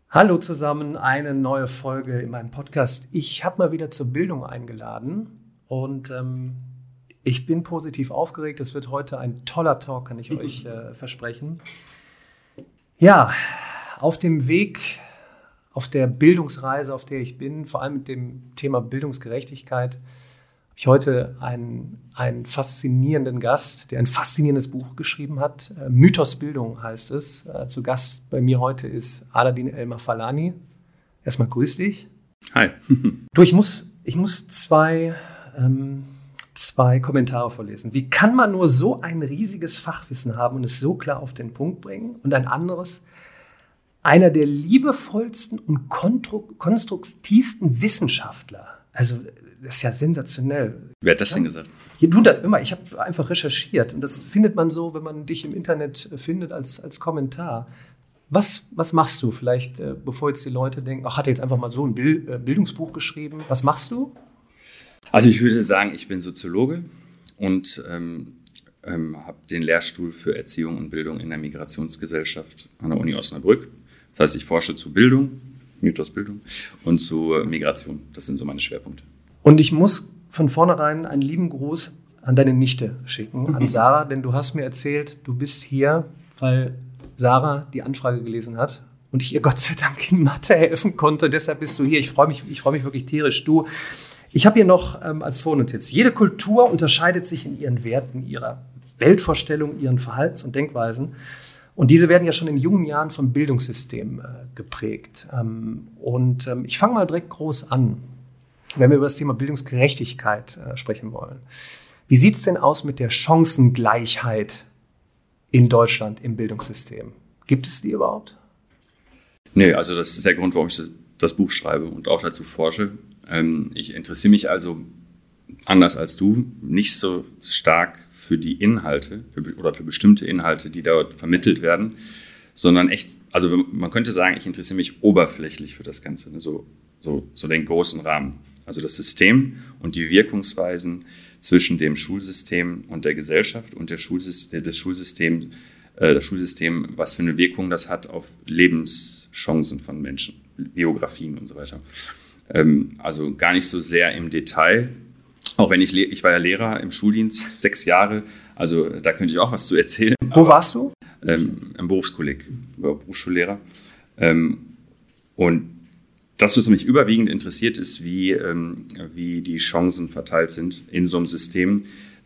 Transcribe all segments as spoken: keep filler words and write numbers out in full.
Hallo zusammen, eine neue Folge in meinem Podcast. Ich habe mal wieder zur Bildung eingeladen und ähm, ich bin positiv aufgeregt. Es wird heute ein toller Talk, kann ich euch äh, versprechen. Ja, auf dem Weg, auf der Bildungsreise, auf der ich bin, vor allem mit dem Thema Bildungsgerechtigkeit, habe ich heute einen, einen faszinierenden Gast, der ein faszinierendes Buch geschrieben hat. Mythos Bildung heißt es. Zu Gast bei mir heute ist Aladin El-Mafalani. Erstmal grüß dich. Hi. Du, ich muss, ich muss zwei, ähm, zwei Kommentare vorlesen. Wie kann man nur so ein riesiges Fachwissen haben und es so klar auf den Punkt bringen? Und ein anderes, einer der liebevollsten und konstruktivsten Wissenschaftler. Also das ist ja sensationell. Wer hat das denn gesagt? Ja, du da immer, ich habe einfach recherchiert und das findet man so, wenn man dich im Internet findet als, als Kommentar. Was, was machst du vielleicht, äh, bevor jetzt die Leute denken, ach, hat er jetzt einfach mal so ein Bild, äh, Bildungsbuch geschrieben? Was machst du? Also ich würde sagen, ich bin Soziologe und ähm, ähm, habe den Lehrstuhl für Erziehung und Bildung in der Migrationsgesellschaft an der Uni Osnabrück. Das heißt, ich forsche zu Bildung, Mythos Bildung und zu Migration. Das sind so meine Schwerpunkte. Und ich muss von vornherein einen lieben Gruß an deine Nichte schicken, an Sarah, denn du hast mir erzählt, du bist hier, weil Sarah die Anfrage gelesen hat und ich ihr Gott sei Dank in Mathe helfen konnte. Deshalb bist du hier. Ich freue mich, ich freue mich wirklich tierisch. Du, ich habe hier noch ähm, als Vornotiz: Jede Kultur unterscheidet sich in ihren Werten, ihrer Weltvorstellung, ihren Verhaltens- und Denkweisen. Und diese werden ja schon in jungen Jahren vom Bildungssystem äh, geprägt. Ähm, und ähm, ich fange mal direkt groß an, wenn wir über das Thema Bildungsgerechtigkeit äh, sprechen wollen. Wie sieht es denn aus mit der Chancengleichheit in Deutschland im Bildungssystem? Gibt es die überhaupt? Nee, also das ist der Grund, warum ich das, das Buch schreibe und auch dazu forsche. Ähm, ich interessiere mich also, anders als du, nicht so stark für die Inhalte für, oder für bestimmte Inhalte, die dort vermittelt werden, sondern echt, also man könnte sagen, ich interessiere mich oberflächlich für das Ganze, ne? so, so, so den großen Rahmen. Also das System und die Wirkungsweisen zwischen dem Schulsystem und der Gesellschaft und der Schulsystem, das Schulsystem, äh, das Schulsystem, was für eine Wirkung das hat auf Lebenschancen von Menschen, Biografien und so weiter. Ähm, also gar nicht so sehr im Detail. Auch wenn ich, ich war ja Lehrer im Schuldienst, sechs Jahre, also da könnte ich auch was zu erzählen. Wo Aber, warst du? Ähm, Im Berufskolleg, war Berufsschullehrer. Ähm, und das, was mich überwiegend interessiert, ist, wie, ähm, wie die Chancen verteilt sind in so einem System,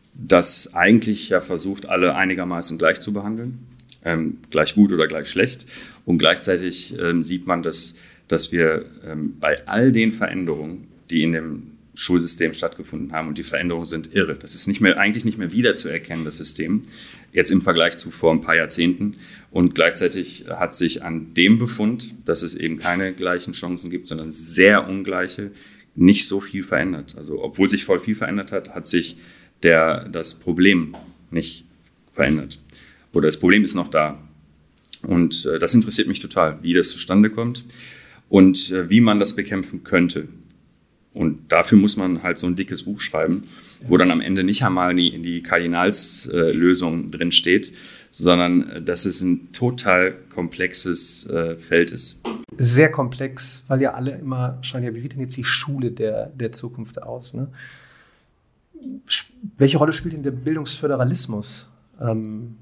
das eigentlich ja versucht, alle einigermaßen gleich zu behandeln, ähm, gleich gut oder gleich schlecht. Und gleichzeitig ähm, sieht man, dass, dass wir ähm, bei all den Veränderungen, die in dem Schulsystem stattgefunden haben, und die Veränderungen sind irre. Das ist nicht mehr, eigentlich nicht mehr wiederzuerkennen, das System, jetzt im Vergleich zu vor ein paar Jahrzehnten. Und gleichzeitig hat sich an dem Befund, dass es eben keine gleichen Chancen gibt, sondern sehr ungleiche, nicht so viel verändert. Also obwohl sich voll viel verändert hat, hat sich der, das Problem nicht verändert. Oder das Problem ist noch da. Und äh, das interessiert mich total, wie das zustande kommt und äh, wie man das bekämpfen könnte. Und dafür muss man halt so ein dickes Buch schreiben, wo dann am Ende nicht einmal die, die Kardinalslösung drin steht, sondern dass es ein total komplexes äh, Feld ist. Sehr komplex, weil ja alle immer schreien, ja, wie sieht denn jetzt die Schule der, der Zukunft aus? Ne? Welche Rolle spielt denn der Bildungsföderalismus? Ähm,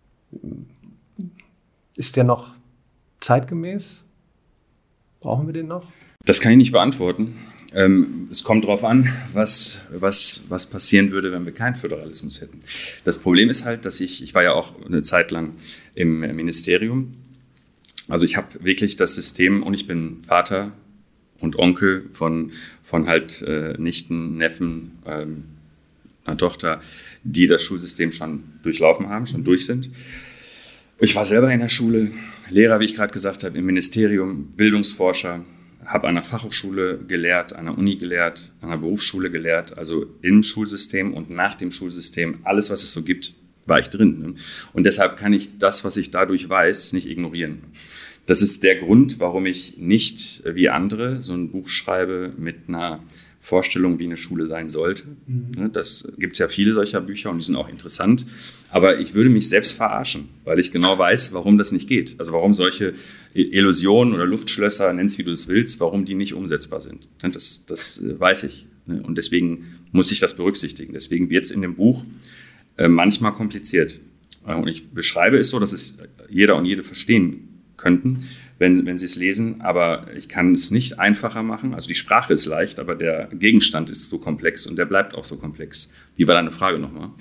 ist der noch zeitgemäß? Brauchen wir den noch? Das kann ich nicht beantworten. Ähm, es kommt darauf an, was, was, was passieren würde, wenn wir keinen Föderalismus hätten. Das Problem ist halt, dass ich, ich war ja auch eine Zeit lang im Ministerium. Also ich habe wirklich das System, und ich bin Vater und Onkel von, von halt äh, Nichten, Neffen, ähm, einer Tochter, die das Schulsystem schon durchlaufen haben, schon durch sind. Ich war selber in der Schule, Lehrer, wie ich gerade gesagt habe, im Ministerium, Bildungsforscher, habe an der Fachhochschule gelehrt, an der Uni gelehrt, an der Berufsschule gelehrt, also im Schulsystem und nach dem Schulsystem, alles, was es so gibt, war ich drin. Und deshalb kann ich das, was ich dadurch weiß, nicht ignorieren. Das ist der Grund, warum ich nicht wie andere so ein Buch schreibe mit einer Vorstellung, wie eine Schule sein sollte. Mhm. Das gibt es ja viele solcher Bücher und die sind auch interessant. Aber ich würde mich selbst verarschen, weil ich genau weiß, warum das nicht geht. Also warum solche Illusionen oder Luftschlösser, nenn's wie du es willst, warum die nicht umsetzbar sind. Das, das weiß ich. Und deswegen muss ich das berücksichtigen. Deswegen wird es in dem Buch manchmal kompliziert. Und ich beschreibe es so, dass es jeder und jede verstehen könnten, wenn, wenn sie es lesen. Aber ich kann es nicht einfacher machen. Also die Sprache ist leicht, aber der Gegenstand ist so komplex und der bleibt auch so komplex. Wie war deine Frage nochmal?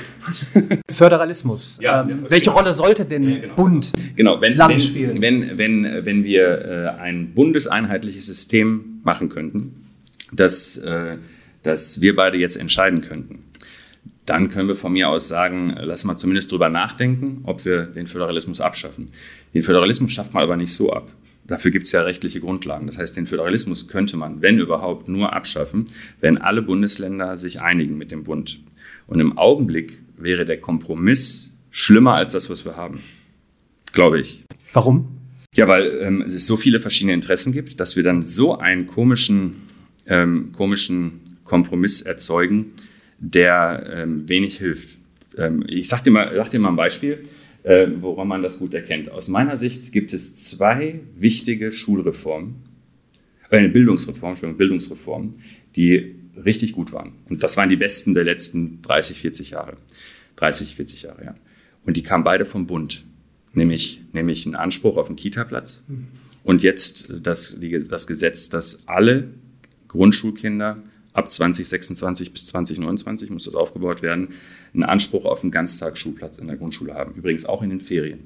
Föderalismus. Ja, ähm, welche Rolle sollte denn ja, genau. Bund genau, wenn, Land wenn, spielen? Wenn, wenn, wenn wir äh, ein bundeseinheitliches System machen könnten, das, äh, das wir beide jetzt entscheiden könnten, dann können wir von mir aus sagen, lass mal zumindest drüber nachdenken, ob wir den Föderalismus abschaffen. Den Föderalismus schafft man aber nicht so ab. Dafür gibt es ja rechtliche Grundlagen. Das heißt, den Föderalismus könnte man, wenn überhaupt, nur abschaffen, wenn alle Bundesländer sich einigen mit dem Bund. Und im Augenblick wäre der Kompromiss schlimmer als das, was wir haben. Glaube ich. Warum? Ja, weil ähm, es so viele verschiedene Interessen gibt, dass wir dann so einen komischen, ähm, komischen Kompromiss erzeugen, der ähm, wenig hilft. Ähm, ich sag dir mal, sag dir mal ein Beispiel, äh, woran man das gut erkennt. Aus meiner Sicht gibt es zwei wichtige Schulreformen, äh, Bildungsreformen, Entschuldigung, Bildungsreformen, die richtig gut waren. Und das waren die besten der letzten dreißig, vierzig Jahre. dreißig, vierzig Jahre, ja. Und die kamen beide vom Bund. Nämlich, nämlich einen Anspruch auf einen Kita-Platz. Und jetzt das, die, das Gesetz, dass alle Grundschulkinder ab zwanzig sechsundzwanzig bis zwanzig neunundzwanzig muss das aufgebaut werden, einen Anspruch auf einen Ganztagsschulplatz in der Grundschule haben. Übrigens auch in den Ferien.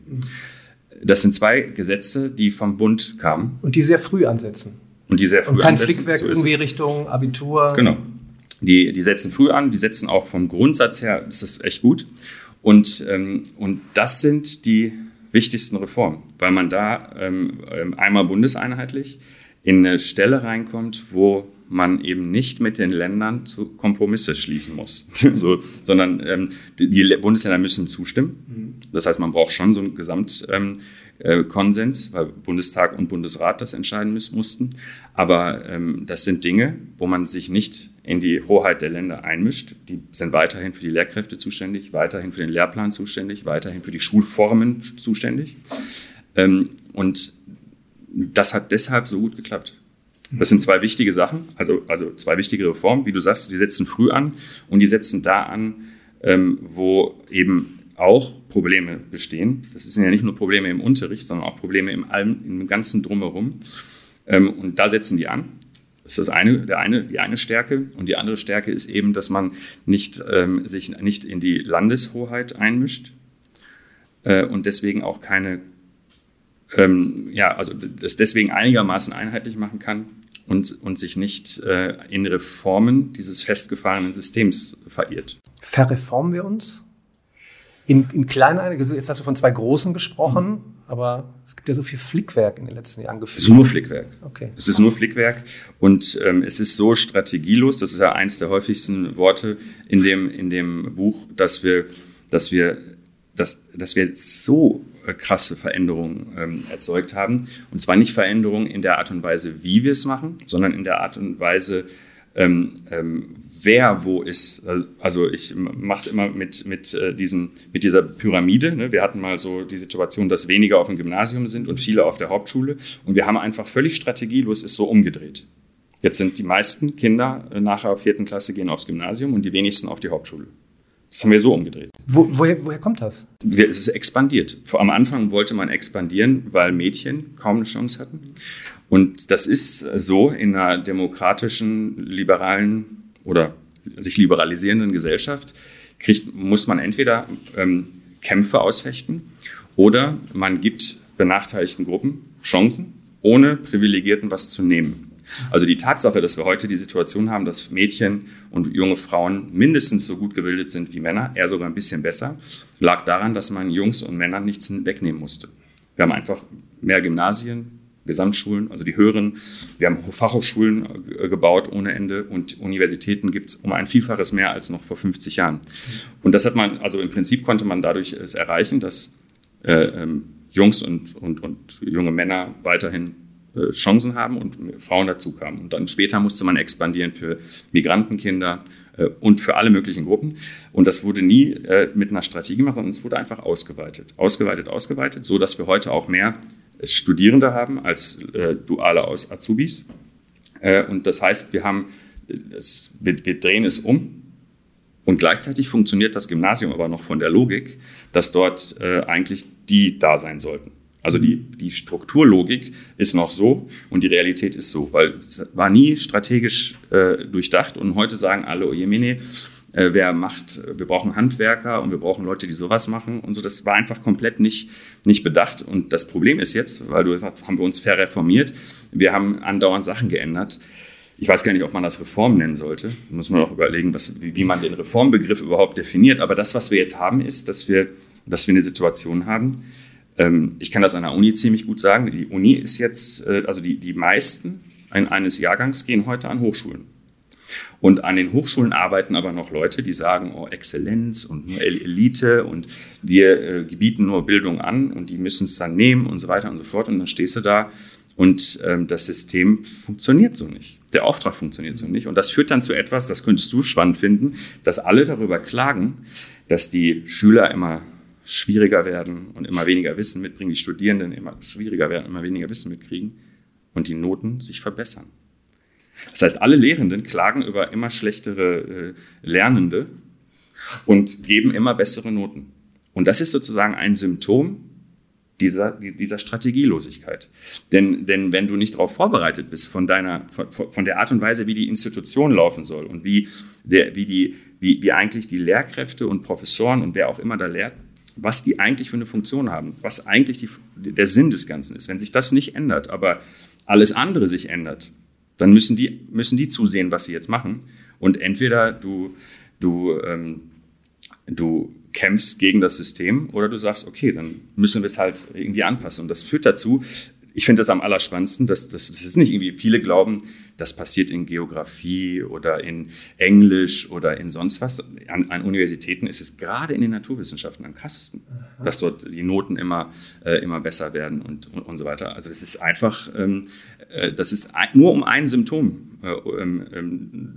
Das sind zwei Gesetze, die vom Bund kamen. Und die sehr früh ansetzen. Und die sehr früh Und kein ansetzen. Flickwerk So ist irgendwie es. Richtung Abitur. Genau. Die, die setzen früh an, die setzen auch vom Grundsatz her, das ist echt gut. Und, ähm, und das sind die wichtigsten Reformen, weil man da ähm, einmal bundeseinheitlich in eine Stelle reinkommt, wo man eben nicht mit den Ländern zu Kompromisse schließen muss, so, sondern ähm, die, die Bundesländer müssen zustimmen. Das heißt, man braucht schon so einen Gesamtkonsens, ähm, äh, weil Bundestag und Bundesrat das entscheiden müssen, mussten. Aber ähm, das sind Dinge, wo man sich nicht in die Hoheit der Länder einmischt. Die sind weiterhin für die Lehrkräfte zuständig, weiterhin für den Lehrplan zuständig, weiterhin für die Schulformen zuständig. Ähm, und das hat deshalb so gut geklappt. Das sind zwei wichtige Sachen, also, also zwei wichtige Reformen, wie du sagst, die setzen früh an und die setzen da an, ähm, wo eben auch Probleme bestehen. Das sind ja nicht nur Probleme im Unterricht, sondern auch Probleme im, allem, im ganzen Drumherum. Ähm, und da setzen die an. Das ist das eine, der eine, die eine Stärke. Und die andere Stärke ist eben, dass man nicht, ähm, sich nicht in die Landeshoheit einmischt äh, und deswegen auch keine, ähm, ja, also das deswegen einigermaßen einheitlich machen kann. Und, und sich nicht äh, in Reformen dieses festgefahrenen Systems verirrt. Verreformen wir uns? In, in kleinen, jetzt hast du von zwei großen gesprochen, mhm. aber es gibt ja so viel Flickwerk in den letzten Jahren gefühlt. Es ist nur Flickwerk. Okay. Es ist nur Flickwerk und ähm, es ist so strategielos, das ist ja eins der häufigsten Worte in dem, in dem Buch, dass wir, dass wir, dass, dass wir so krasse Veränderungen ähm, erzeugt haben. Und zwar nicht Veränderungen in der Art und Weise, wie wir es machen, sondern in der Art und Weise, ähm, ähm, wer wo ist. Also ich mache es immer mit, mit, äh, diesen, mit dieser Pyramide. Ne? Wir hatten mal so die Situation, dass weniger auf dem Gymnasium sind und viele auf der Hauptschule. Und wir haben einfach völlig strategielos ist so umgedreht. Jetzt sind die meisten Kinder äh, nach der vierten Klasse gehen aufs Gymnasium und die wenigsten auf die Hauptschule. Das haben wir so umgedreht. Wo, woher, woher kommt das? Es ist expandiert. Am Anfang wollte man expandieren, weil Mädchen kaum eine Chance hatten. Und das ist so in einer demokratischen, liberalen oder sich liberalisierenden Gesellschaft, kriegt, muss man entweder ähm, Kämpfe ausfechten oder man gibt benachteiligten Gruppen Chancen, ohne Privilegierten was zu nehmen. Also die Tatsache, dass wir heute die Situation haben, dass Mädchen und junge Frauen mindestens so gut gebildet sind wie Männer, eher sogar ein bisschen besser, lag daran, dass man Jungs und Männern nichts wegnehmen musste. Wir haben einfach mehr Gymnasien, Gesamtschulen, also die höheren, wir haben Fachhochschulen gebaut ohne Ende und Universitäten gibt es um ein Vielfaches mehr als noch vor fünfzig Jahren. Und das hat man, also im Prinzip konnte man dadurch es erreichen, dass äh, ähm, Jungs und, und, und junge Männer weiterhin äh, Chancen haben und Frauen dazu kamen. Und dann später musste man expandieren für Migrantenkinder äh, und für alle möglichen Gruppen. Und das wurde nie äh, mit einer Strategie gemacht, sondern es wurde einfach ausgeweitet. Ausgeweitet, ausgeweitet, so dass wir heute auch mehr Studierende haben als äh, duale Azubis. Äh, und das heißt, wir haben, es, wir, wir drehen es um. Und gleichzeitig funktioniert das Gymnasium aber noch von der Logik, dass dort äh, eigentlich die da sein sollten. Also die, die Strukturlogik ist noch so und die Realität ist so, weil es war nie strategisch äh, durchdacht. Und heute sagen alle, oh jemine, äh, wer macht, wir brauchen Handwerker und wir brauchen Leute, die sowas machen und so. Das war einfach komplett nicht, nicht bedacht. Und das Problem ist jetzt, weil du gesagt hast, haben wir uns verreformiert, wir haben andauernd Sachen geändert. Ich weiß gar nicht, ob man das Reform nennen sollte. Da muss man auch überlegen, was, wie, wie man den Reformbegriff überhaupt definiert. Aber das, was wir jetzt haben, ist, dass wir, dass wir eine Situation haben. Ähm, ich kann das an der Uni ziemlich gut sagen. Die Uni ist jetzt, äh, also die, die meisten eines Jahrgangs gehen heute an Hochschulen. Und an den Hochschulen arbeiten aber noch Leute, die sagen, oh, Exzellenz und nur Elite und wir äh, bieten nur Bildung an und die müssen es dann nehmen und so weiter und so fort. Und dann stehst du da und ähm, das System funktioniert so nicht. Der Auftrag funktioniert so nicht. Und das führt dann zu etwas, das könntest du spannend finden, dass alle darüber klagen, dass die Schüler immer schwieriger werden und immer weniger Wissen mitbringen, die Studierenden immer schwieriger werden, immer weniger Wissen mitkriegen und die Noten sich verbessern. Das heißt, alle Lehrenden klagen über immer schlechtere äh, Lernende und geben immer bessere Noten. Und das ist sozusagen ein Symptom dieser, dieser Strategielosigkeit. Denn, denn wenn du nicht darauf vorbereitet bist von, deiner, von, von der Art und Weise, wie die Institution laufen soll und wie, der, wie, die, wie, wie eigentlich die Lehrkräfte und Professoren und wer auch immer da lehrt, was die eigentlich für eine Funktion haben, was eigentlich die, der Sinn des Ganzen ist. Wenn sich das nicht ändert, aber alles andere sich ändert, dann müssen die, müssen die zusehen, was sie jetzt machen. Und entweder du, du, ähm, du kämpfst gegen das System oder du sagst, okay, dann müssen wir es halt irgendwie anpassen. Und das führt dazu, ich finde das am allerspannendsten, dass das, das ist nicht irgendwie, viele glauben, das passiert in Geografie oder in Englisch oder in sonst was. An, an Universitäten ist es gerade in den Naturwissenschaften am krassesten, Aha. dass dort die Noten immer, äh, immer besser werden und, und, und so weiter. Also es ist einfach, ähm, äh, das ist ein, nur um ein Symptom äh, ähm, ähm,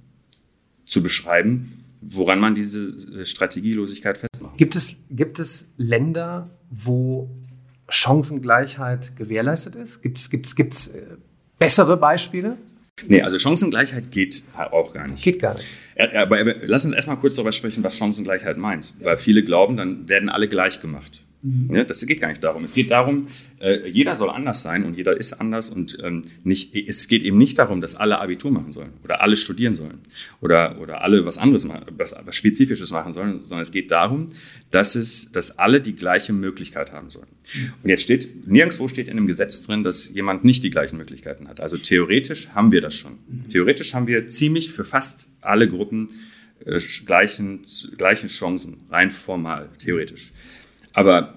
zu beschreiben, woran man diese Strategielosigkeit festmacht. Gibt es, gibt es Länder, wo Chancengleichheit gewährleistet ist? Gibt es gibt's, gibt's bessere Beispiele? Nee, also Chancengleichheit geht auch gar nicht. Geht gar nicht. Aber lass uns erstmal kurz darüber sprechen, was Chancengleichheit meint. Weil viele glauben, dann werden alle gleich gemacht. Mhm. Ja, das geht gar nicht darum. Es geht darum, äh, jeder soll anders sein und jeder ist anders. Und ähm, nicht, es geht eben nicht darum, dass alle Abitur machen sollen oder alle studieren sollen oder, oder alle was anderes machen, was, was Spezifisches machen sollen, sondern es geht darum, dass, es, dass alle die gleiche Möglichkeit haben sollen. Und jetzt steht, nirgendwo steht in einem Gesetz drin, dass jemand nicht die gleichen Möglichkeiten hat. Also theoretisch haben wir das schon. Mhm. Theoretisch haben wir ziemlich für fast alle Gruppen äh, gleichen, gleiche Chancen, rein formal, theoretisch. Aber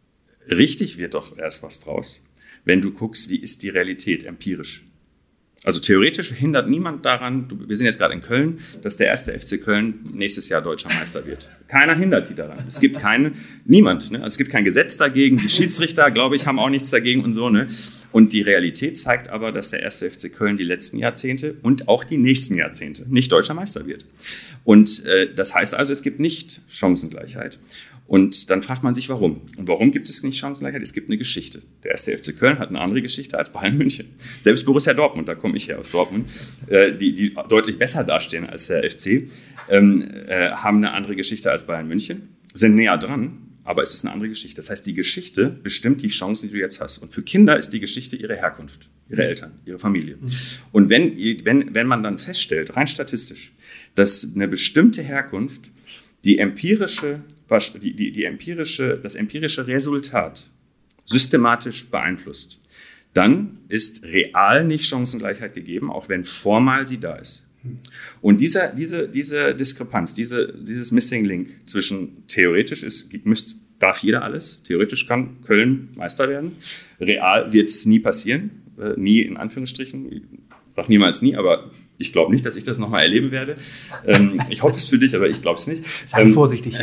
richtig wird doch erst was draus, wenn du guckst, wie ist die Realität empirisch. Also theoretisch hindert niemand daran, wir sind jetzt gerade in Köln, dass der erste F C Köln nächstes Jahr deutscher Meister wird. Keiner hindert die daran. Es gibt keine, niemand, ne? Also es gibt kein Gesetz dagegen. Die Schiedsrichter, glaube ich, haben auch nichts dagegen und so. Ne? Und die Realität zeigt aber, dass der erste F C Köln die letzten Jahrzehnte und auch die nächsten Jahrzehnte nicht deutscher Meister wird. Und äh, das heißt also, es gibt nicht Chancengleichheit. Und dann fragt man sich, warum. Und warum gibt es nicht Chancengleichheit? Es gibt eine Geschichte. Der erste F C Köln hat eine andere Geschichte als Bayern München. Selbst Borussia Dortmund, da komme ich her aus Dortmund, äh, die, die deutlich besser dastehen als der F C, ähm, äh, haben eine andere Geschichte als Bayern München, sind näher dran, aber es ist eine andere Geschichte. Das heißt, die Geschichte bestimmt die Chancen, die du jetzt hast. Und für Kinder ist die Geschichte ihre Herkunft, ihre Eltern, ihre Familie. Und wenn, wenn, wenn man dann feststellt, rein statistisch, dass eine bestimmte Herkunft die empirische Die, die, die empirische, das empirische Resultat systematisch beeinflusst, dann ist real nicht Chancengleichheit gegeben, auch wenn formal sie da ist. Und dieser, diese, diese Diskrepanz, diese, dieses Missing Link zwischen theoretisch ist, müsst, darf jeder alles, theoretisch kann Köln Meister werden, real wird es nie passieren, äh, nie in Anführungsstrichen, ich sage niemals nie, aber Ich glaube nicht, dass ich das nochmal erleben werde. Ähm, ich hoffe es für dich, aber ich glaube es nicht. Sei ähm, vorsichtig.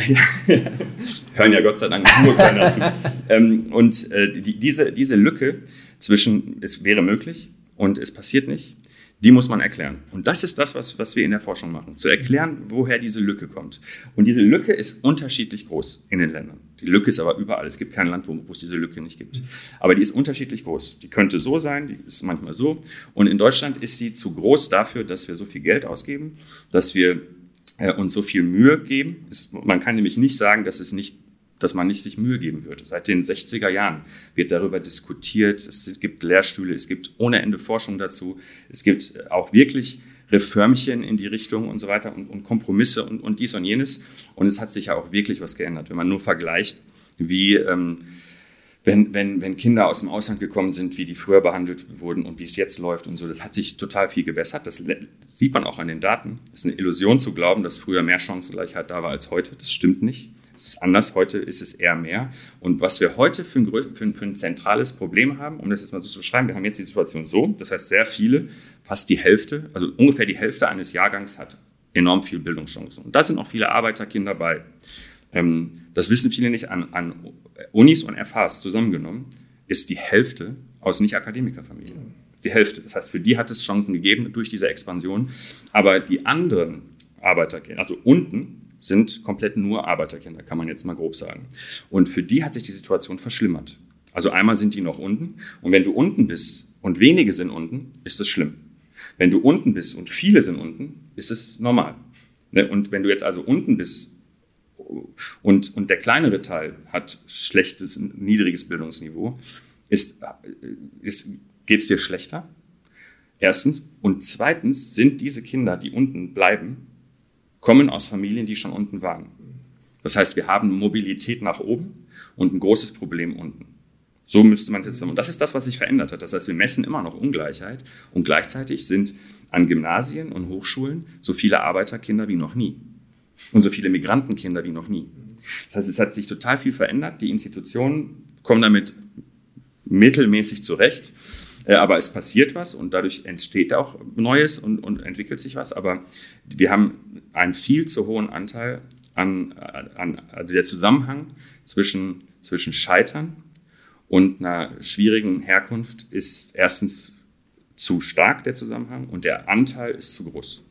Hören ja Gott sei Dank nur keiner zu. Ähm, und äh, die, diese, diese Lücke zwischen, es wäre möglich und es passiert nicht, die muss man erklären. Und das ist das, was, was wir in der Forschung machen. Zu erklären, woher diese Lücke kommt. Und diese Lücke ist unterschiedlich groß in den Ländern. Die Lücke ist aber überall. Es gibt kein Land, wo, wo es diese Lücke nicht gibt. Aber die ist unterschiedlich groß. Die könnte so sein, die ist manchmal so. Und in Deutschland ist sie zu groß dafür, dass wir so viel Geld ausgeben, dass wir äh, uns so viel Mühe geben. Es, man kann nämlich nicht sagen, dass es nicht dass man nicht sich Mühe geben würde. Seit den sechziger Jahren wird darüber diskutiert. Es gibt Lehrstühle, es gibt ohne Ende Forschung dazu. Es gibt auch wirklich Reformchen in die Richtung und so weiter und, und Kompromisse und, und dies und jenes. Und es hat sich ja auch wirklich was geändert. Wenn man nur vergleicht, wie ähm, wenn, wenn, wenn Kinder aus dem Ausland gekommen sind, wie die früher behandelt wurden und wie es jetzt läuft und so, das hat sich total viel gebessert. Das sieht man auch an den Daten. Es ist eine Illusion zu glauben, dass früher mehr Chancengleichheit da war als heute. Das stimmt nicht. Es ist anders, heute ist es eher mehr. Und was wir heute für ein, für, ein, für ein zentrales Problem haben, um das jetzt mal so zu beschreiben, wir haben jetzt die Situation so, das heißt sehr viele, fast die Hälfte, also ungefähr die Hälfte eines Jahrgangs hat enorm viel Bildungschancen. Und da sind auch viele Arbeiterkinder bei. Ähm, das wissen viele nicht, an, an Unis und F Hs zusammengenommen ist die Hälfte aus Nicht-Akademikerfamilien. Die Hälfte. Das heißt, für die hat es Chancen gegeben durch diese Expansion. Aber die anderen Arbeiterkinder, also unten, sind komplett nur Arbeiterkinder, kann man jetzt mal grob sagen. Und für die hat sich die Situation verschlimmert. Also einmal sind die noch unten. Und wenn du unten bist und wenige sind unten, ist es schlimm. Wenn du unten bist und viele sind unten, ist es normal. Und wenn du jetzt also unten bist und, und der kleinere Teil hat schlechtes, niedriges Bildungsniveau, ist, ist, geht es dir schlechter. Erstens. Und zweitens sind diese Kinder, die unten bleiben, kommen aus Familien, die schon unten waren. Das heißt, wir haben Mobilität nach oben und ein großes Problem unten. So müsste man es jetzt sagen. Und das ist das, was sich verändert hat. Das heißt, wir messen immer noch Ungleichheit und gleichzeitig sind an Gymnasien und Hochschulen so viele Arbeiterkinder wie noch nie und so viele Migrantenkinder wie noch nie. Das heißt, es hat sich total viel verändert. Die Institutionen kommen damit mittelmäßig zurecht. Aber es passiert was und dadurch entsteht auch Neues und, und entwickelt sich was. Aber wir haben einen viel zu hohen Anteil an, an also der Zusammenhang zwischen, zwischen Scheitern und einer schwierigen Herkunft ist erstens zu stark, der Zusammenhang, und der Anteil ist zu groß.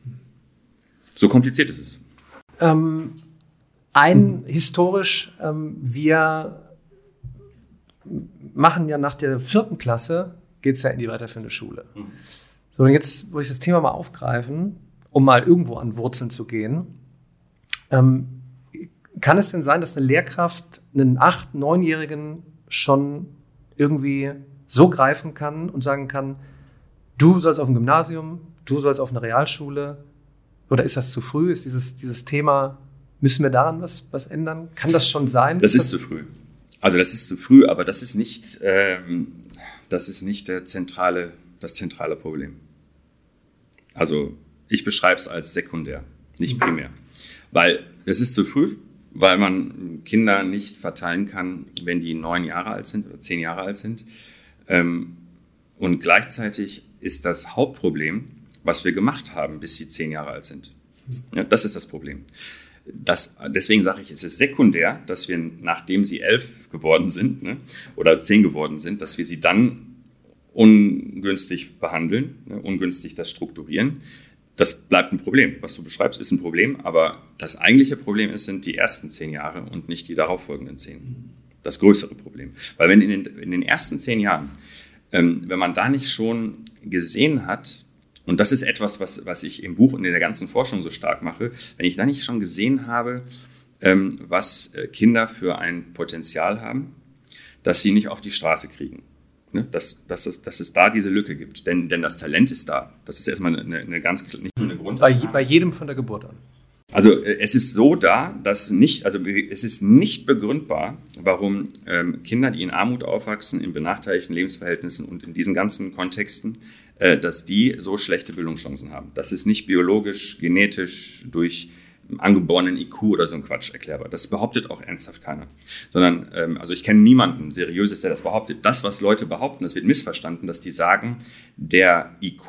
So kompliziert ist es. Ähm, ein historisch, ähm, wir machen ja nach der vierten Klasse geht es ja in die weiterführende Schule. Mhm. So, und jetzt wollte ich das Thema mal aufgreifen, um mal irgendwo an Wurzeln zu gehen. Ähm, kann es denn sein, dass eine Lehrkraft einen acht-, neunjährigen schon irgendwie so greifen kann und sagen kann, du sollst auf ein Gymnasium, du sollst auf eine Realschule? Oder ist das zu früh? Ist dieses, dieses Thema, müssen wir daran was, was ändern? Kann das schon sein? Das ist, ist das zu früh. Also das ist zu früh, aber das ist nicht... Ähm Das ist nicht der zentrale, das zentrale Problem. Also ich beschreibe es als sekundär, nicht primär. Weil es ist zu früh, weil man Kinder nicht verteilen kann, wenn die neun Jahre alt sind oder zehn Jahre alt sind. Und gleichzeitig ist das Hauptproblem, was wir gemacht haben, bis sie zehn Jahre alt sind. Ja, das ist das Problem. Das, deswegen sage ich, es ist sekundär, dass wir, nachdem sie elf geworden sind, ne, oder zehn geworden sind, dass wir sie dann ungünstig behandeln, ne, ungünstig das strukturieren. Das bleibt ein Problem. Was du beschreibst, ist ein Problem, aber das eigentliche Problem ist, sind die ersten zehn Jahre und nicht die darauffolgenden zehn. Das größere Problem. Weil wenn in den, in den ersten zehn Jahren, ähm, wenn man da nicht schon gesehen hat, und das ist etwas, was, was ich im Buch und in der ganzen Forschung so stark mache, wenn ich da nicht schon gesehen habe, ähm, was Kinder für ein Potenzial haben, dass sie nicht auf die Straße kriegen. Ne? Dass, dass, es, dass es da diese Lücke gibt. Denn, denn das Talent ist da. Das ist erstmal eine, eine ganz, nicht nur eine Grundlage. Bei, bei jedem von der Geburt an. Also es ist so da, dass nicht, also es ist nicht begründbar, warum ähm, Kinder, die in Armut aufwachsen, in benachteiligten Lebensverhältnissen und in diesen ganzen Kontexten, äh, dass die so schlechte Bildungschancen haben. Das ist nicht biologisch, genetisch, durch angeborenen I Q oder so ein Quatsch erklärbar. Das behauptet auch ernsthaft keiner. Sondern, ähm, also ich kenne niemanden Seriöses, der das behauptet. Das, was Leute behaupten, das wird missverstanden, dass die sagen, der I Q,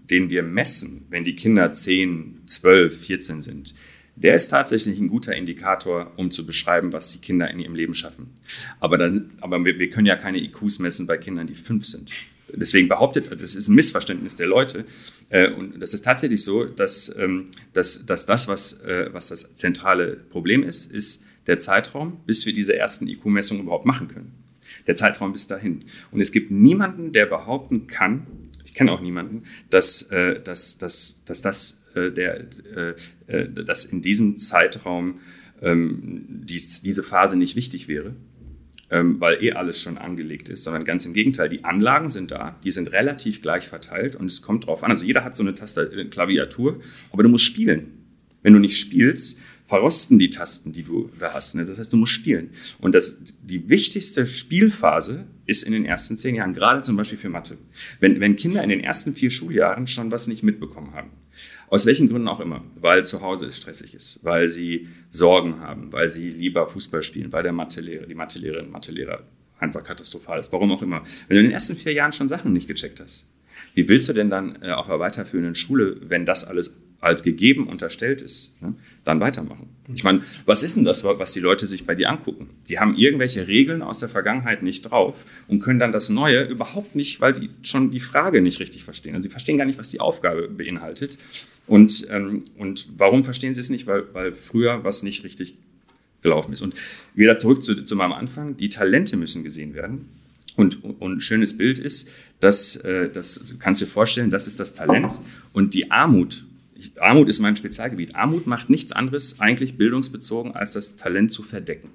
den wir messen, wenn die Kinder zehn, zwölf, vierzehn sind, der ist tatsächlich ein guter Indikator, um zu beschreiben, was die Kinder in ihrem Leben schaffen. Aber, dann, aber wir, wir können ja keine I Qs messen bei Kindern, die fünf sind. Deswegen behauptet, das ist ein Missverständnis der Leute. Äh, und das ist tatsächlich so, dass, ähm, dass, dass das, was, äh, was das zentrale Problem ist, ist der Zeitraum, bis wir diese ersten I Q-Messungen überhaupt machen können. Der Zeitraum bis dahin. Und es gibt niemanden, der behaupten kann, ich kenne auch niemanden, dass, äh, dass, dass, dass das Der, äh, dass in diesem Zeitraum ähm, dies, diese Phase nicht wichtig wäre, ähm, weil eh alles schon angelegt ist, sondern ganz im Gegenteil. Die Anlagen sind da, die sind relativ gleich verteilt und es kommt drauf an. Also jeder hat so eine Taste, eine Klaviatur, aber du musst spielen. Wenn du nicht spielst, verrosten die Tasten, die du da hast. Ne? Das heißt, du musst spielen. Und das, die wichtigste Spielphase ist in den ersten zehn Jahren, gerade zum Beispiel für Mathe. Wenn, wenn Kinder in den ersten vier Schuljahren schon was nicht mitbekommen haben, aus welchen Gründen auch immer, weil zu Hause es stressig ist, weil sie Sorgen haben, weil sie lieber Fußball spielen, weil der Mathelehrer, die Mathelehrerin, Mathelehrer einfach katastrophal ist, warum auch immer. Wenn du in den ersten vier Jahren schon Sachen nicht gecheckt hast, wie willst du denn dann äh, auf einer weiterführenden Schule, wenn das alles als gegeben unterstellt ist, ne, dann weitermachen? Ich meine, was ist denn das, was die Leute sich bei dir angucken? Die haben irgendwelche Regeln aus der Vergangenheit nicht drauf und können dann das Neue überhaupt nicht, weil die schon die Frage nicht richtig verstehen. Also sie verstehen gar nicht, was die Aufgabe beinhaltet. Und, ähm, und warum verstehen sie es nicht? Weil, weil früher was nicht richtig gelaufen ist. Und wieder zurück zu, zu meinem Anfang, die Talente müssen gesehen werden. Und, und ein schönes Bild ist, dass, äh, das du kannst dir vorstellen, das ist das Talent und die Armut. Armut ist mein Spezialgebiet. Armut macht nichts anderes eigentlich bildungsbezogen, als das Talent zu verdecken.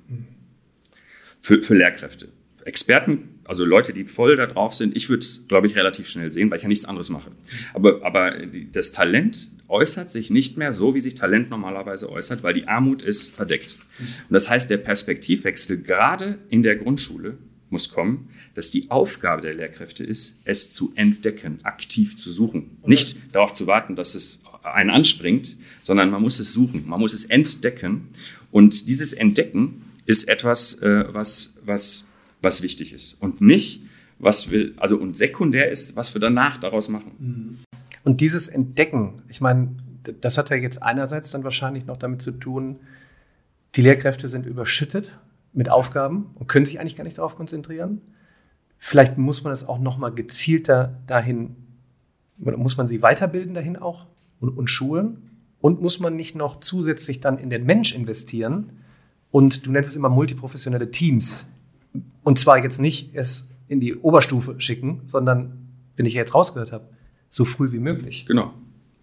Für, für Lehrkräfte. Experten, also Leute, die voll da drauf sind, ich würde es, glaube ich, relativ schnell sehen, weil ich ja nichts anderes mache. Aber, aber das Talent äußert sich nicht mehr so, wie sich Talent normalerweise äußert, weil die Armut ist verdeckt. Und das heißt, der Perspektivwechsel gerade in der Grundschule muss kommen, dass die Aufgabe der Lehrkräfte ist, es zu entdecken, aktiv zu suchen. Nicht darauf zu warten, dass es einen anspringt, sondern man muss es suchen, man muss es entdecken. Und dieses Entdecken ist etwas, äh, was, was, was wichtig ist. Und nicht, was wir, also und sekundär ist, was wir danach daraus machen. Und dieses Entdecken, ich meine, das hat ja jetzt einerseits dann wahrscheinlich noch damit zu tun, die Lehrkräfte sind überschüttet mit Aufgaben und können sich eigentlich gar nicht darauf konzentrieren. Vielleicht muss man es auch noch mal gezielter dahin, muss man sie weiterbilden dahin auch und, und schulen. Und muss man nicht noch zusätzlich dann in den Mensch investieren und du nennst es immer multiprofessionelle Teams. Und zwar jetzt nicht es in die Oberstufe schicken, sondern, wenn ich jetzt rausgehört habe, so früh wie möglich. Genau.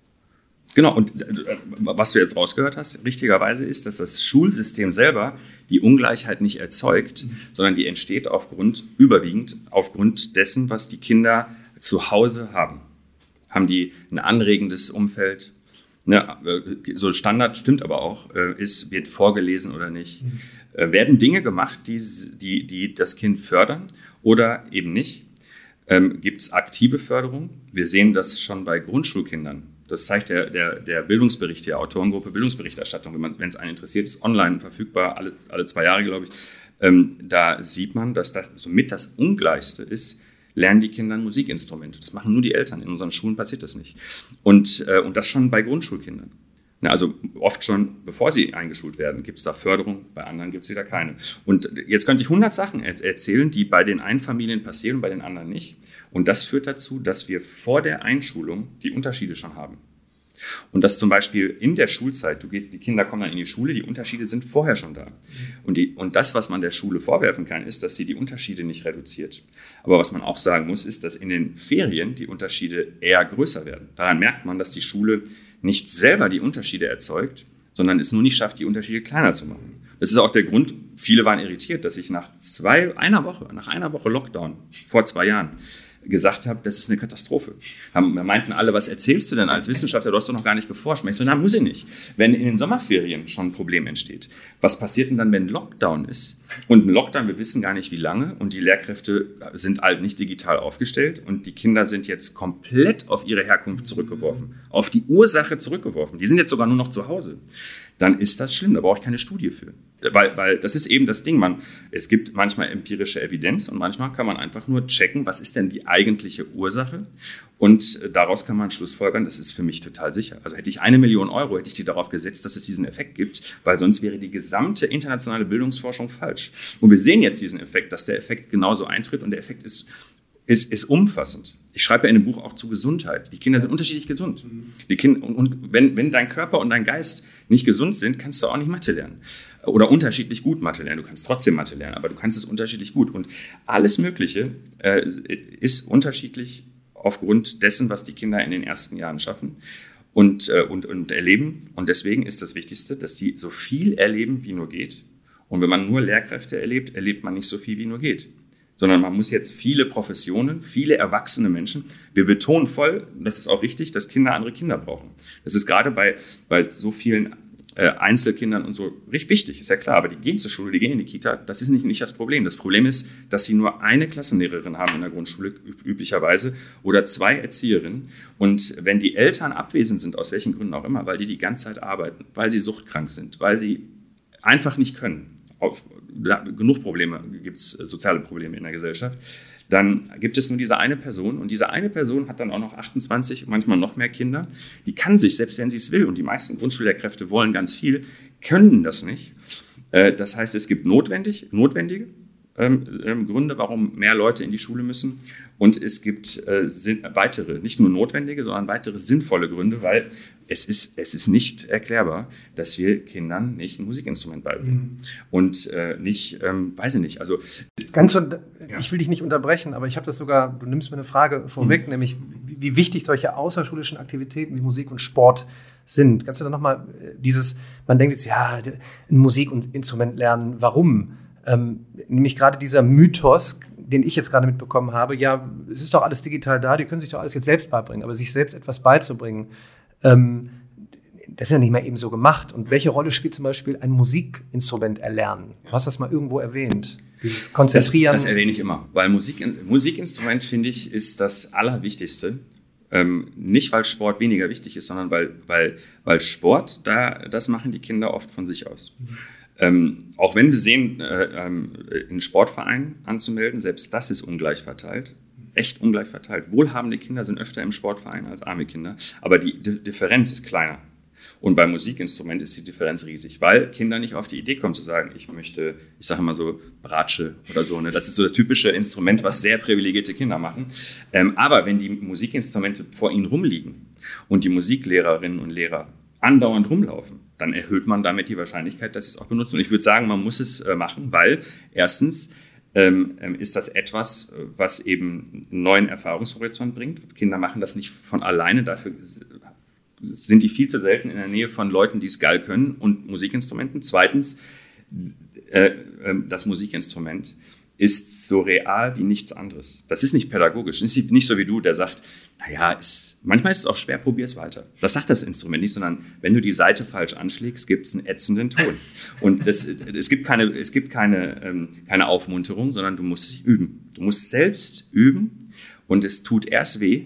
Genau, und was du jetzt rausgehört hast, richtigerweise ist, dass das Schulsystem selber die Ungleichheit nicht erzeugt, mhm. sondern die entsteht aufgrund, überwiegend aufgrund dessen, was die Kinder zu Hause haben. Haben die ein anregendes Umfeld? Ne, so Standard stimmt aber auch, ist, wird vorgelesen oder nicht? Mhm. Werden Dinge gemacht, die, die, die das Kind fördern oder eben nicht? Ähm, gibt es aktive Förderung? Wir sehen das schon bei Grundschulkindern. Das zeigt der, der, der Bildungsbericht, der Autorengruppe Bildungsberichterstattung, wenn man, wenn es einen interessiert, ist online verfügbar, alle, alle zwei Jahre, glaube ich. Ähm, da sieht man, dass das somit das Ungleichste ist, lernen die Kinder ein Musikinstrument. Das machen nur die Eltern. In unseren Schulen passiert das nicht. Und, äh, und das schon bei Grundschulkindern. Na, also oft schon, bevor sie eingeschult werden, gibt es da Förderung, bei anderen gibt es wieder keine. Und jetzt könnte ich hundert Sachen er- erzählen, die bei den einen Familien passieren und bei den anderen nicht. Und das führt dazu, dass wir vor der Einschulung die Unterschiede schon haben. Und dass zum Beispiel in der Schulzeit, du gehst, die Kinder kommen dann in die Schule, die Unterschiede sind vorher schon da. Und, die, und das, was man der Schule vorwerfen kann, ist, dass sie die Unterschiede nicht reduziert. Aber was man auch sagen muss, ist, dass in den Ferien die Unterschiede eher größer werden. Daran merkt man, dass die Schule nicht selber die Unterschiede erzeugt, sondern es nur nicht schafft, die Unterschiede kleiner zu machen. Das ist auch der Grund, viele waren irritiert, dass ich nach zwei, einer Woche, nach einer Woche Lockdown vor zwei Jahren gesagt habe, das ist eine Katastrophe. Da meinten alle, was erzählst du denn als Wissenschaftler? Du hast doch noch gar nicht geforscht. Ich so, na, muss ich nicht. Wenn in den Sommerferien schon ein Problem entsteht, was passiert denn dann, wenn Lockdown ist? Und ein Lockdown, wir wissen gar nicht, wie lange und die Lehrkräfte sind halt nicht digital aufgestellt und die Kinder sind jetzt komplett auf ihre Herkunft zurückgeworfen, auf die Ursache zurückgeworfen. Die sind jetzt sogar nur noch zu Hause. Dann ist das schlimm, da brauche ich keine Studie für. Weil, weil das ist eben das Ding, man, es gibt manchmal empirische Evidenz und manchmal kann man einfach nur checken, was ist denn die eigentliche Ursache, und daraus kann man schlussfolgern, das ist für mich total sicher. Also hätte ich eine Million Euro, hätte ich die darauf gesetzt, dass es diesen Effekt gibt, weil sonst wäre die gesamte internationale Bildungsforschung falsch. Und wir sehen jetzt diesen Effekt, dass der Effekt genauso eintritt, und der Effekt ist, ist, ist umfassend. Ich schreibe ja in dem Buch auch zu Gesundheit. Die Kinder sind unterschiedlich gesund. Die Kinder, und, und wenn, wenn dein Körper und dein Geist nicht gesund sind, kannst du auch nicht Mathe lernen. Oder unterschiedlich gut Mathe lernen. Du kannst trotzdem Mathe lernen, aber du kannst es unterschiedlich gut. Und alles Mögliche äh, ist unterschiedlich aufgrund dessen, was die Kinder in den ersten Jahren schaffen und, äh, und, und erleben. Und deswegen ist das Wichtigste, dass die so viel erleben, wie nur geht. Und wenn man nur Lehrkräfte erlebt, erlebt man nicht so viel, wie nur geht. Sondern man muss jetzt viele Professionen, viele erwachsene Menschen. Wir betonen voll, das ist auch richtig, dass Kinder andere Kinder brauchen. Das ist gerade bei, bei so vielen äh, Einzelkindern und so richtig wichtig, ist ja klar. Aber die gehen zur Schule, die gehen in die Kita, das ist nicht, nicht das Problem. Das Problem ist, dass sie nur eine Klassenlehrerin haben in der Grundschule, üb- üblicherweise, oder zwei Erzieherinnen. Und wenn die Eltern abwesend sind, aus welchen Gründen auch immer, weil die die ganze Zeit arbeiten, weil sie suchtkrank sind, weil sie einfach nicht können, auf, ja, genug Probleme gibt es, soziale Probleme in der Gesellschaft, dann gibt es nur diese eine Person, und diese eine Person hat dann auch noch achtundzwanzig, manchmal noch mehr Kinder. Die kann sich, selbst wenn sie es will, und die meisten Grundschullehrkräfte wollen ganz viel, können das nicht. Das heißt, es gibt notwendig, notwendige ähm, Gründe, warum mehr Leute in die Schule müssen, und es gibt äh, sin- weitere, nicht nur notwendige, sondern weitere sinnvolle Gründe, weil es ist, es ist nicht erklärbar, dass wir Kindern nicht ein Musikinstrument beibringen. Mhm. Und äh, nicht, ähm, weiß ich nicht, also... Ganz so, ja. Ich will dich nicht unterbrechen, aber ich habe das sogar, du nimmst mir eine Frage vorweg, mhm. nämlich wie, wie wichtig solche außerschulischen Aktivitäten wie Musik und Sport sind. Kannst du da nochmal dieses, man denkt jetzt, ja, ein Musikinstrument lernen, warum? Ähm, nämlich gerade dieser Mythos, den ich jetzt gerade mitbekommen habe, ja, es ist doch alles digital da, die können sich doch alles jetzt selbst beibringen, aber sich selbst etwas beizubringen, ähm, das ist ja nicht mehr eben so gemacht. Und welche Rolle spielt zum Beispiel ein Musikinstrument erlernen? Du hast das mal irgendwo erwähnt, dieses Konzentrieren. Das, das erwähne ich immer, weil Musik, Musikinstrument, finde ich, ist das Allerwichtigste. Ähm, nicht, weil Sport weniger wichtig ist, sondern weil, weil, weil Sport, da, das machen die Kinder oft von sich aus. Mhm. Ähm, auch wenn wir sehen, äh, ähm, einen Sportverein anzumelden, selbst das ist ungleich verteilt, echt ungleich verteilt. Wohlhabende Kinder sind öfter im Sportverein als arme Kinder, aber die D- Differenz ist kleiner. Und beim Musikinstrument ist die Differenz riesig, weil Kinder nicht auf die Idee kommen zu sagen, ich möchte, ich sage mal so, Bratsche oder so. Ne? Das ist so das typische Instrument, was sehr privilegierte Kinder machen. Ähm, aber wenn die Musikinstrumente vor ihnen rumliegen und die Musiklehrerinnen und Lehrer andauernd rumlaufen, dann erhöht man damit die Wahrscheinlichkeit, dass sie es auch benutzen. Und ich würde sagen, man muss es äh, machen, weil erstens ähm, ist das etwas, was eben einen neuen Erfahrungshorizont bringt. Kinder machen das nicht von alleine, dafür sind die viel zu selten in der Nähe von Leuten, die es geil können, und Musikinstrumenten. Zweitens, äh, äh, das Musikinstrument ist so real wie nichts anderes. Das ist nicht pädagogisch. Das ist nicht so wie du, der sagt, naja, ist, manchmal ist es auch schwer, probier es weiter. Das sagt das Instrument nicht, sondern wenn du die Saite falsch anschlägst, gibt es einen ätzenden Ton. Und das, es gibt keine, es gibt keine, ähm, keine Aufmunterung, sondern du musst dich üben. Du musst selbst üben, und es tut erst weh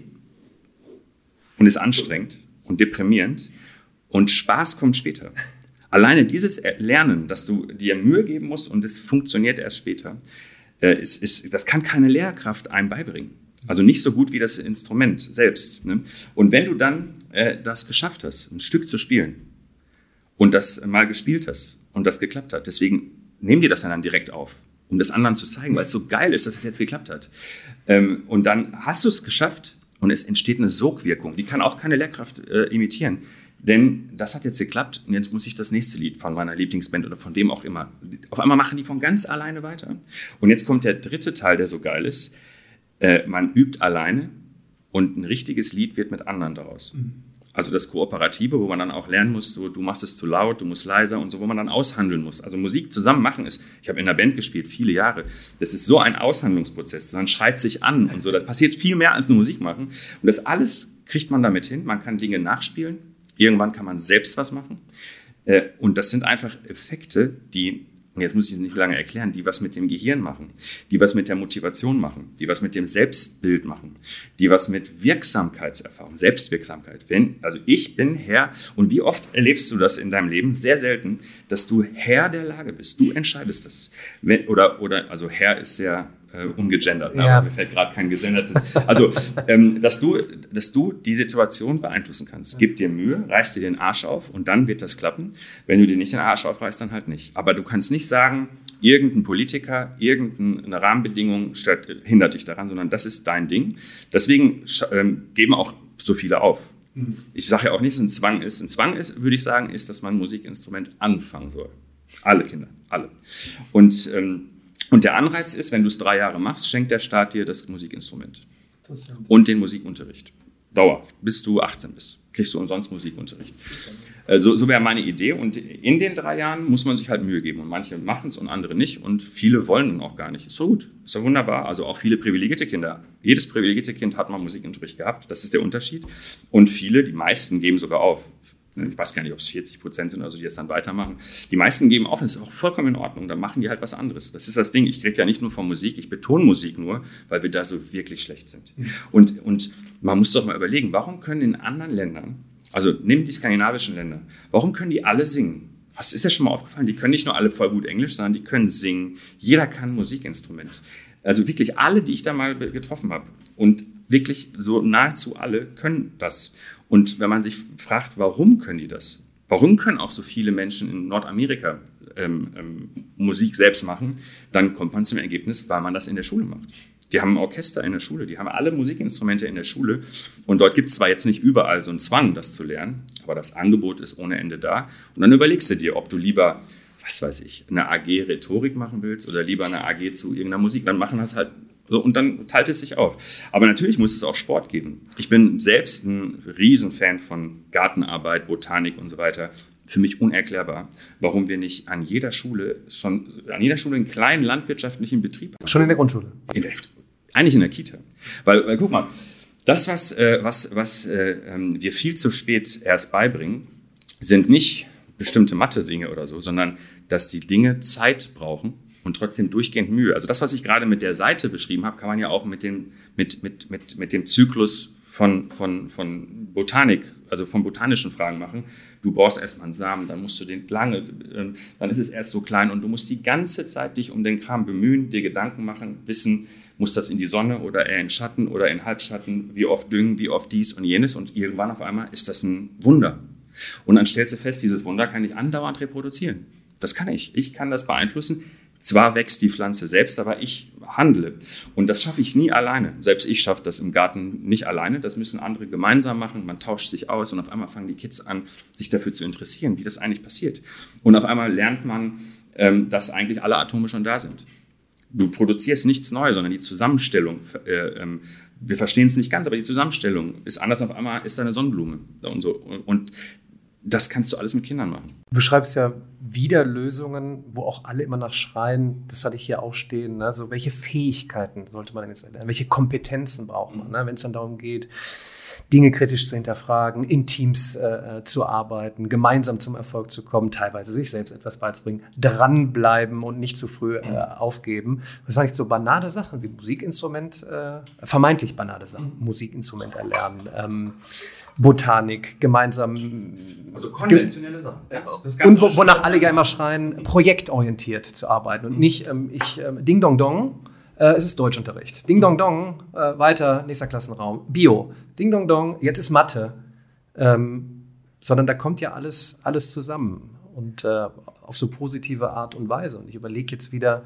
und ist anstrengend und deprimierend, und Spaß kommt später. Alleine dieses Lernen, dass du dir Mühe geben musst und es funktioniert erst später, äh, ist, ist, das kann keine Lehrkraft einem beibringen. Also nicht so gut wie das Instrument selbst. Ne? Und wenn du dann äh, das geschafft hast, ein Stück zu spielen und das mal gespielt hast und das geklappt hat, deswegen nehm dir das dann direkt auf, um das anderen zu zeigen, weil es so geil ist, dass es jetzt geklappt hat. Ähm, und dann hast du es geschafft und es entsteht eine Sogwirkung. Die kann auch keine Lehrkraft äh, imitieren. Denn das hat jetzt geklappt und jetzt muss ich das nächste Lied von meiner Lieblingsband oder von dem auch immer. Auf einmal machen die von ganz alleine weiter. Und jetzt kommt der dritte Teil, der so geil ist. Äh, man übt alleine und ein richtiges Lied wird mit anderen daraus. Mhm. Also das Kooperative, wo man dann auch lernen muss, so, du machst es zu laut, du musst leiser und so, wo man dann aushandeln muss. Also Musik zusammen machen ist, ich habe in einer Band gespielt, viele Jahre, das ist so ein Aushandlungsprozess, man schreit sich an und so, das passiert viel mehr als nur Musik machen. Und das alles kriegt man damit hin, man kann Dinge nachspielen, irgendwann kann man selbst was machen. Und das sind einfach Effekte, die und jetzt muss ich es nicht lange erklären, die was mit dem Gehirn machen, die was mit der Motivation machen, die was mit dem Selbstbild machen, die was mit Wirksamkeitserfahrung, Selbstwirksamkeit. Wenn, also ich bin Herr, und wie oft erlebst du das in deinem Leben? Sehr selten, dass du Herr der Lage bist. Du entscheidest das. Wenn, oder, oder, also Herr ist sehr äh, umgegendert, ja. Aber mir fällt gerade kein gesendertes. Also, ähm, dass du, dass du die Situation beeinflussen kannst. Gib dir Mühe, reiß dir den Arsch auf und dann wird das klappen. Wenn du dir nicht den Arsch aufreißt, dann halt nicht. Aber du kannst nicht sagen, irgendein Politiker, irgendeine Rahmenbedingung stört, hindert dich daran, sondern das ist dein Ding. Deswegen ähm, geben auch so viele auf. Mhm. Ich sage ja auch nicht, dass es ein Zwang ist. Ein Zwang ist, würde ich sagen, ist, dass man ein Musikinstrument anfangen soll. Alle Kinder, alle. Und, ähm, und der Anreiz ist, wenn du es drei Jahre machst, schenkt der Staat dir das Musikinstrument. Und den Musikunterricht. Dauer, bis du achtzehn bist. Kriegst du umsonst Musikunterricht. So, so wäre meine Idee. Und in den drei Jahren muss man sich halt Mühe geben. Und manche machen es und andere nicht. Und viele wollen auch gar nicht. Ist so gut. Ist ja wunderbar. Also auch viele privilegierte Kinder. Jedes privilegierte Kind hat mal Musikunterricht gehabt. Das ist der Unterschied. Und viele, die meisten, geben sogar auf. Ich weiß gar nicht, ob es vierzig Prozent sind, also die das dann weitermachen. Die meisten geben auf, das ist auch vollkommen in Ordnung. Dann machen die halt was anderes. Das ist das Ding. Ich rede ja nicht nur von Musik, ich betone Musik nur, weil wir da so wirklich schlecht sind. Und, und man muss doch mal überlegen, warum können in anderen Ländern, also nimm die skandinavischen Länder, warum können die alle singen? Das ist ja schon mal aufgefallen, die können nicht nur alle voll gut Englisch, sondern die können singen. Jeder kann ein Musikinstrument. Also wirklich alle, die ich da mal getroffen habe. Und wirklich so nahezu alle können das. Und wenn man sich fragt, warum können die das? Warum können auch so viele Menschen in Nordamerika ähm, ähm, Musik selbst machen? Dann kommt man zum Ergebnis, weil man das in der Schule macht. Die haben ein Orchester in der Schule, die haben alle Musikinstrumente in der Schule. Und dort gibt es zwar jetzt nicht überall so einen Zwang, das zu lernen, aber das Angebot ist ohne Ende da. Und dann überlegst du dir, ob du lieber, was weiß ich, eine A G Rhetorik machen willst oder lieber eine A G zu irgendeiner Musik. Dann machen das halt so, und dann teilt es sich auf. Aber natürlich muss es auch Sport geben. Ich bin selbst ein Riesenfan von Gartenarbeit, Botanik und so weiter. Für mich unerklärbar, warum wir nicht an jeder Schule schon an jeder Schule einen kleinen landwirtschaftlichen Betrieb haben. Schon in der Grundschule? In der, eigentlich in der Kita. Weil, weil guck mal, das, was, äh, was, was äh, wir viel zu spät erst beibringen, sind nicht bestimmte Mathe-Dinge oder so, sondern dass die Dinge Zeit brauchen und trotzdem durchgehend Mühe. Also das, was ich gerade mit der Seite beschrieben habe, kann man ja auch mit dem, mit, mit, mit, mit dem Zyklus von, von, von Botanik, also von botanischen Fragen machen. Du brauchst erstmal einen Samen, dann musst du den lange, äh, dann ist es erst so klein und du musst die ganze Zeit dich um den Kram bemühen, dir Gedanken machen, wissen, muss das in die Sonne oder eher in Schatten oder in Halbschatten, wie oft düngen, wie oft dies und jenes und irgendwann auf einmal ist das ein Wunder. Und dann stellst du fest, dieses Wunder kann ich andauernd reproduzieren. Das kann ich. Ich kann das beeinflussen. Zwar wächst die Pflanze selbst, aber ich handle. Und das schaffe ich nie alleine. Selbst ich schaffe das im Garten nicht alleine. Das müssen andere gemeinsam machen. Man tauscht sich aus und auf einmal fangen die Kids an, sich dafür zu interessieren, wie das eigentlich passiert. Und auf einmal lernt man, dass eigentlich alle Atome schon da sind. Du produzierst nichts Neues, sondern die Zusammenstellung. Wir verstehen es nicht ganz, aber die Zusammenstellung ist anders. Auf einmal ist da eine Sonnenblume und so. Und das kannst du alles mit Kindern machen. Du beschreibst ja wieder Lösungen, wo auch alle immer nach schreien, das hatte ich hier auch stehen, ne? So, welche Fähigkeiten sollte man denn jetzt erlernen, welche Kompetenzen braucht man, ne? Wenn es dann darum geht, Dinge kritisch zu hinterfragen, in Teams äh, zu arbeiten, gemeinsam zum Erfolg zu kommen, teilweise sich selbst etwas beizubringen, dranbleiben und nicht zu früh äh, aufgeben. Das waren nicht so banale Sachen wie Musikinstrument, äh, vermeintlich banale Sachen, mhm. Musikinstrument erlernen, ähm, Botanik, gemeinsam. Also konventionelle Sachen. Das, das und wo, wonach alle ja immer schreien, projektorientiert zu arbeiten und nicht ähm, ich ähm, Ding Dong Dong, äh, es ist Deutschunterricht. Ding Dong Dong, äh, weiter, nächster Klassenraum. Bio. Ding Dong Dong, jetzt ist Mathe. Ähm, sondern da kommt ja alles, alles zusammen und äh, auf so positive Art und Weise. Und ich überlege jetzt wieder,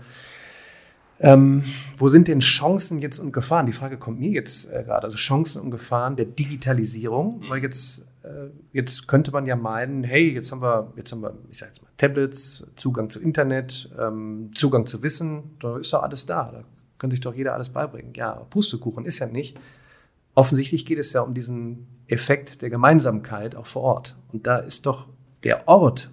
Ähm, wo sind denn Chancen jetzt und Gefahren? Die Frage kommt mir jetzt äh, gerade. Also Chancen und Gefahren der Digitalisierung, weil jetzt, äh, jetzt könnte man ja meinen, hey, jetzt haben wir, jetzt haben wir, ich sag jetzt mal, Tablets, Zugang zu Internet, ähm, Zugang zu Wissen, da ist doch alles da. Da kann sich doch jeder alles beibringen. Ja, Pustekuchen ist ja nicht. Offensichtlich geht es ja um diesen Effekt der Gemeinsamkeit auch vor Ort. Und da ist doch der Ort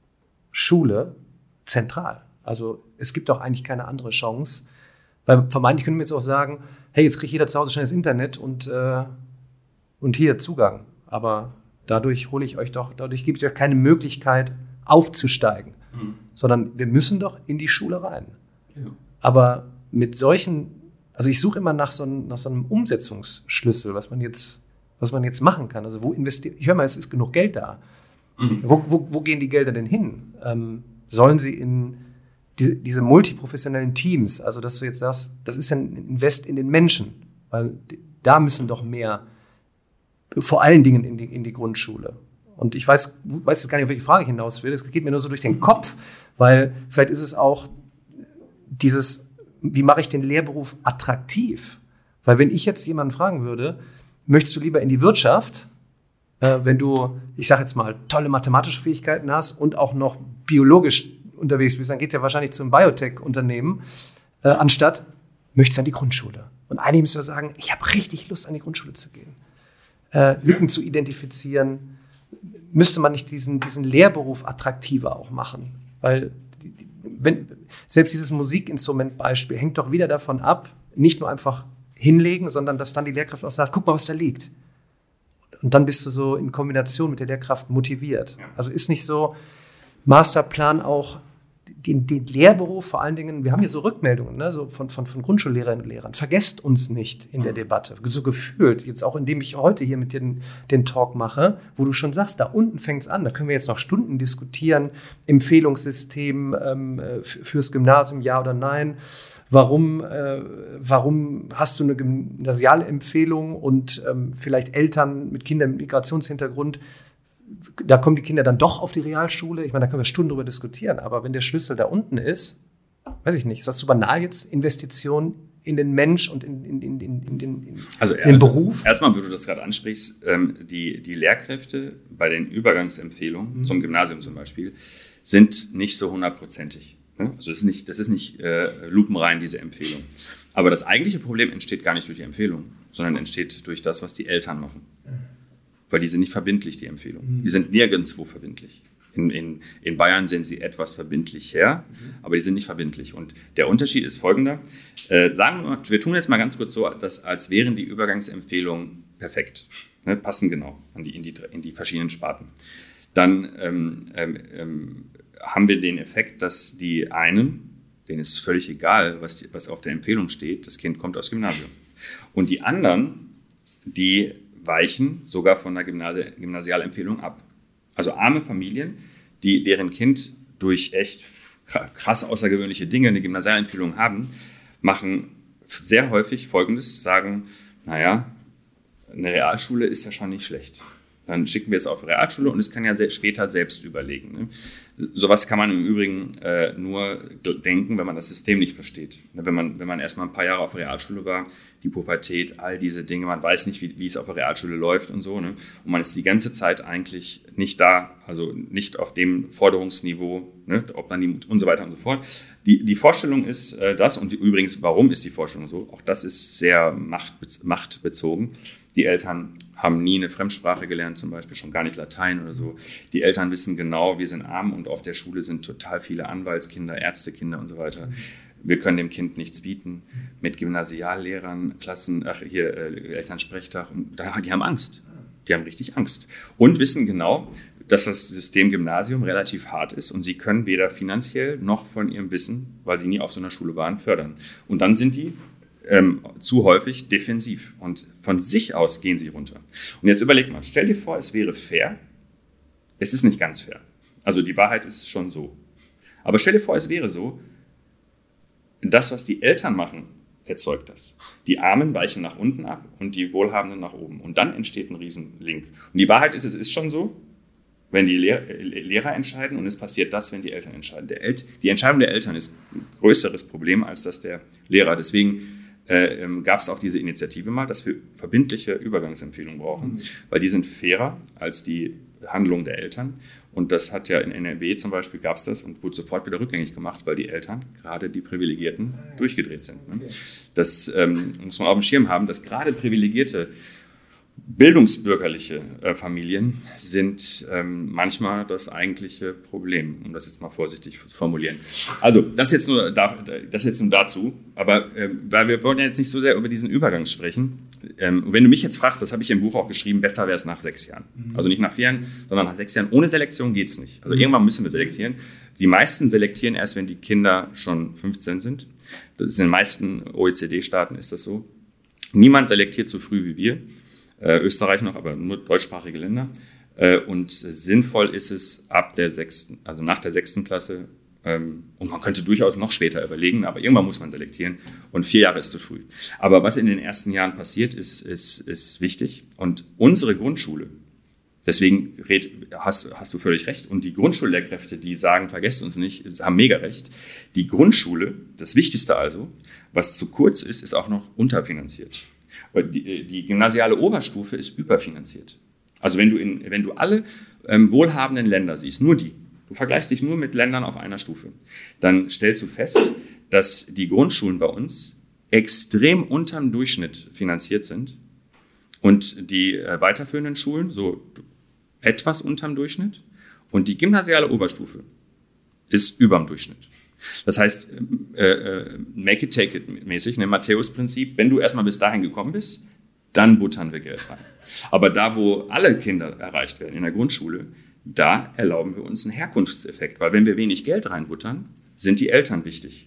Schule zentral. Also es gibt doch eigentlich keine andere Chance, weil vermeintlich können wir jetzt auch sagen, hey, jetzt kriegt jeder zu Hause schnell das Internet und, äh, und hier Zugang. Aber dadurch hole ich euch doch, dadurch gebe ich euch keine Möglichkeit aufzusteigen. Mhm. sondern wir müssen doch in die Schule rein. Ja. Aber mit solchen, also ich suche immer nach so, einem, nach so einem Umsetzungsschlüssel, was man jetzt, was man jetzt machen kann. Also wo investiert, ich höre mal, es ist genug Geld da. Mhm. Wo, wo, wo gehen die Gelder denn hin? Ähm, sollen sie in die, diese multiprofessionellen Teams, also dass du jetzt sagst, das ist ja ein Invest in den Menschen, weil da müssen doch mehr, vor allen Dingen in die, in die Grundschule. Und ich weiß, weiß jetzt gar nicht, auf welche Frage ich hinaus will. Es geht mir nur so durch den Kopf, weil vielleicht ist es auch dieses, wie mache ich den Lehrberuf attraktiv? Weil wenn ich jetzt jemanden fragen würde, möchtest du lieber in die Wirtschaft, äh, wenn du, ich sage jetzt mal, tolle mathematische Fähigkeiten hast und auch noch biologisch unterwegs bist, dann geht ja wahrscheinlich zum Biotech-Unternehmen, äh, anstatt, möchtest du an die Grundschule? Und einige müssen sagen, ich habe richtig Lust, an die Grundschule zu gehen. Äh, Lücken ja. zu identifizieren, müsste man nicht diesen, diesen Lehrberuf attraktiver auch machen? Weil wenn, selbst dieses Musikinstrumentbeispiel hängt doch wieder davon ab, nicht nur einfach hinlegen, sondern dass dann die Lehrkraft auch sagt, guck mal, was da liegt. Und dann bist du so in Kombination mit der Lehrkraft motiviert. Ja. Also ist nicht so Masterplan auch den, den Lehrberuf vor allen Dingen, wir haben hier so Rückmeldungen, ne, so von, von, von Grundschullehrerinnen und Lehrern, vergesst uns nicht in der Debatte. So gefühlt, jetzt auch indem ich heute hier mit dir den, den Talk mache, wo du schon sagst, da unten fängt es an, da können wir jetzt noch Stunden diskutieren, Empfehlungssystem ähm, fürs Gymnasium, ja oder nein, warum, äh, warum hast du eine Gymnasialempfehlung und ähm, vielleicht Eltern mit Kindern mit Migrationshintergrund, da kommen die Kinder dann doch auf die Realschule. Ich meine, da können wir Stunden drüber diskutieren. Aber wenn der Schlüssel da unten ist, weiß ich nicht, ist das zu banal jetzt? Investition in den Mensch und in, in, in, in, in den, in also den also Beruf? Erstmal, wo du das gerade ansprichst, ähm, die, die Lehrkräfte bei den Übergangsempfehlungen, mhm. zum Gymnasium zum Beispiel, sind nicht so hundertprozentig. Ne? Also das ist nicht, das ist nicht äh, lupenrein, diese Empfehlung. Aber das eigentliche Problem entsteht gar nicht durch die Empfehlung, sondern entsteht durch das, was die Eltern machen. Weil die sind nicht verbindlich, die Empfehlungen. Mhm. Die sind nirgendwo verbindlich. In, in, in Bayern sind sie etwas verbindlich her, mhm. aber die sind nicht verbindlich. Und der Unterschied ist folgender. Äh, sagen wir mal, wir tun jetzt mal ganz kurz so, dass, als wären die Übergangsempfehlungen perfekt, ne, passen genau an die, in, die, in die verschiedenen Sparten. Dann ähm, ähm, haben wir den Effekt, dass die einen, denen ist völlig egal, was, die, was auf der Empfehlung steht, das Kind kommt aus Gymnasium. Und die anderen, die weichen sogar von der Gymnasi- Gymnasialempfehlung ab. Also arme Familien, die, deren Kind durch echt krass außergewöhnliche Dinge eine Gymnasialempfehlung haben, machen sehr häufig Folgendes, sagen, naja, eine Realschule ist ja schon nicht schlecht. Dann schicken wir es auf Realschule und es kann ja se- später selbst überlegen. Ne? Sowas kann man im Übrigen äh, nur denken, wenn man das System nicht versteht. Ne? Wenn man, wenn man erstmal ein paar Jahre auf der Realschule war, die Pubertät, all diese Dinge, man weiß nicht, wie, wie es auf der Realschule läuft und so. Ne? Und man ist die ganze Zeit eigentlich nicht da, also nicht auf dem Forderungsniveau, ne? Ob man die und so weiter und so fort. Die, die Vorstellung ist äh, das, und die, übrigens, warum ist die Vorstellung so? Auch das ist sehr machtbe- machtbezogen. Die Eltern haben nie eine Fremdsprache gelernt, zum Beispiel schon gar nicht Latein oder so. Die Eltern wissen genau, wir sind arm und auf der Schule sind total viele Anwaltskinder, Ärztekinder und so weiter. Wir können dem Kind nichts bieten. Mit Gymnasiallehrern, Klassen, ach hier, äh, Elternsprechtag, die haben Angst. Die haben richtig Angst. Und wissen genau, dass das System Gymnasium relativ hart ist und sie können weder finanziell noch von ihrem Wissen, weil sie nie auf so einer Schule waren, fördern. Und dann sind die Ähm, zu häufig defensiv und von sich aus gehen sie runter. Und jetzt überleg mal, stell dir vor, es wäre fair. Es ist nicht ganz fair. Also die Wahrheit ist schon so. Aber stell dir vor, es wäre so, das, was die Eltern machen, erzeugt das. Die Armen weichen nach unten ab und die Wohlhabenden nach oben. Und dann entsteht ein Riesenlink. Und die Wahrheit ist, es ist schon so, wenn die Lehr- Lehrer entscheiden und es passiert das, wenn die Eltern entscheiden. Der El- die Entscheidung der Eltern ist ein größeres Problem als das der Lehrer. Deswegen Äh, ähm, gab es auch diese Initiative mal, dass wir verbindliche Übergangsempfehlungen brauchen, mhm. weil die sind fairer als die Handlung der Eltern. Und das hat ja in N R W zum Beispiel, gab es das und wurde sofort wieder rückgängig gemacht, weil die Eltern, gerade die Privilegierten, durchgedreht sind. Ne? Okay. Das ähm, muss man auf dem Schirm haben, dass gerade privilegierte bildungsbürgerliche äh, Familien sind ähm, manchmal das eigentliche Problem, um das jetzt mal vorsichtig zu formulieren. Also das jetzt nur, da, das jetzt nur dazu, aber ähm, weil wir wollen ja jetzt nicht so sehr über diesen Übergang sprechen. Ähm, wenn du mich jetzt fragst, das habe ich im Buch auch geschrieben, besser wäre es nach sechs Jahren. Mhm. Also nicht nach vier Jahren, sondern nach sechs Jahren. Ohne Selektion geht es nicht. Also irgendwann müssen wir selektieren. Die meisten selektieren erst, wenn die Kinder schon fünfzehn sind. Das ist in den meisten O E C D-Staaten ist das so. Niemand selektiert so früh wie wir. Äh, Österreich noch, aber nur deutschsprachige Länder. Äh, und sinnvoll ist es ab der sechsten, also nach der sechsten Klasse. Ähm, und man könnte durchaus noch später überlegen, aber irgendwann muss man selektieren. Und vier Jahre ist zu früh. Aber was in den ersten Jahren passiert, ist, ist, ist wichtig. Und unsere Grundschule, deswegen red, hast, hast du völlig recht. Und die Grundschullehrkräfte, die sagen, vergesst uns nicht, haben mega recht. Die Grundschule, das Wichtigste also, was zu kurz ist, ist auch noch unterfinanziert. Die, die gymnasiale Oberstufe ist überfinanziert. Also wenn du, in, wenn du alle ähm, wohlhabenden Länder siehst, nur die, du vergleichst dich nur mit Ländern auf einer Stufe, dann stellst du fest, dass die Grundschulen bei uns extrem unterm Durchschnitt finanziert sind und die äh, weiterführenden Schulen so etwas unterm Durchschnitt und die gymnasiale Oberstufe ist überm Durchschnitt. Das heißt, äh, äh, make it, take it mäßig, ne, Matthäus-Prinzip, wenn du erstmal bis dahin gekommen bist, dann buttern wir Geld rein. Aber da, wo alle Kinder erreicht werden, in der Grundschule, da erlauben wir uns einen Herkunftseffekt, weil wenn wir wenig Geld reinbuttern, sind die Eltern wichtig.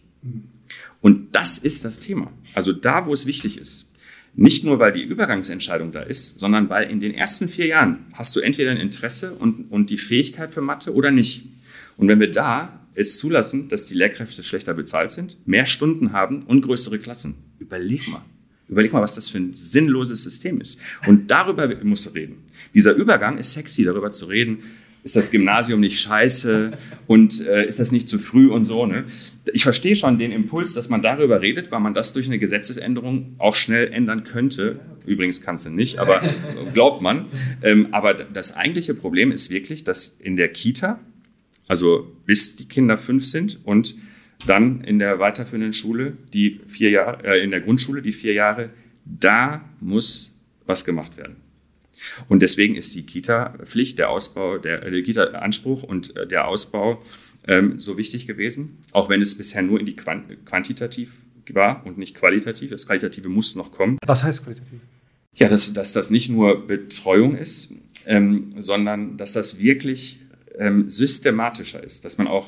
Und das ist das Thema. Also da, wo es wichtig ist. Nicht nur, weil die Übergangsentscheidung da ist, sondern weil in den ersten vier Jahren hast du entweder ein Interesse und, und die Fähigkeit für Mathe oder nicht. Und wenn wir da es zulassen, dass die Lehrkräfte schlechter bezahlt sind, mehr Stunden haben und größere Klassen, überleg mal. Überleg mal, was das für ein sinnloses System ist. Und darüber musst du reden. Dieser Übergang ist sexy, darüber zu reden. Ist das Gymnasium nicht scheiße und äh, ist das nicht zu früh und so. Ne? Ich verstehe schon den Impuls, dass man darüber redet, weil man das durch eine Gesetzesänderung auch schnell ändern könnte. Übrigens kannst du nicht, aber glaubt man. Ähm, aber das eigentliche Problem ist wirklich, dass in der Kita, also bis die Kinder fünf sind und dann in der weiterführenden Schule, die vier Jahre, äh, in der Grundschule, die vier Jahre, da muss was gemacht werden. Und deswegen ist die Kita-Pflicht, der Ausbau, der, der Kita-Anspruch und der Ausbau ähm, so wichtig gewesen, auch wenn es bisher nur in die Quant- quantitativ war und nicht qualitativ. Das Qualitative muss noch kommen. Was heißt qualitativ? Ja, dass, dass das nicht nur Betreuung ist, ähm, sondern dass das wirklich ähm, systematischer ist, dass man auch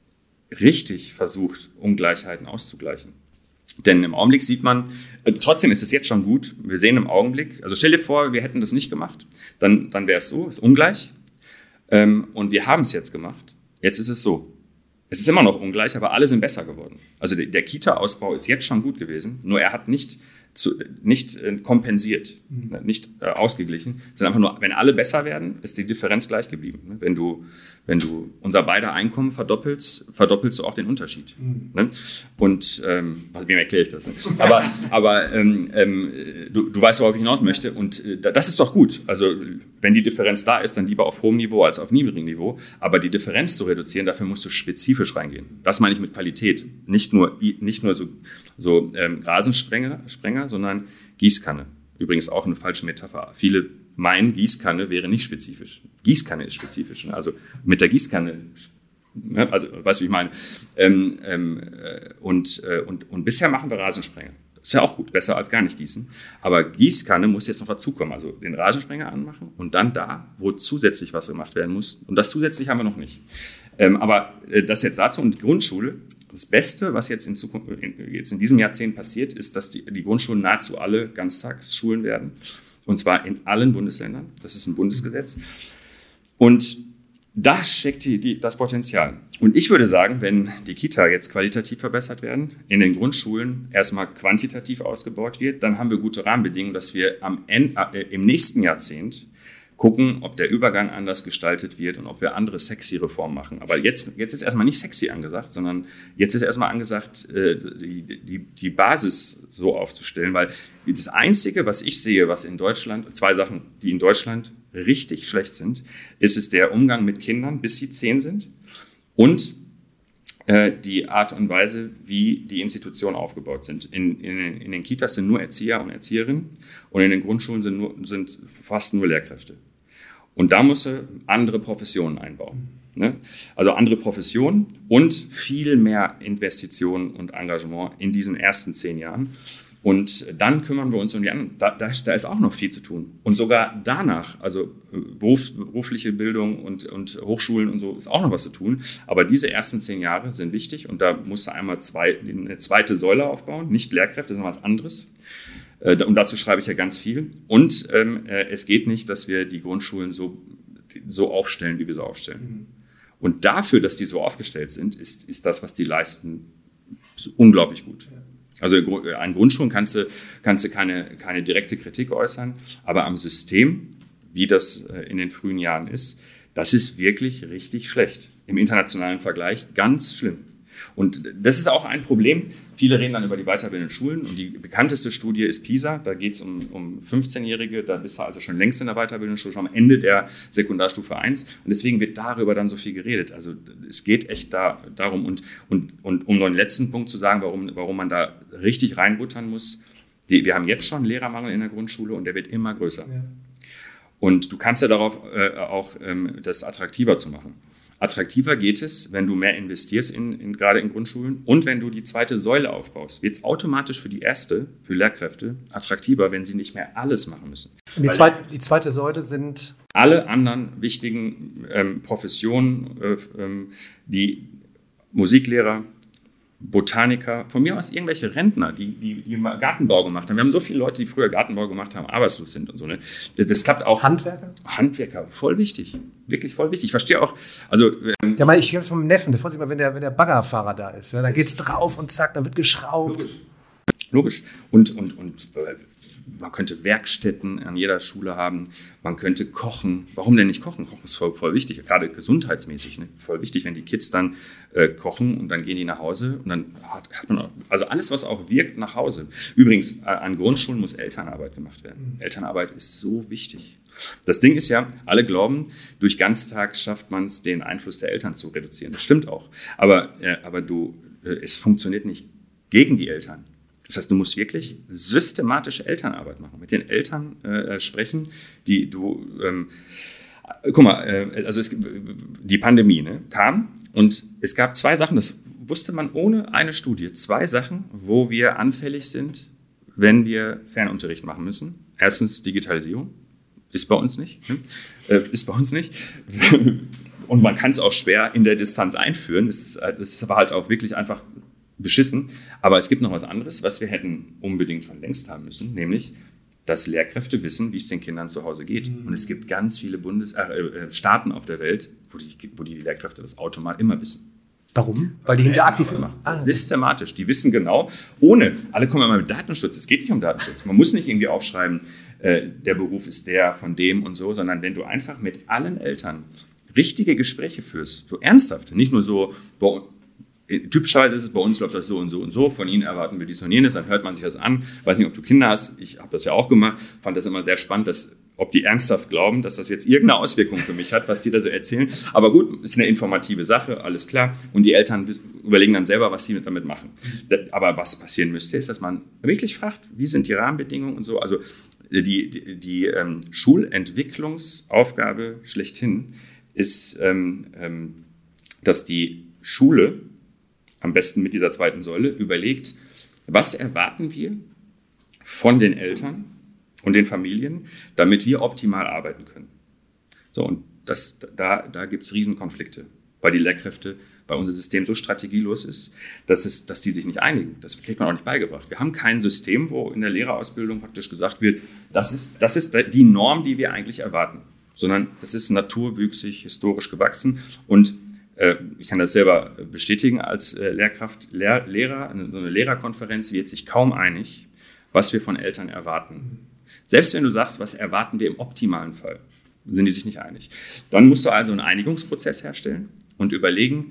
richtig versucht, Ungleichheiten auszugleichen. Denn im Augenblick sieht man, äh, trotzdem ist es jetzt schon gut, wir sehen im Augenblick, also stell dir vor, wir hätten das nicht gemacht, dann, dann wäre es so, es ist ungleich ähm, und wir haben es jetzt gemacht. Jetzt ist es so, es ist immer noch ungleich, aber alle sind besser geworden. Also der, der Kita-Ausbau ist jetzt schon gut gewesen, nur er hat nicht, zu, nicht äh, kompensiert, mhm. nicht äh, ausgeglichen. Es sind einfach nur, wenn alle besser werden, ist die Differenz gleich geblieben. Ne? Wenn du, wenn du unser beider Einkommen verdoppelst, verdoppelst du auch den Unterschied. Mhm. Ne? Und ähm, also, wem erkläre ich das? Ne? Aber, aber ähm, ähm, du, du weißt, worauf ich hinaus möchte. Und äh, das ist doch gut. Also wenn die Differenz da ist, dann lieber auf hohem Niveau als auf niedrigem Niveau. Aber die Differenz zu reduzieren, dafür musst du spezifisch reingehen. Das meine ich mit Qualität. Nicht nur, nicht nur so, so ähm, Rasensprenger, Sprenger, sondern Gießkanne. Übrigens auch eine falsche Metapher. Viele meinen, Gießkanne wäre nicht spezifisch. Gießkanne ist spezifisch. Ne? Also mit der Gießkanne, ne? Also weißt du, wie ich meine. Ähm, ähm, und, äh, und, und bisher machen wir Rasensprenger. Das ist ja auch gut, besser als gar nicht gießen. Aber Gießkanne muss jetzt noch dazukommen. Also den Rasensprenger anmachen und dann da, wo zusätzlich was gemacht werden muss. Und das zusätzlich haben wir noch nicht. Ähm, aber äh, das jetzt dazu und die Grundschule. Das Beste, was jetzt in, Zukunft, in, jetzt in diesem Jahrzehnt passiert, ist, dass die, die Grundschulen nahezu alle Ganztagsschulen werden. Und zwar in allen Bundesländern. Das ist ein Bundesgesetz. Und da steckt die, die, das Potenzial. Und ich würde sagen, wenn die Kita jetzt qualitativ verbessert werden, in den Grundschulen erstmal quantitativ ausgebaut wird, dann haben wir gute Rahmenbedingungen, dass wir am Ende, äh, im nächsten Jahrzehnt gucken, ob der Übergang anders gestaltet wird und ob wir andere sexy Reformen machen. Aber jetzt, jetzt ist erstmal nicht sexy angesagt, sondern jetzt ist erstmal angesagt, die, die, die Basis so aufzustellen, weil das Einzige, was ich sehe, was in Deutschland, zwei Sachen, die in Deutschland richtig schlecht sind, ist es der Umgang mit Kindern, bis sie zehn sind und äh, die Art und Weise, wie die Institutionen aufgebaut sind. In, in, in den Kitas sind nur Erzieher und Erzieherinnen und in den Grundschulen sind, nur, sind fast nur Lehrkräfte. Und da muss er andere Professionen einbauen. Ne? Also andere Professionen und viel mehr Investitionen und Engagement in diesen ersten zehn Jahren. Und dann kümmern wir uns um die anderen. Da, da, da ist auch noch viel zu tun. Und sogar danach, also Beruf, berufliche Bildung und, und Hochschulen und so, ist auch noch was zu tun. Aber diese ersten zehn Jahre sind wichtig. Und da musst du einmal zwei, eine zweite Säule aufbauen. Nicht Lehrkräfte, sondern was anderes. Und dazu schreibe ich ja ganz viel. Und ähm, es geht nicht, dass wir die Grundschulen so, so aufstellen, wie wir sie aufstellen. Mhm. Und dafür, dass die so aufgestellt sind, ist, ist das, was die leisten, unglaublich gut. Ja. Also an Grundschulen kannst du, kannst du keine, keine direkte Kritik äußern, aber am System, wie das in den frühen Jahren ist, das ist wirklich richtig schlecht. Im internationalen Vergleich ganz schlimm. Und das ist auch ein Problem. Viele reden dann über die weiterbildenden Schulen und die bekannteste Studie ist PISA. Da geht es um, um fünfzehnjährige, da bist du also schon längst in der weiterbildenden Schule, schon am Ende der Sekundarstufe eins. Und deswegen wird darüber dann so viel geredet. Also es geht echt da, darum. Und, und, und um noch einen letzten Punkt zu sagen, warum, warum man da richtig reinbuttern muss. Die, wir haben jetzt schon Lehrermangel in der Grundschule und der wird immer größer. Ja. Und du kannst ja darauf äh, auch ähm, das attraktiver zu machen. Attraktiver geht es, wenn du mehr investierst, in, in, gerade in Grundschulen, und wenn du die zweite Säule aufbaust. Wird es automatisch für die erste, für Lehrkräfte, attraktiver, wenn sie nicht mehr alles machen müssen. Und die, zweite, die zweite Säule sind? Alle anderen wichtigen ähm, Professionen, äh, ähm, die Musiklehrer, Botaniker, von mir aus irgendwelche Rentner, die, die, die Gartenbau gemacht haben. Wir haben so viele Leute, die früher Gartenbau gemacht haben, arbeitslos sind und so. Ne? Das, das klappt auch. Handwerker? Handwerker, voll wichtig. Wirklich voll wichtig. Ich verstehe auch, also... Ähm, ja, mal, ich kenne es vom Neffen, der freut sich mal, wenn der, wenn der Baggerfahrer da ist. Ja? Dann geht's drauf und zack, dann wird geschraubt. Logisch. Logisch. Und, und, und man könnte Werkstätten an jeder Schule haben, man könnte kochen. Warum denn nicht kochen? Kochen ist voll, voll wichtig, gerade gesundheitsmäßig. Ne? Voll wichtig, wenn die Kids dann äh, kochen und dann gehen die nach Hause und dann hat, hat man auch, also alles, was auch wirkt, nach Hause. Übrigens, äh, an Grundschulen muss Elternarbeit gemacht werden. Mhm. Elternarbeit ist so wichtig. Das Ding ist ja, alle glauben, durch Ganztag schafft man es, den Einfluss der Eltern zu reduzieren. Das stimmt auch. Aber, äh, aber du, äh, es funktioniert nicht gegen die Eltern. Das heißt, du musst wirklich systematische Elternarbeit machen, mit den Eltern äh, sprechen, die du, ähm, guck mal, äh, also es, die Pandemie ne, kam und es gab zwei Sachen, das wusste man ohne eine Studie, zwei Sachen, wo wir anfällig sind, wenn wir Fernunterricht machen müssen. Erstens Digitalisierung, ist bei uns nicht, ne? äh, ist bei uns nicht. Und man kann es auch schwer in der Distanz einführen, es ist, es ist aber halt auch wirklich einfach beschissen. Aber es gibt noch was anderes, was wir hätten unbedingt schon längst haben müssen, nämlich, dass Lehrkräfte wissen, wie es den Kindern zu Hause geht. Mhm. Und es gibt ganz viele Bundes äh, Staaten auf der Welt, wo die, wo die Lehrkräfte das automatisch immer wissen. Warum? Weil die hinteraktiv machen. Ah. Systematisch. Die wissen genau, ohne, alle kommen immer mit Datenschutz. Es geht nicht um Datenschutz. Man muss nicht irgendwie aufschreiben, äh, der Beruf ist der von dem und so, sondern wenn du einfach mit allen Eltern richtige Gespräche führst, so ernsthaft, nicht nur so, boah, typischerweise ist es, bei uns läuft das so und so und so, von Ihnen erwarten wir dies und jenes, dann hört man sich das an. Ich weiß nicht, ob du Kinder hast, ich habe das ja auch gemacht, fand das immer sehr spannend, dass, ob die ernsthaft glauben, dass das jetzt irgendeine Auswirkung für mich hat, was die da so erzählen. Aber gut, ist eine informative Sache, alles klar. Und die Eltern überlegen dann selber, was sie damit machen. Aber was passieren müsste, ist, dass man wirklich fragt, wie sind die Rahmenbedingungen und so. Also die, die, die ähm, Schulentwicklungsaufgabe schlechthin ist, ähm, ähm, dass die Schule am besten mit dieser zweiten Säule, überlegt, was erwarten wir von den Eltern und den Familien, damit wir optimal arbeiten können. So, und das, da, da gibt es Riesenkonflikte, weil die Lehrkräfte, weil unser System so strategielos ist, dass, es, dass die sich nicht einigen. Das kriegt man auch nicht beigebracht. Wir haben kein System, wo in der Lehrerausbildung praktisch gesagt wird, das ist, das ist die Norm, die wir eigentlich erwarten, sondern das ist naturwüchsig, historisch gewachsen und ich kann das selber bestätigen als Lehrkraft, Lehr, Lehrer, so eine Lehrerkonferenz wird sich kaum einig, was wir von Eltern erwarten. Selbst wenn du sagst, was erwarten wir im optimalen Fall, sind die sich nicht einig. Dann musst du also einen Einigungsprozess herstellen und überlegen,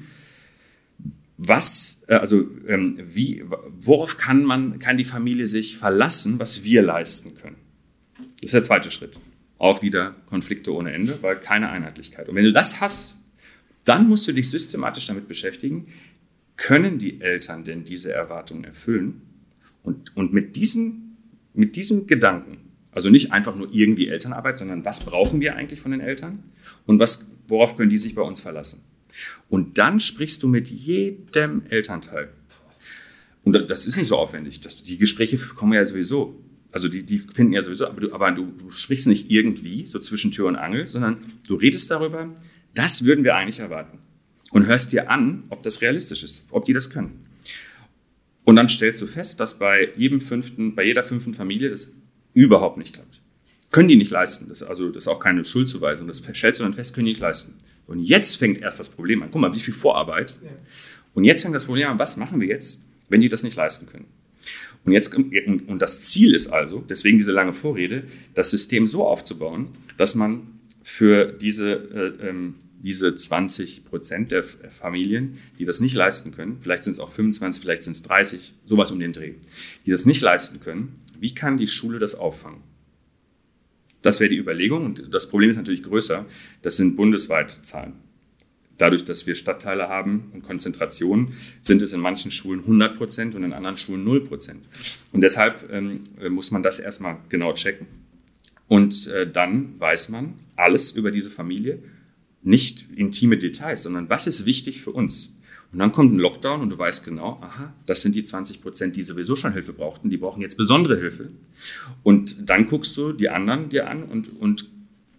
was, also wie, worauf kann man, kann die Familie sich verlassen, was wir leisten können. Das ist der zweite Schritt. Auch wieder Konflikte ohne Ende, weil keine Einheitlichkeit. Und wenn du das hast, dann musst du dich systematisch damit beschäftigen, können die Eltern denn diese Erwartungen erfüllen? Und, und mit, diesen, mit diesem Gedanken, also nicht einfach nur irgendwie Elternarbeit, sondern was brauchen wir eigentlich von den Eltern und was, worauf können die sich bei uns verlassen? Und dann sprichst du mit jedem Elternteil. Und das, das ist nicht so aufwendig. Das, die Gespräche kommen ja sowieso. Also die, die finden ja sowieso, aber, du, aber du, du sprichst nicht irgendwie so zwischen Tür und Angel, sondern du redest darüber, das würden wir eigentlich erwarten. Und hörst dir an, ob das realistisch ist, ob die das können. Und dann stellst du fest, dass bei jedem fünften, bei jeder fünften Familie das überhaupt nicht klappt. Können die nicht leisten. Das, also, das ist auch keine Schuldzuweisung. Das stellst du dann fest, können die nicht leisten. Und jetzt fängt erst das Problem an. Guck mal, wie viel Vorarbeit. Ja. Und jetzt fängt das Problem an, was machen wir jetzt, wenn die das nicht leisten können? Und, jetzt, und das Ziel ist also, deswegen diese lange Vorrede, das System so aufzubauen, dass man für diese, äh, ähm, diese zwanzig Prozent der Familien, die das nicht leisten können, vielleicht sind es auch fünfundzwanzig, vielleicht sind es dreißig, sowas um den Dreh, die das nicht leisten können, wie kann die Schule das auffangen? Das wäre die Überlegung und das Problem ist natürlich größer, das sind bundesweite Zahlen. Dadurch, dass wir Stadtteile haben und Konzentrationen, sind es in manchen Schulen hundert Prozent und in anderen Schulen null Prozent. Und deshalb ähm, muss man das erstmal genau checken. Und äh, dann weiß man alles über diese Familie, nicht intime Details, sondern was ist wichtig für uns. Und dann kommt ein Lockdown und du weißt genau, aha, das sind die zwanzig Prozent, die sowieso schon Hilfe brauchten, die brauchen jetzt besondere Hilfe. Und dann guckst du die anderen dir an und, und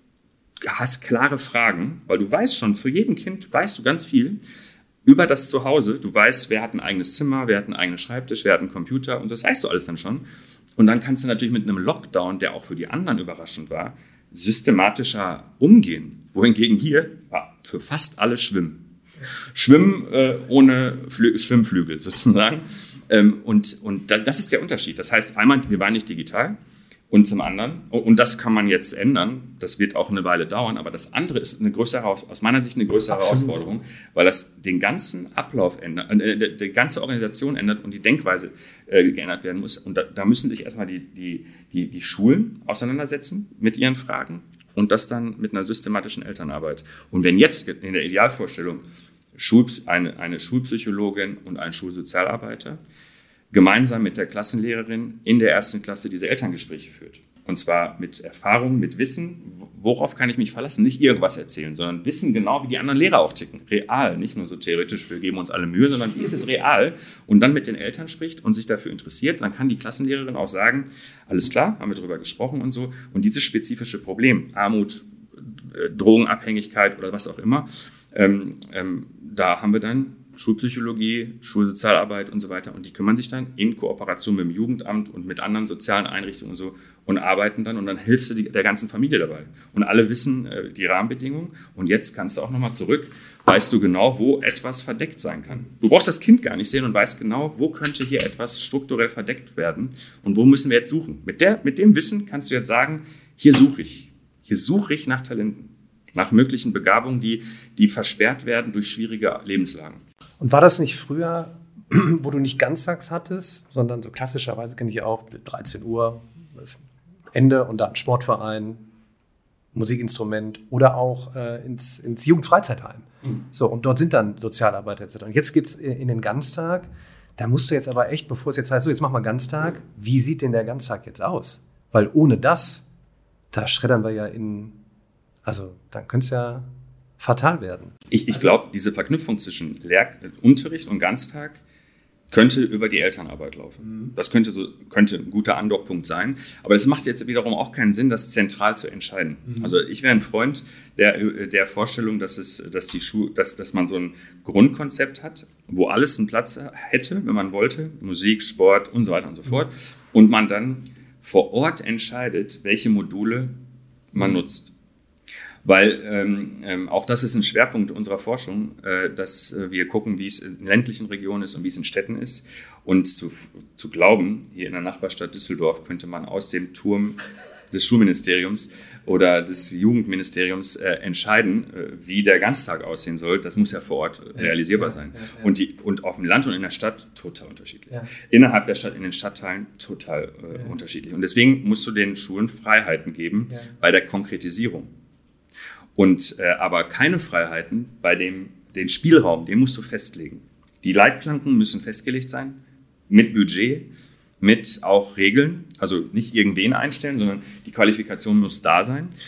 hast klare Fragen, weil du weißt schon, für jeden Kind weißt du ganz viel über das Zuhause. Du weißt, wer hat ein eigenes Zimmer, wer hat einen eigenen Schreibtisch, wer hat einen Computer und das weißt du alles dann schon. Und dann kannst du natürlich mit einem Lockdown, der auch für die anderen überraschend war, systematischer umgehen. Wohingegen hier war für fast alle Schwimmen. Schwimmen äh, ohne Flü- Schwimmflügel sozusagen. Ähm, und, und das ist der Unterschied. Das heißt, einmal, wir waren nicht digital. Und zum anderen, und das kann man jetzt ändern, das wird auch eine Weile dauern, aber das andere ist eine größere, aus meiner Sicht eine größere Absolut. Herausforderung, weil das den ganzen Ablauf ändert, äh, die ganze Organisation ändert und die Denkweise äh, geändert werden muss. Und da, da müssen sich erstmal die, die, die, die Schulen auseinandersetzen mit ihren Fragen und das dann mit einer systematischen Elternarbeit. Und wenn jetzt in der Idealvorstellung Schul, eine, eine Schulpsychologin und ein Schulsozialarbeiter gemeinsam mit der Klassenlehrerin in der ersten Klasse diese Elterngespräche führt. Und zwar mit Erfahrung, mit Wissen, worauf kann ich mich verlassen? Nicht irgendwas erzählen, sondern wissen genau, wie die anderen Lehrer auch ticken. Real, nicht nur so theoretisch, wir geben uns alle Mühe, sondern wie ist es real? Und dann mit den Eltern spricht und sich dafür interessiert. Dann kann die Klassenlehrerin auch sagen, alles klar, haben wir darüber gesprochen und so. Und dieses spezifische Problem, Armut, Drogenabhängigkeit oder was auch immer, ähm, ähm, da haben wir dann Schulpsychologie, Schulsozialarbeit und so weiter. Und die kümmern sich dann in Kooperation mit dem Jugendamt und mit anderen sozialen Einrichtungen und so und arbeiten dann und dann hilfst du die, der ganzen Familie dabei. Und alle wissen äh, die Rahmenbedingungen. Und jetzt kannst du auch nochmal zurück, weißt du genau, wo etwas verdeckt sein kann. Du brauchst das Kind gar nicht sehen und weißt genau, wo könnte hier etwas strukturell verdeckt werden und wo müssen wir jetzt suchen. Mit, der, mit dem Wissen kannst du jetzt sagen, hier suche ich. Hier suche ich nach Talenten, nach möglichen Begabungen, die, die versperrt werden durch schwierige Lebenslagen. Und war das nicht früher, wo du nicht ganztags hattest, sondern so klassischerweise kenne ich auch dreizehn Uhr, Ende und dann Sportverein, Musikinstrument oder auch äh, ins, ins Jugendfreizeitheim. Mhm. So, und dort sind dann Sozialarbeiter et cetera. Und jetzt geht es in den Ganztag. Da musst du jetzt aber echt, bevor es jetzt heißt, so jetzt mach mal Ganztag, wie sieht denn der Ganztag jetzt aus? Weil ohne das, da schreddern wir ja in, also dann könnte es ja fatal werden. Ich, ich glaube, diese Verknüpfung zwischen Lehr- Unterricht und Ganztag könnte über die Elternarbeit laufen. Mhm. Das könnte, so, könnte ein guter Andockpunkt sein. Aber es macht jetzt wiederum auch keinen Sinn, das zentral zu entscheiden. Mhm. Also ich wäre ein Freund der, der Vorstellung, dass, es, dass, die Schu- dass, dass man so ein Grundkonzept hat, wo alles einen Platz hätte, wenn man wollte. Musik, Sport und so weiter und so fort. Mhm. Und man dann vor Ort entscheidet, welche Module man mhm. nutzt. Weil ähm, ähm, auch das ist ein Schwerpunkt unserer Forschung, äh, dass äh, wir gucken, wie es in ländlichen Regionen ist und wie es in Städten ist. Und zu, zu glauben, hier in der Nachbarstadt Düsseldorf könnte man aus dem Turm des Schulministeriums oder des Jugendministeriums äh, entscheiden, äh, wie der Ganztag aussehen soll, das muss ja vor Ort äh, realisierbar sein. Ja, ja, ja. Und, die, und auf dem Land und in der Stadt total unterschiedlich. Ja. Innerhalb der Stadt, in den Stadtteilen total äh, ja. unterschiedlich. Und deswegen musst du den Schulen Freiheiten geben ja. bei der Konkretisierung. Und äh, aber keine Freiheiten bei dem den Spielraum, den musst du festlegen. Die Leitplanken müssen festgelegt sein, mit Budget, mit auch Regeln, also nicht irgendwen einstellen, sondern die Qualifikation muss da sein.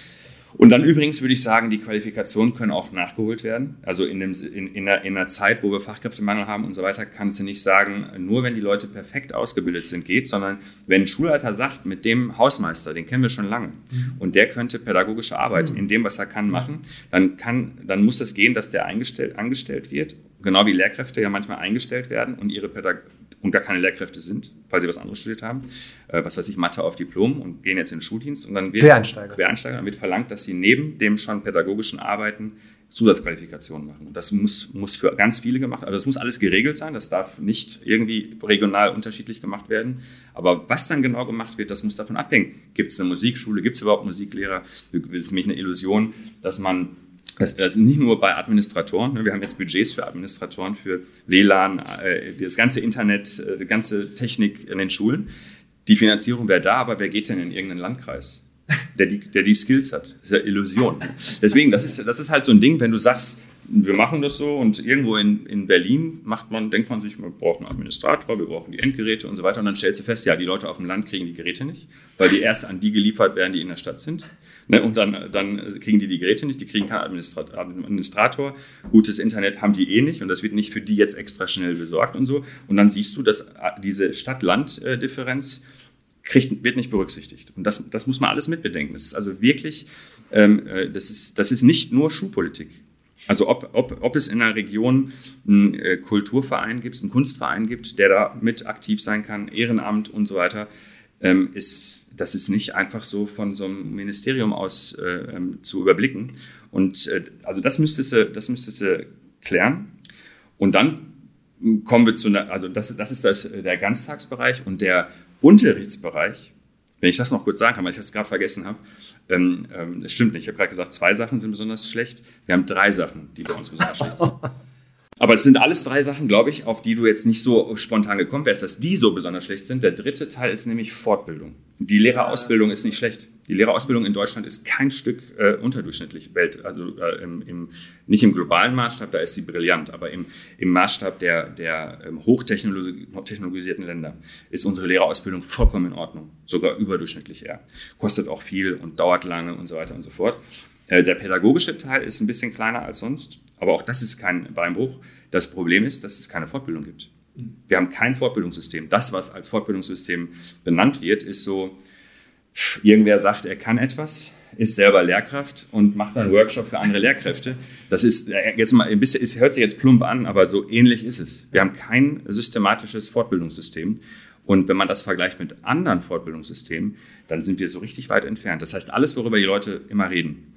Und dann übrigens würde ich sagen, die Qualifikationen können auch nachgeholt werden. Also in, dem, in, in, einer, in einer Zeit, wo wir Fachkräftemangel haben und so weiter, kannst du nicht sagen, nur wenn die Leute perfekt ausgebildet sind, geht, sondern wenn ein Schulleiter sagt, mit dem Hausmeister, den kennen wir schon lange, und der könnte pädagogische Arbeit in dem, was er kann, machen, dann, kann, dann muss es gehen, dass der eingestellt, angestellt wird, genau wie Lehrkräfte ja manchmal eingestellt werden und ihre Pädag- und gar keine Lehrkräfte sind, weil sie was anderes studiert haben, äh, was weiß ich, Mathe auf Diplom und gehen jetzt in den Schuldienst und dann wird Quereinsteiger. Quereinsteiger, dann wird verlangt, dass sie neben dem schon pädagogischen Arbeiten Zusatzqualifikationen machen. Und das muss, muss für ganz viele gemacht, also das muss alles geregelt sein, das darf nicht irgendwie regional unterschiedlich gemacht werden. Aber was dann genau gemacht wird, das muss davon abhängen. Gibt es eine Musikschule, gibt es überhaupt Musiklehrer? Das ist nämlich eine Illusion, dass man Das, das ist nicht nur bei Administratoren. Wir haben jetzt Budgets für Administratoren, für W L A N, das ganze Internet, die ganze Technik in den Schulen. Die Finanzierung wäre da, aber wer geht denn in irgendeinen Landkreis, der die, der die Skills hat? Das ist ja Illusion. Deswegen, das ist, das ist halt so ein Ding, wenn du sagst, wir machen das so und irgendwo in, in Berlin macht man, denkt man sich, wir brauchen einen Administrator, wir brauchen die Endgeräte und so weiter. Und dann stellst du fest, ja, die Leute auf dem Land kriegen die Geräte nicht, weil die erst an die geliefert werden, die in der Stadt sind. Ne? Und dann, dann kriegen die die Geräte nicht, die kriegen keinen Administrator, Administrator. Gutes Internet haben die eh nicht und das wird nicht für die jetzt extra schnell besorgt und so. Und dann siehst du, dass diese Stadt-Land-Differenz kriegt, wird nicht berücksichtigt. Und das, das muss man alles mitbedenken. Das ist also wirklich, ähm, das ist, das ist nicht nur Schulpolitik. Also ob, ob, ob es in einer Region einen äh, Kulturverein gibt, einen Kunstverein gibt, der da mit aktiv sein kann, Ehrenamt und so weiter, ähm, ist, das ist nicht einfach so von so einem Ministerium aus äh, ähm, zu überblicken. Und äh, also das müsstest du, das müsstest du klären. Und dann kommen wir zu einer, also das, das ist das, der Ganztagsbereich und der Unterrichtsbereich. Wenn ich das noch kurz sagen kann, weil ich das gerade vergessen habe. Ähm, ähm, das stimmt nicht. Ich habe gerade gesagt, zwei Sachen sind besonders schlecht. Wir haben drei Sachen, die bei uns besonders schlecht sind. Aber es sind alles drei Sachen, glaube ich, auf die du jetzt nicht so spontan gekommen wärst, dass die so besonders schlecht sind. Der dritte Teil ist nämlich Fortbildung. Die Lehrerausbildung ist nicht schlecht. Die Lehrerausbildung in Deutschland ist kein Stück äh, unterdurchschnittlich. Welt, also äh, im, im, nicht im globalen Maßstab, da ist sie brillant, aber im, im Maßstab der, der ähm, hochtechnologisierten Länder ist unsere Lehrerausbildung vollkommen in Ordnung. Sogar überdurchschnittlich eher. Kostet auch viel und dauert lange und so weiter und so fort. Äh, der pädagogische Teil ist ein bisschen kleiner als sonst. Aber auch das ist kein Beinbruch. Das Problem ist, dass es keine Fortbildung gibt. Wir haben kein Fortbildungssystem. Das, was als Fortbildungssystem benannt wird, ist so, irgendwer sagt, er kann etwas, ist selber Lehrkraft und macht dann einen Workshop für andere Lehrkräfte. Das ist jetzt mal ein bisschen, es hört sich jetzt plump an, aber so ähnlich ist es. Wir haben kein systematisches Fortbildungssystem. Und wenn man das vergleicht mit anderen Fortbildungssystemen, dann sind wir so richtig weit entfernt. Das heißt, alles, worüber die Leute immer reden,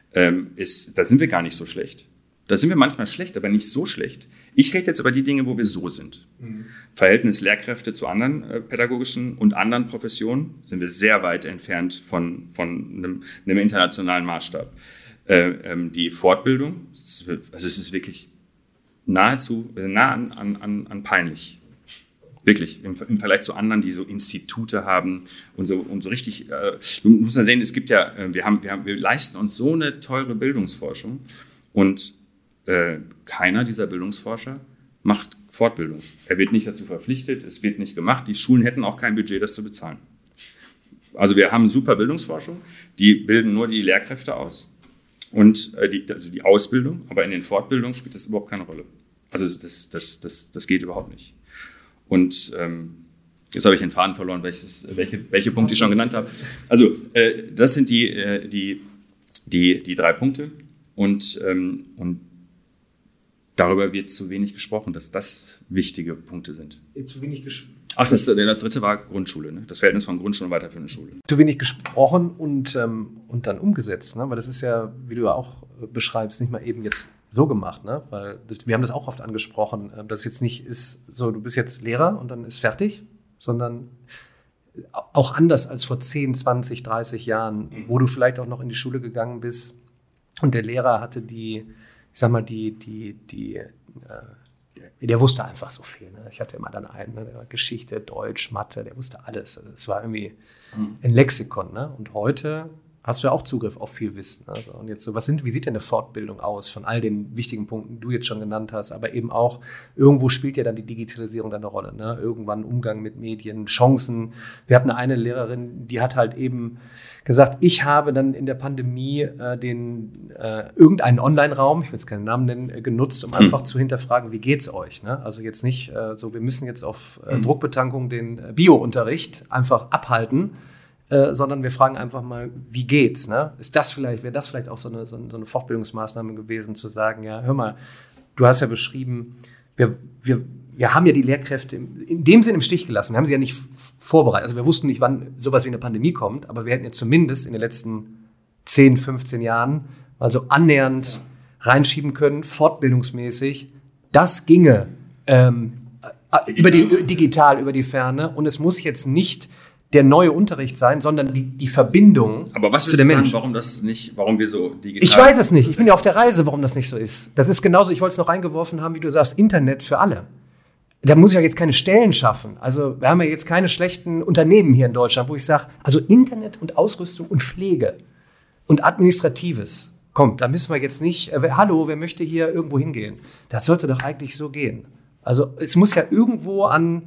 ist, da sind wir gar nicht so schlecht. Da sind wir manchmal schlecht, aber nicht so schlecht. Ich rede jetzt über die Dinge, wo wir so sind. Mhm. Verhältnis Lehrkräfte zu anderen äh, pädagogischen und anderen Professionen sind wir sehr weit entfernt von, von einem, einem internationalen Maßstab. Äh, ähm, die Fortbildung, also es ist wirklich nahezu, nah an, an, an peinlich. Wirklich, im, im Vergleich zu anderen, die so Institute haben und so, und so richtig, äh, du musst ja sehen, es gibt ja, äh, wir haben, wir haben, wir leisten uns so eine teure Bildungsforschung und Äh, keiner dieser Bildungsforscher macht Fortbildung. Er wird nicht dazu verpflichtet, es wird nicht gemacht. Die Schulen hätten auch kein Budget, das zu bezahlen. Also wir haben super Bildungsforschung, die bilden nur die Lehrkräfte aus. Und äh, die, also die Ausbildung, aber in den Fortbildungen spielt das überhaupt keine Rolle. Also das, das, das, das geht überhaupt nicht. Und ähm, jetzt habe ich den Faden verloren, welches, welche, welche Punkte ich schon genannt habe. Also äh, das sind die, äh, die, die, die drei Punkte. Und, ähm, und darüber wird zu wenig gesprochen, dass das wichtige Punkte sind. Zu wenig gesprochen. Ach, das, das dritte war Grundschule, ne? Das Verhältnis von Grundschule und weiterführende Schule. Zu wenig gesprochen und, ähm, und dann umgesetzt, ne? Weil das ist ja, wie du ja auch beschreibst, nicht mal eben jetzt so gemacht, ne? Weil das, wir haben das auch oft angesprochen, dass es jetzt nicht ist, so du bist jetzt Lehrer und dann ist fertig, sondern auch anders als vor zehn, zwanzig, dreißig Jahren, wo du vielleicht auch noch in die Schule gegangen bist und der Lehrer hatte die Ich sag mal, die, die, die, äh, der wusste einfach so viel. Ne? Ich hatte immer dann einen, ne? Der war Geschichte, Deutsch, Mathe, der wusste alles. Also es war irgendwie ein Lexikon. Ne? Und heute hast du ja auch Zugriff auf viel Wissen. Also, und jetzt so, was sind, wie sieht denn eine Fortbildung aus von all den wichtigen Punkten, die du jetzt schon genannt hast, aber eben auch, irgendwo spielt ja dann die Digitalisierung dann eine Rolle, ne? Irgendwann Umgang mit Medien, Chancen. Wir hatten eine Lehrerin, die hat halt eben gesagt, ich habe dann in der Pandemie äh, den äh, irgendeinen Online-Raum, ich will jetzt keinen Namen nennen, äh, genutzt, um hm. einfach zu hinterfragen, wie geht's euch? Ne? Also jetzt nicht äh, so, wir müssen jetzt auf äh, hm. Druckbetankung den äh, Bio-Unterricht einfach abhalten, Äh, sondern wir fragen einfach mal, wie geht's? Ne? Ist das vielleicht, wäre das vielleicht auch so eine, so eine Fortbildungsmaßnahme gewesen, zu sagen, ja, hör mal, du hast ja beschrieben, wir, wir, wir haben ja die Lehrkräfte in dem Sinn im Stich gelassen. Wir haben sie ja nicht f- vorbereitet. Also wir wussten nicht, wann sowas wie eine Pandemie kommt, aber wir hätten ja zumindest in den letzten zehn, fünfzehn Jahren mal so annähernd reinschieben können, fortbildungsmäßig. Das ginge ähm, über die, digital, über die Ferne. Und es muss jetzt nicht der neue Unterricht sein, sondern die, die Verbindung Aber was zu dem Menschen. Sagen, warum das nicht, warum wir so digital... Ich weiß es nicht. Ich bin ja auf der Reise, warum das nicht so ist. Das ist genauso, ich wollte es noch reingeworfen haben, wie du sagst, Internet für alle. Da muss ich ja jetzt keine Stellen schaffen. Also wir haben ja jetzt keine schlechten Unternehmen hier in Deutschland, wo ich sage, also Internet und Ausrüstung und Pflege und Administratives. Komm, da müssen wir jetzt nicht, äh, hallo, wer möchte hier irgendwo hingehen? Das sollte doch eigentlich so gehen. Also es muss ja irgendwo an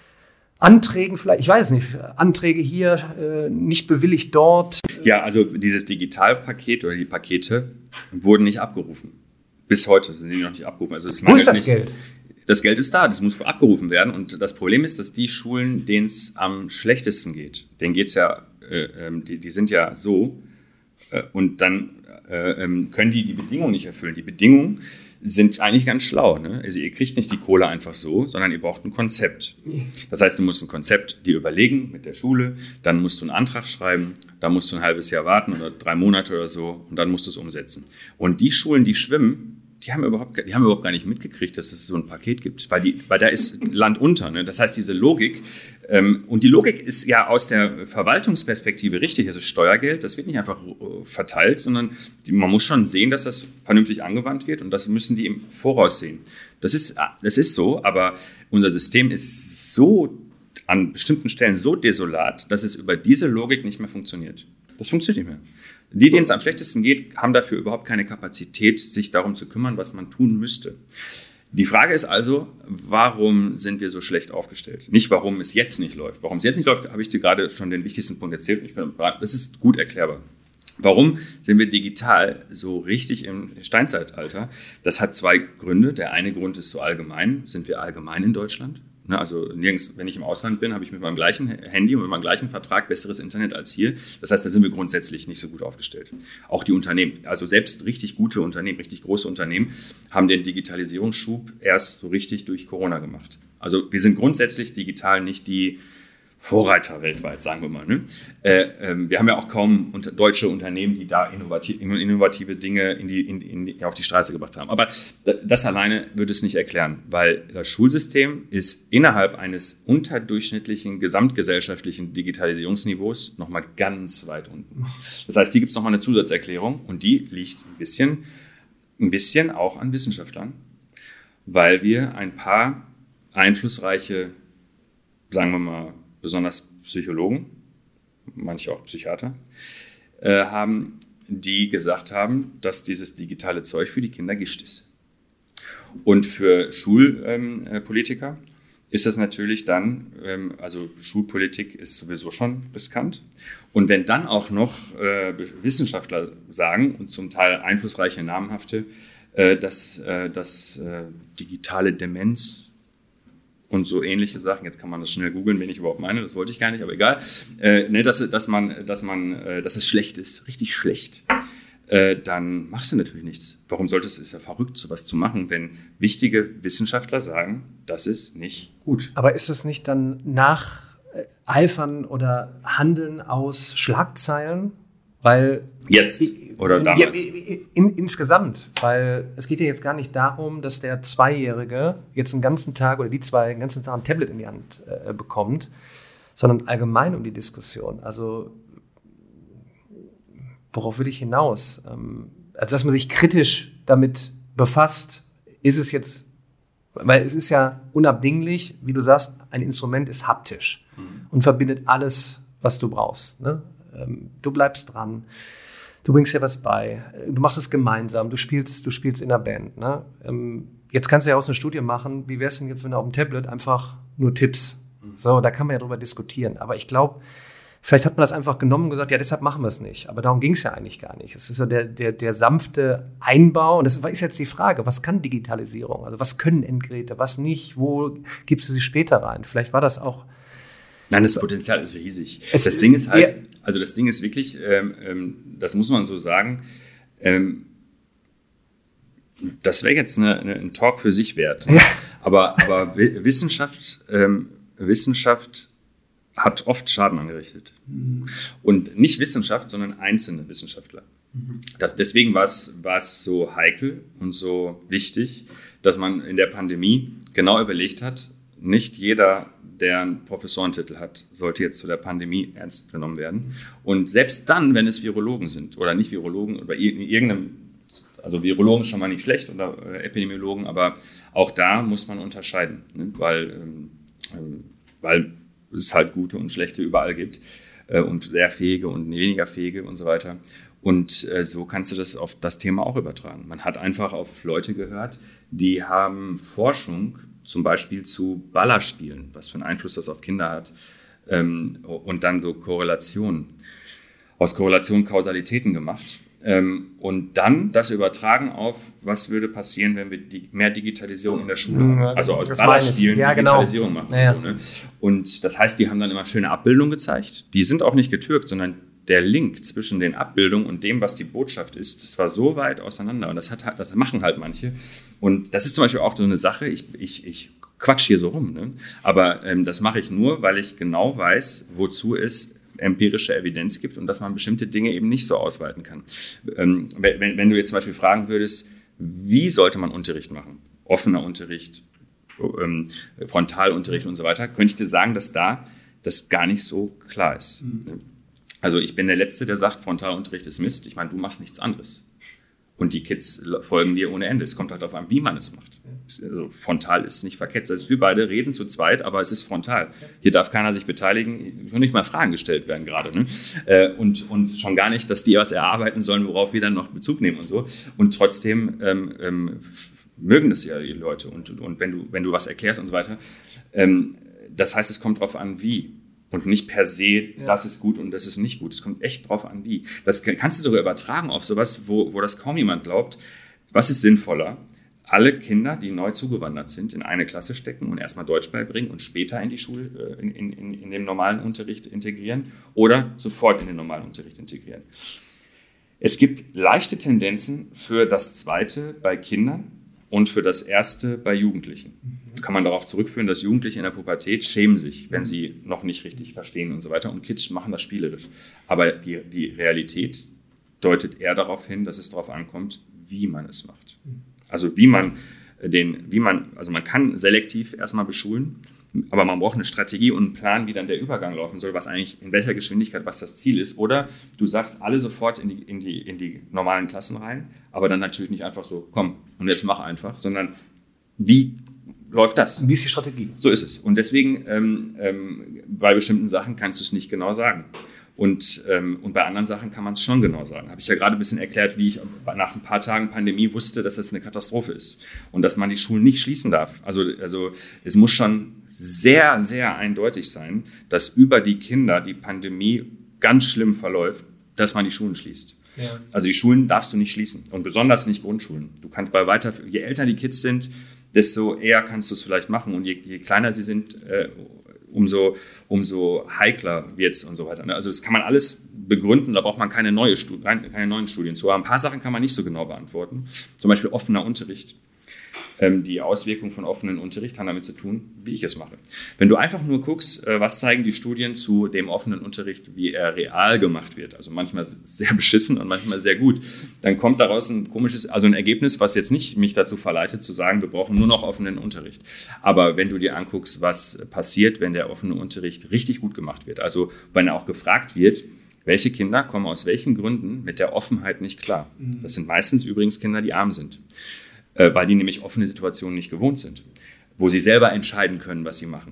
Anträgen vielleicht, ich weiß nicht, Anträge hier, äh, nicht bewilligt dort. Ja, also dieses Digitalpaket oder die Pakete wurden nicht abgerufen. Bis heute sind die noch nicht abgerufen. Also es Wo ist das nicht, Geld? Das Geld ist da, das muss abgerufen werden. Und das Problem ist, dass die Schulen, denen es am schlechtesten geht, denen geht es ja, äh, die, die sind ja so, äh, und dann äh, können die die Bedingungen nicht erfüllen. Die Bedingungen sind eigentlich ganz schlau. Ne? Also ihr kriegt nicht die Kohle einfach so, sondern ihr braucht ein Konzept. Das heißt, du musst ein Konzept dir überlegen mit der Schule, dann musst du einen Antrag schreiben, dann musst du ein halbes Jahr warten oder drei Monate oder so und dann musst du es umsetzen. Und die Schulen, die schwimmen, die haben überhaupt, die haben überhaupt gar nicht mitgekriegt, dass es so ein Paket gibt, weil, die, weil da ist Land unter. Ne? Das heißt, diese Logik, ähm, und die Logik ist ja aus der Verwaltungsperspektive richtig, also Steuergeld, das wird nicht einfach äh, verteilt, sondern die, man muss schon sehen, dass das vernünftig angewandt wird und das müssen die im Voraus sehen. Das ist, das ist so, aber unser System ist so an bestimmten Stellen so desolat, dass es über diese Logik nicht mehr funktioniert. Das funktioniert nicht mehr. Die, denen es am schlechtesten geht, haben dafür überhaupt keine Kapazität, sich darum zu kümmern, was man tun müsste. Die Frage ist also, warum sind wir so schlecht aufgestellt? Nicht, warum es jetzt nicht läuft. Warum es jetzt nicht läuft, habe ich dir gerade schon den wichtigsten Punkt erzählt. Das ist gut erklärbar. Warum sind wir digital so richtig im Steinzeitalter? Das hat zwei Gründe. Der eine Grund ist so allgemein. Sind wir allgemein in Deutschland? Also nirgends, wenn ich im Ausland bin, habe ich mit meinem gleichen Handy und mit meinem gleichen Vertrag besseres Internet als hier. Das heißt, da sind wir grundsätzlich nicht so gut aufgestellt. Auch die Unternehmen, also selbst richtig gute Unternehmen, richtig große Unternehmen, haben den Digitalisierungsschub erst so richtig durch Corona gemacht. Also wir sind grundsätzlich digital nicht die Vorreiter weltweit, sagen wir mal. Ne? Äh, ähm, wir haben ja auch kaum unter, deutsche Unternehmen, die da innovative, innovative Dinge in die, in, in, auf die Straße gebracht haben. Aber das alleine würde es nicht erklären, weil das Schulsystem ist innerhalb eines unterdurchschnittlichen gesamtgesellschaftlichen Digitalisierungsniveaus nochmal ganz weit unten. Das heißt, hier gibt es nochmal eine Zusatzerklärung und die liegt ein bisschen, ein bisschen auch an Wissenschaftlern, weil wir ein paar einflussreiche, sagen wir mal, besonders Psychologen, manche auch Psychiater, äh, haben, die gesagt haben, dass dieses digitale Zeug für die Kinder Gift ist. Und für Schulpolitiker ähm, ist das natürlich dann, ähm, also Schulpolitik ist sowieso schon riskant. Und wenn dann auch noch äh, Wissenschaftler sagen, und zum Teil einflussreiche, namhafte, äh, dass, äh, dass äh, digitale Demenz und so ähnliche Sachen. Jetzt kann man das schnell googeln, wen ich überhaupt meine, das wollte ich gar nicht, aber egal. Äh, ne, dass, dass, man, dass, man, äh, dass es schlecht ist, richtig schlecht, äh, dann machst du natürlich nichts. Warum solltest du, ist ja verrückt, sowas zu machen, wenn wichtige Wissenschaftler sagen, das ist nicht gut. Aber ist es nicht dann Nacheifern oder Handeln aus Schlagzeilen? Weil jetzt oder damals? Ja, in, insgesamt, weil es geht ja jetzt gar nicht darum, dass der Zweijährige jetzt einen ganzen Tag oder die zwei den ganzen Tag ein Tablet in die Hand äh, bekommt, sondern allgemein um die Diskussion. Also worauf will ich hinaus? Ähm, also dass man sich kritisch damit befasst, ist es jetzt, weil es ist ja unabdinglich, wie du sagst, ein Instrument ist haptisch mhm. und verbindet alles, was du brauchst, ne? ähm, du bleibst dran, du bringst dir was bei, du machst es gemeinsam, du spielst, du spielst in der Band. Ne? Ähm, jetzt kannst du ja auch so eine Studie machen, wie wäre es denn jetzt, wenn du auf dem Tablet einfach nur Tipps, so, da kann man ja drüber diskutieren, aber ich glaube, vielleicht hat man das einfach genommen und gesagt, ja, deshalb machen wir es nicht. Aber darum ging es ja eigentlich gar nicht. Es ist so der, der, der sanfte Einbau. Und das ist jetzt die Frage, was kann Digitalisierung? Also was können Endgeräte, was nicht? Wo gibst du sie später rein? Vielleicht war das auch... Nein, das Potenzial ist riesig. Es das Ding ist halt, also das Ding ist wirklich, ähm, das muss man so sagen, ähm, das wäre jetzt eine, eine, ein Talk für sich wert. Ja. Aber, aber Wissenschaft, ähm, Wissenschaft hat oft Schaden angerichtet. Mhm. Und nicht Wissenschaft, sondern einzelne Wissenschaftler. Mhm. Das, deswegen war es, war es so heikel und so wichtig, dass man in der Pandemie genau überlegt hat, nicht jeder, der einen Professorentitel hat, sollte jetzt zu der Pandemie ernst genommen werden. Und selbst dann, wenn es Virologen sind oder nicht Virologen oder in irgendeinem, also Virologen schon mal nicht schlecht oder Epidemiologen, aber auch da muss man unterscheiden, ne? weil, ähm, weil es halt gute und schlechte überall gibt äh, und sehr fähige und weniger fähige und so weiter. Und äh, so kannst du das auf das Thema auch übertragen. Man hat einfach auf Leute gehört, die haben Forschung zum Beispiel zu Ballerspielen, was für einen Einfluss das auf Kinder hat, ähm, und dann so Korrelationen, aus Korrelation Kausalitäten gemacht. Ähm, und dann das übertragen auf, was würde passieren, wenn wir die, mehr Digitalisierung in der Schule haben. Also aus Ballerspielen ja, Digitalisierung genau. machen. Ja, und, so, ne? Und das heißt, die haben dann immer schöne Abbildungen gezeigt. Die sind auch nicht getürkt, sondern der Link zwischen den Abbildungen und dem, was die Botschaft ist, das war so weit auseinander. Und das, hat, das machen halt manche. Und das ist zum Beispiel auch so eine Sache, ich, ich, ich quatsch hier so rum, ne? Aber ähm, das mache ich nur, weil ich genau weiß, wozu es empirische Evidenz gibt und dass man bestimmte Dinge eben nicht so ausweiten kann. Ähm, wenn, wenn du jetzt zum Beispiel fragen würdest, wie sollte man Unterricht machen? Offener Unterricht, ähm, Frontalunterricht und so weiter, könnte ich dir sagen, dass da das gar nicht so klar ist. Mhm. Also ich bin der Letzte, der sagt, Frontalunterricht ist Mist. Ich meine, du machst nichts anderes. Und die Kids folgen dir ohne Ende. Es kommt halt darauf an, wie man es macht. Also frontal ist nicht verkehrt. Also wir beide reden zu zweit, aber es ist frontal. Hier darf keiner sich beteiligen. Können nicht mal Fragen gestellt werden gerade. Ne? Und, und schon gar nicht, dass die was erarbeiten sollen, worauf wir dann noch Bezug nehmen und so. Und trotzdem ähm, ähm, mögen das ja die Leute. Und, und wenn du, wenn du was erklärst und so weiter. Ähm, das heißt, es kommt darauf an, wie. Und nicht per se, ja. das ist gut und das ist nicht gut. Es kommt echt drauf an, wie. Das kannst du sogar übertragen auf sowas, wo, wo das kaum jemand glaubt. Was ist sinnvoller? Alle Kinder, die neu zugewandert sind, in eine Klasse stecken und erstmal Deutsch beibringen und später in die Schule, in, in, in den normalen Unterricht integrieren oder sofort in den normalen Unterricht integrieren. Es gibt leichte Tendenzen für das Zweite bei Kindern und für das Erste bei Jugendlichen. Mhm. Kann man darauf zurückführen, dass Jugendliche in der Pubertät schämen sich, wenn sie noch nicht richtig verstehen und so weiter. Und Kids machen das spielerisch. Aber die, die Realität deutet eher darauf hin, dass es darauf ankommt, wie man es macht. Also wie man den, wie man, also man kann selektiv erstmal beschulen, aber man braucht eine Strategie und einen Plan, wie dann der Übergang laufen soll, was eigentlich, in welcher Geschwindigkeit, was das Ziel ist. Oder du sagst alle sofort in die, in die, in die normalen Klassen rein, aber dann natürlich nicht einfach so, komm, und jetzt mach einfach, sondern wie läuft das? Wie ist die Strategie? So ist es. Und deswegen, ähm, ähm, bei bestimmten Sachen kannst du es nicht genau sagen. Und, ähm, und bei anderen Sachen kann man es schon genau sagen. Habe ich ja gerade ein bisschen erklärt, wie ich nach ein paar Tagen Pandemie wusste, dass das eine Katastrophe ist und dass man die Schulen nicht schließen darf. Also, also es muss schon sehr, sehr eindeutig sein, dass über die Kinder die Pandemie ganz schlimm verläuft, dass man die Schulen schließt. Ja. Also die Schulen darfst du nicht schließen und besonders nicht Grundschulen. Du kannst bei weiter, je älter die Kids sind, desto eher kannst du es vielleicht machen und je, je kleiner sie sind, äh, umso, umso heikler wird es und so weiter. Also das kann man alles begründen, da braucht man keine, neue Studi- keine neuen Studien zu. Aber ein paar Sachen kann man nicht so genau beantworten. Zum Beispiel offener Unterricht. Ähm, die Auswirkungen von offenem Unterricht haben damit zu tun, wie ich es mache. Wenn du einfach nur guckst, äh, was zeigen die Studien zu dem offenen Unterricht, wie er real gemacht wird, also manchmal sehr beschissen und manchmal sehr gut, dann kommt daraus ein komisches, also ein Ergebnis, was jetzt nicht mich dazu verleitet zu sagen, wir brauchen nur noch offenen Unterricht. Aber wenn du dir anguckst, was passiert, wenn der offene Unterricht richtig gut gemacht wird, also wenn er auch gefragt wird, welche Kinder kommen aus welchen Gründen mit der Offenheit nicht klar. Das sind meistens übrigens Kinder, die arm sind. Weil die nämlich offene Situationen nicht gewohnt sind, wo sie selber entscheiden können, was sie machen.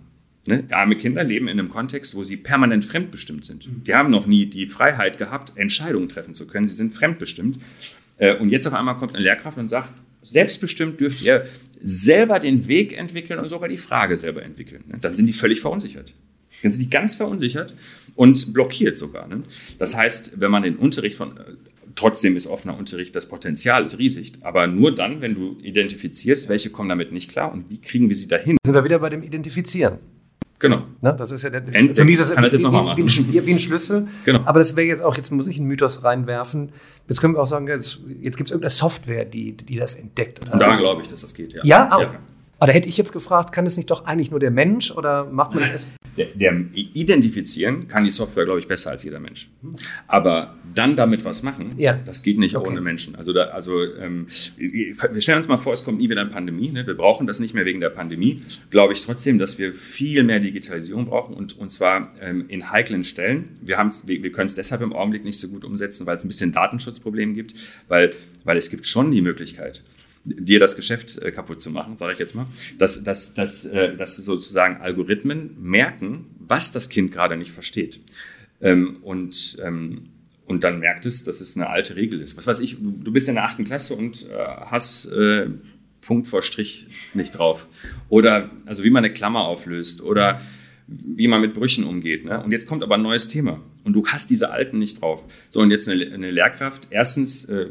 Ne? Arme Kinder leben in einem Kontext, wo sie permanent fremdbestimmt sind. Die haben noch nie die Freiheit gehabt, Entscheidungen treffen zu können. Sie sind fremdbestimmt. Und jetzt auf einmal kommt eine Lehrkraft und sagt, selbstbestimmt dürft ihr selber den Weg entwickeln und sogar die Frage selber entwickeln. Dann sind die völlig verunsichert. Dann sind die ganz verunsichert und blockiert sogar. Das heißt, wenn man den Unterricht von... Trotzdem ist offener Unterricht, das Potenzial ist riesig, aber nur dann, wenn du identifizierst, welche kommen damit nicht klar und wie kriegen wir sie dahin. Sind wir wieder bei dem Identifizieren. Genau. Ne, das ist ja der, Entdeck, für mich ist das, kann das jetzt wie, noch mal machen. Wie, wie, wie ein Schlüssel. Genau. Aber das wäre jetzt auch, jetzt muss ich einen Mythos reinwerfen. Jetzt können wir auch sagen, jetzt, jetzt gibt es irgendeine Software, die, die das entdeckt. Oder? Und daran glaube ich, dass das geht, ja. Ja, auch. Ja. Aber da hätte ich jetzt gefragt, kann es nicht doch eigentlich nur der Mensch oder macht man das erst? Der, der Identifizieren kann die Software, glaube ich, besser als jeder Mensch. Aber dann damit was machen, ja. das geht nicht okay. ohne Menschen. Also, da, also ähm, wir stellen uns mal vor, es kommt nie wieder eine Pandemie. Ne? Wir brauchen das nicht mehr wegen der Pandemie. Glaube ich trotzdem, dass wir viel mehr Digitalisierung brauchen und, und zwar ähm, in heiklen Stellen. Wir, wir, wir können es deshalb im Augenblick nicht so gut umsetzen, weil es ein bisschen Datenschutzproblem gibt, weil, weil es gibt schon die Möglichkeit, dir das Geschäft äh, kaputt zu machen, sage ich jetzt mal, dass, dass, dass, äh, dass sozusagen Algorithmen merken, was das Kind gerade nicht versteht. Ähm, und, ähm, und dann merkt es, dass es eine alte Regel ist. Was weiß ich, du, du bist in der achten Klasse und äh, hast äh, Punkt vor Strich nicht drauf. Oder also wie man eine Klammer auflöst oder wie man mit Brüchen umgeht. Ne? Und jetzt kommt aber ein neues Thema und du hast diese alten nicht drauf. So, und jetzt eine, eine Lehrkraft, erstens äh,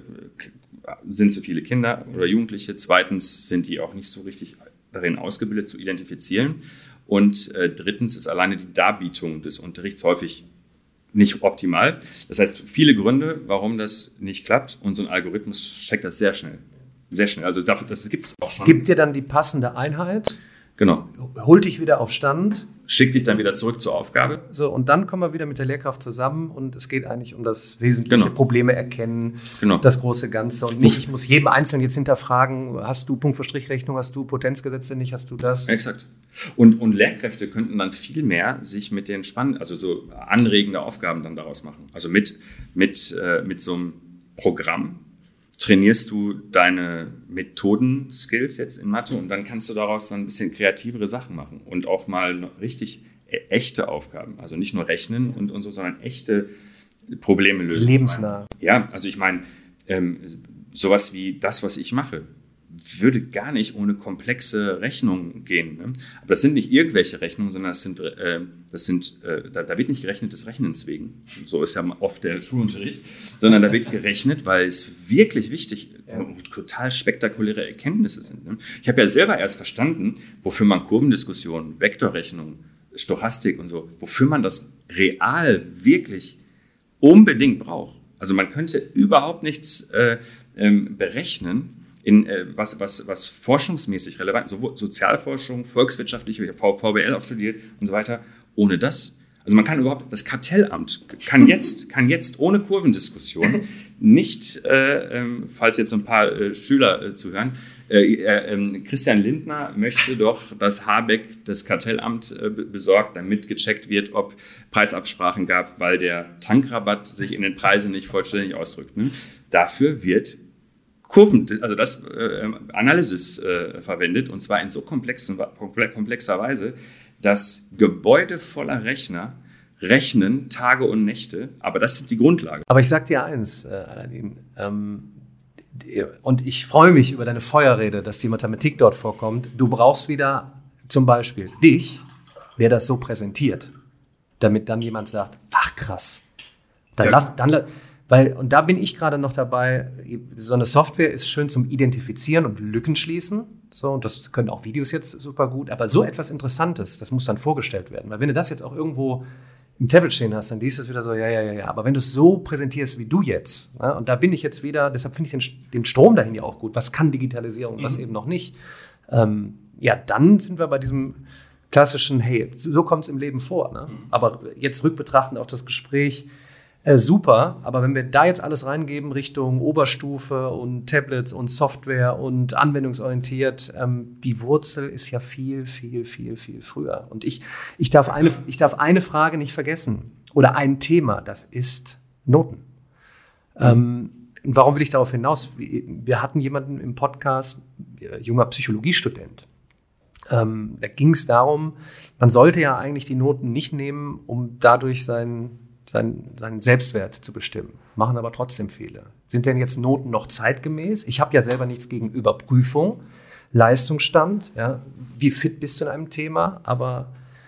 sind zu viele Kinder oder Jugendliche. Zweitens sind die auch nicht so richtig darin ausgebildet zu identifizieren. Und äh, drittens ist alleine die Darbietung des Unterrichts häufig nicht optimal. Das heißt, viele Gründe, warum das nicht klappt. Und so ein Algorithmus checkt das sehr schnell. Sehr schnell. Also dafür, das gibt es auch schon. Gibt dir dann die passende Einheit. Genau. Holt dich wieder auf Stand. Schickt dich dann wieder zurück zur Aufgabe. So, und dann kommen wir wieder mit der Lehrkraft zusammen und es geht eigentlich um das Wesentliche, genau. Probleme erkennen, genau. das große Ganze und nicht, ich muss jedem Einzelnen jetzt hinterfragen, hast du Punkt- für Strichrechnung, hast du Potenzgesetze nicht, hast du das? Exakt. Und, und Lehrkräfte könnten dann viel mehr sich mit den spannenden, also so anregende Aufgaben dann daraus machen. Also mit, mit, äh, mit so einem Programm trainierst du deine Methoden-Skills jetzt in Mathe und dann kannst du daraus dann ein bisschen kreativere Sachen machen und auch mal richtig echte Aufgaben. Also nicht nur rechnen und, und so, sondern echte Probleme lösen. Lebensnah. Ja, also ich meine, ähm, sowas wie das, was ich mache, würde gar nicht ohne komplexe Rechnungen gehen. Ne? Aber das sind nicht irgendwelche Rechnungen, sondern das sind, äh, das sind äh, da, da wird nicht gerechnet des Rechnens wegen. So ist ja oft der Schulunterricht, sondern da wird gerechnet, weil es wirklich wichtig und total spektakuläre Erkenntnisse sind. Ne? Ich habe ja selber erst verstanden, wofür man Kurvendiskussionen, Vektorrechnungen, Stochastik und so, wofür man das real wirklich unbedingt braucht. Also man könnte überhaupt nichts äh, ähm, berechnen, in äh, was, was, was forschungsmäßig relevant ist, so Sozialforschung, volkswirtschaftliche, V W L auch studiert und so weiter, ohne das. Also man kann überhaupt, das Kartellamt kann jetzt, kann jetzt ohne Kurvendiskussion nicht, äh, ähm, falls jetzt so ein paar äh, Schüler äh, zuhören, äh, äh, Christian Lindner möchte doch, dass Habeck das Kartellamt äh, besorgt, damit gecheckt wird, ob Preisabsprachen gab, weil der Tankrabatt sich in den Preisen nicht vollständig ausdrückt. Ne? Dafür wird Kurven, also das äh, Analysis äh, verwendet und zwar in so komplexen, komplexer Weise, dass Gebäude voller Rechner rechnen Tage und Nächte, aber das ist die Grundlage. Aber ich sag dir eins, äh, Aladin, ähm, und ich freue mich über deine Feuerrede, dass die Mathematik dort vorkommt. Du brauchst wieder zum Beispiel dich, der das so präsentiert, damit dann jemand sagt, ach krass, dann ja. lass, dann Weil, und da bin ich gerade noch dabei, so eine Software ist schön zum Identifizieren und Lücken schließen. So, und das können auch Videos jetzt super gut. Aber so etwas Interessantes, das muss dann vorgestellt werden. Weil wenn du das jetzt auch irgendwo im Tablet stehen hast, dann liest es wieder so, ja, ja, ja, ja. Aber wenn du es so präsentierst wie du jetzt, ne, und da bin ich jetzt wieder, deshalb finde ich den, den Strom dahin ja auch gut. Was kann Digitalisierung, was mhm. eben noch nicht? Ähm, ja, dann sind wir bei diesem klassischen, hey, so kommt es im Leben vor. Ne? Mhm. Aber jetzt rückbetrachtend auf das Gespräch, Äh, super, aber wenn wir da jetzt alles reingeben Richtung Oberstufe und Tablets und Software und anwendungsorientiert, ähm, die Wurzel ist ja viel, viel, viel, viel früher. Und ich, ich, darf eine, ich darf eine Frage nicht vergessen oder ein Thema, das ist Noten. Ähm, und warum will ich darauf hinaus? Wir hatten jemanden im Podcast, junger Psychologiestudent, Ähm, da ging es darum, man sollte ja eigentlich die Noten nicht nehmen, um dadurch seinen, seinen, seinen Selbstwert zu bestimmen, machen aber trotzdem Fehler. Sind denn jetzt Noten noch zeitgemäß? Ich habe ja selber nichts gegen Überprüfung, Leistungsstand, ja, wie fit bist du in einem Thema, aber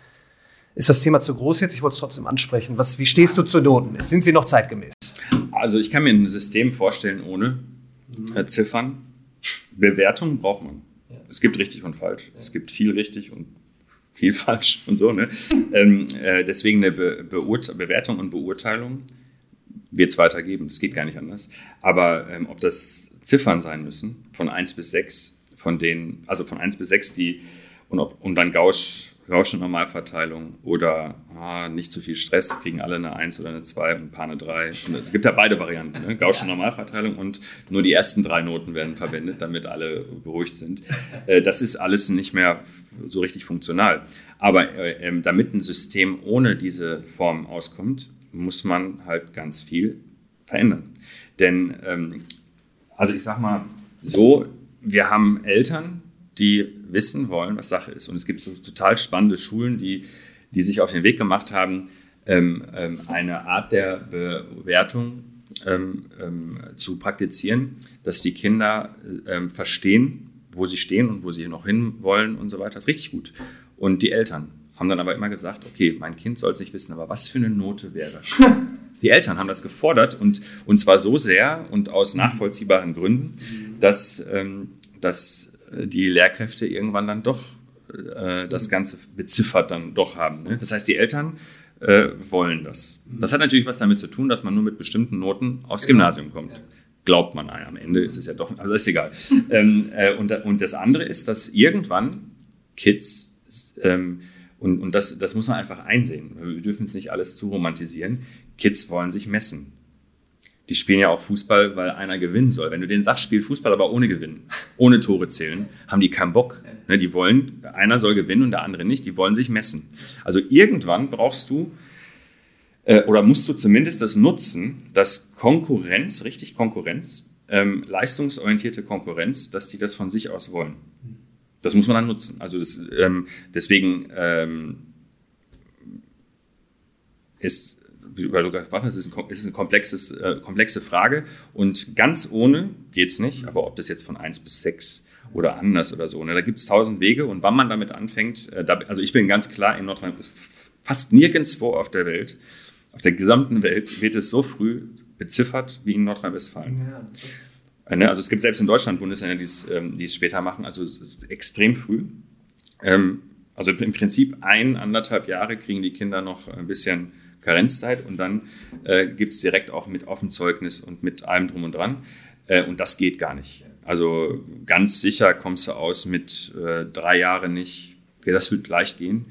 ist das Thema zu groß jetzt? Ich wollte es trotzdem ansprechen. Was, wie stehst du zu Noten? Sind sie noch zeitgemäß? Also ich kann mir ein System vorstellen ohne äh, Ziffern. Bewertung braucht man. Ja. Es gibt richtig und falsch. Ja. Es gibt viel richtig und viel falsch und so. Ne? ähm, äh, deswegen eine Be- Beurt- Bewertung und Beurteilung wird es weitergeben. Das geht gar nicht anders. Aber ähm, ob das Ziffern sein müssen, von eins bis sechs, von denen, also von eins bis sechs, die und, ob, und dann Gauß, Gaußsche Normalverteilung oder ah, nicht zu viel Stress, kriegen alle eine eins oder eine zwei und ein paar eine drei. Und es gibt ja beide Varianten, ne? Gaußsche Normalverteilung und nur die ersten drei Noten werden verwendet, damit alle beruhigt sind. Äh, das ist alles nicht mehr so richtig funktional. Aber äh, damit ein System ohne diese Form auskommt, muss man halt ganz viel verändern. Denn, ähm, also ich sag mal so, wir haben Eltern, die wissen wollen, was Sache ist. Und es gibt so total spannende Schulen, die, die sich auf den Weg gemacht haben, ähm, ähm, eine Art der Bewertung ähm, ähm, zu praktizieren, dass die Kinder ähm, verstehen, wo sie stehen und wo sie noch hin wollen und so weiter. Das ist richtig gut. Und die Eltern haben dann aber immer gesagt, okay, mein Kind soll es nicht wissen, aber was für eine Note wäre? Die Eltern haben das gefordert und, und zwar so sehr und aus nachvollziehbaren Gründen, dass, ähm, dass die Lehrkräfte irgendwann dann doch äh, das Ganze beziffert dann doch haben. Ne? Das heißt, die Eltern äh, wollen das. Das hat natürlich was damit zu tun, dass man nur mit bestimmten Noten aufs Gymnasium kommt. Glaubt man, am Ende ist es ja doch, also ist egal. ähm, äh, und, und das andere ist, dass irgendwann Kids, ähm, und, und das, das muss man einfach einsehen, wir dürfen es nicht alles zu romantisieren, Kids wollen sich messen. Die spielen ja auch Fußball, weil einer gewinnen soll. Wenn du denen sagst, spiel Fußball, aber ohne gewinnen, ohne Tore zählen, haben die keinen Bock. Ne, die wollen, einer soll gewinnen und der andere nicht. Die wollen sich messen. Also irgendwann brauchst du äh, oder musst du zumindest das nutzen, dass Konkurrenz, richtig Konkurrenz, ähm, leistungsorientierte Konkurrenz, dass die das von sich aus wollen. Das muss man dann nutzen. Also das, ähm, deswegen ähm, ist weil du gefragt hast, ist eine, ist eine komplexes, äh, komplexe Frage und ganz ohne geht's nicht, aber ob das jetzt von eins bis sechs oder anders oder so, ne, da gibt es tausend Wege und wann man damit anfängt, äh, da, also ich bin ganz klar in Nordrhein-Westfalen, fast nirgendwo auf der Welt, auf der gesamten Welt wird es so früh beziffert wie in Nordrhein-Westfalen. Ja, äh, ne, also es gibt selbst in Deutschland Bundesländer, die es, ähm, die es später machen, also extrem früh. Ähm, also im Prinzip ein, anderthalb Jahre kriegen die Kinder noch ein bisschen Karenzzeit und dann äh, gibt es direkt auch mit auf dem Zeugnis und mit allem drum und dran. Äh, und das geht gar nicht. Also ganz sicher kommst du aus mit äh, drei Jahren nicht. Okay, das wird leicht gehen.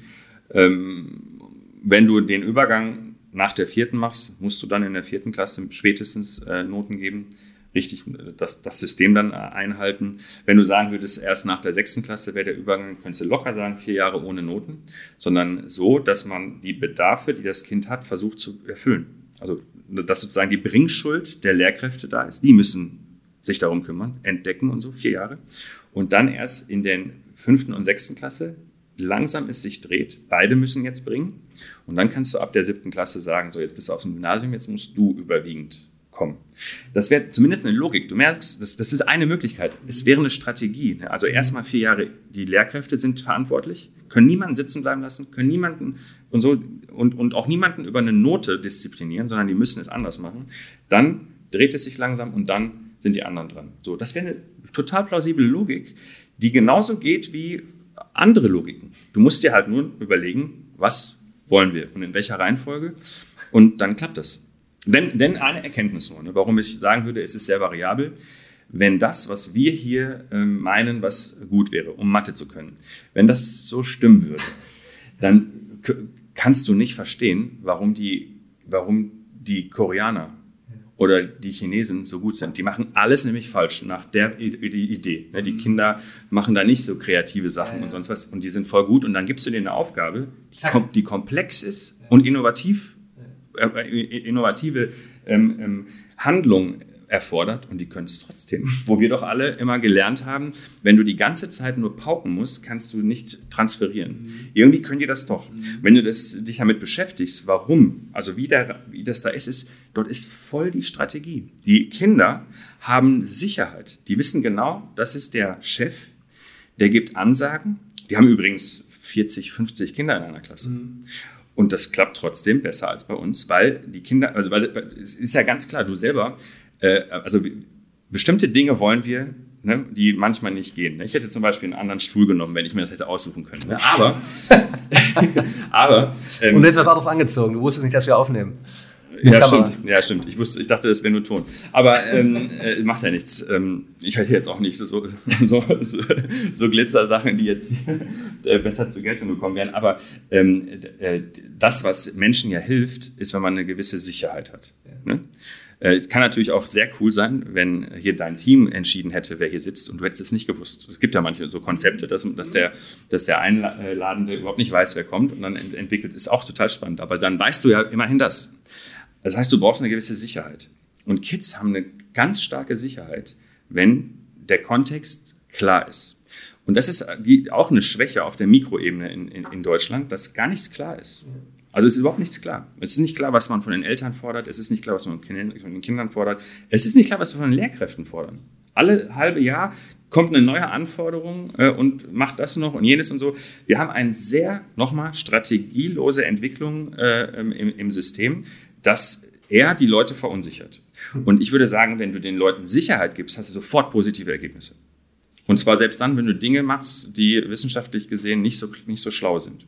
Ähm, wenn du den Übergang nach der vierten machst, musst du dann in der vierten Klasse spätestens äh, Noten geben. Richtig das, das System dann einhalten. Wenn du sagen würdest, erst nach der sechsten Klasse wäre der Übergang, könntest du locker sagen, vier Jahre ohne Noten, sondern so, dass man die Bedarfe, die das Kind hat, versucht zu erfüllen. Also, dass sozusagen die Bringschuld der Lehrkräfte da ist, die müssen sich darum kümmern, entdecken und so, vier Jahre. Und dann erst in den fünften und sechsten Klasse langsam es sich dreht, beide müssen jetzt bringen. Und dann kannst du ab der siebten Klasse sagen, so jetzt bist du auf dem Gymnasium, jetzt musst du überwiegend kommen. Das wäre zumindest eine Logik. Du merkst, das, das ist eine Möglichkeit. Es wäre eine Strategie. Ne? Also erstmal vier Jahre, die Lehrkräfte sind verantwortlich, können niemanden sitzen bleiben lassen, können niemanden und so und, und auch niemanden über eine Note disziplinieren, sondern die müssen es anders machen. Dann dreht es sich langsam und dann sind die anderen dran. So, das wäre eine total plausible Logik, die genauso geht wie andere Logiken. Du musst dir halt nur überlegen, was wollen wir und in welcher Reihenfolge und dann klappt das. Denn, denn eine Erkenntnis nur, ne, warum ich sagen würde, es ist sehr variabel, wenn das, was wir hier ähm, meinen, was gut wäre, um Mathe zu können, wenn das so stimmen würde, dann k- kannst du nicht verstehen, warum die, warum die Koreaner oder die Chinesen so gut sind. Die machen alles nämlich falsch nach der Idee. Ne, die Kinder machen da nicht so kreative Sachen und sonst was und die sind voll gut und dann gibst du denen eine Aufgabe, die, kom- die komplex ist und innovativ innovative ähm, ähm, Handlung erfordert und die können es trotzdem. Wo wir doch alle immer gelernt haben, wenn du die ganze Zeit nur pauken musst, kannst du nicht transferieren. Mhm. Irgendwie können die das doch. Mhm. Wenn du das, dich damit beschäftigst, warum, also wie, der, wie das da ist, ist, dort ist voll die Strategie. Die Kinder haben Sicherheit. Die wissen genau, das ist der Chef, der gibt Ansagen. Die haben übrigens vierzig, fünfzig Kinder in einer Klasse. Mhm. Und das klappt trotzdem besser als bei uns, weil die Kinder, also weil, weil es ist ja ganz klar, du selber, äh, also bestimmte Dinge wollen wir, ne, die manchmal nicht gehen. Ne? Ich hätte zum Beispiel einen anderen Stuhl genommen, wenn ich mir das hätte aussuchen können. Ne? Aber, aber ähm, und du hättest was anderes angezogen. Du wusstest nicht, dass wir aufnehmen. Ja, stimmt. Ja, stimmt. Ich wusste, ich dachte, das wäre nur Ton. Aber ähm, äh, macht ja nichts. Ähm, ich hätte jetzt auch nicht so, so, so, so Glitzersachen, die jetzt äh, besser zur Geltung gekommen wären. Aber ähm, äh, das, was Menschen ja hilft, ist, wenn man eine gewisse Sicherheit hat. Ne? Äh, es kann natürlich auch sehr cool sein, wenn hier dein Team entschieden hätte, wer hier sitzt und du hättest es nicht gewusst. Es gibt ja manche so Konzepte, dass, dass, der, dass der Einladende überhaupt nicht weiß, wer kommt und dann entwickelt, ist auch total spannend. Aber dann weißt du ja immerhin das. Das heißt, du brauchst eine gewisse Sicherheit. Und Kids haben eine ganz starke Sicherheit, wenn der Kontext klar ist. Und das ist die, auch eine Schwäche auf der Mikroebene in, in, in Deutschland, dass gar nichts klar ist. Also es ist überhaupt nichts klar. Es ist nicht klar, was man von den Eltern fordert. Es ist nicht klar, was man von den Kindern fordert. Es ist nicht klar, was wir von den Lehrkräften fordern. Alle halbe Jahr kommt eine neue Anforderung äh, und macht das noch und jenes und so. Wir haben eine sehr, nochmal, strategielose Entwicklung äh, im, im System, dass er die Leute verunsichert. Und ich würde sagen, wenn du den Leuten Sicherheit gibst, hast du sofort positive Ergebnisse. Und zwar selbst dann, wenn du Dinge machst, die wissenschaftlich gesehen nicht so, nicht so schlau sind.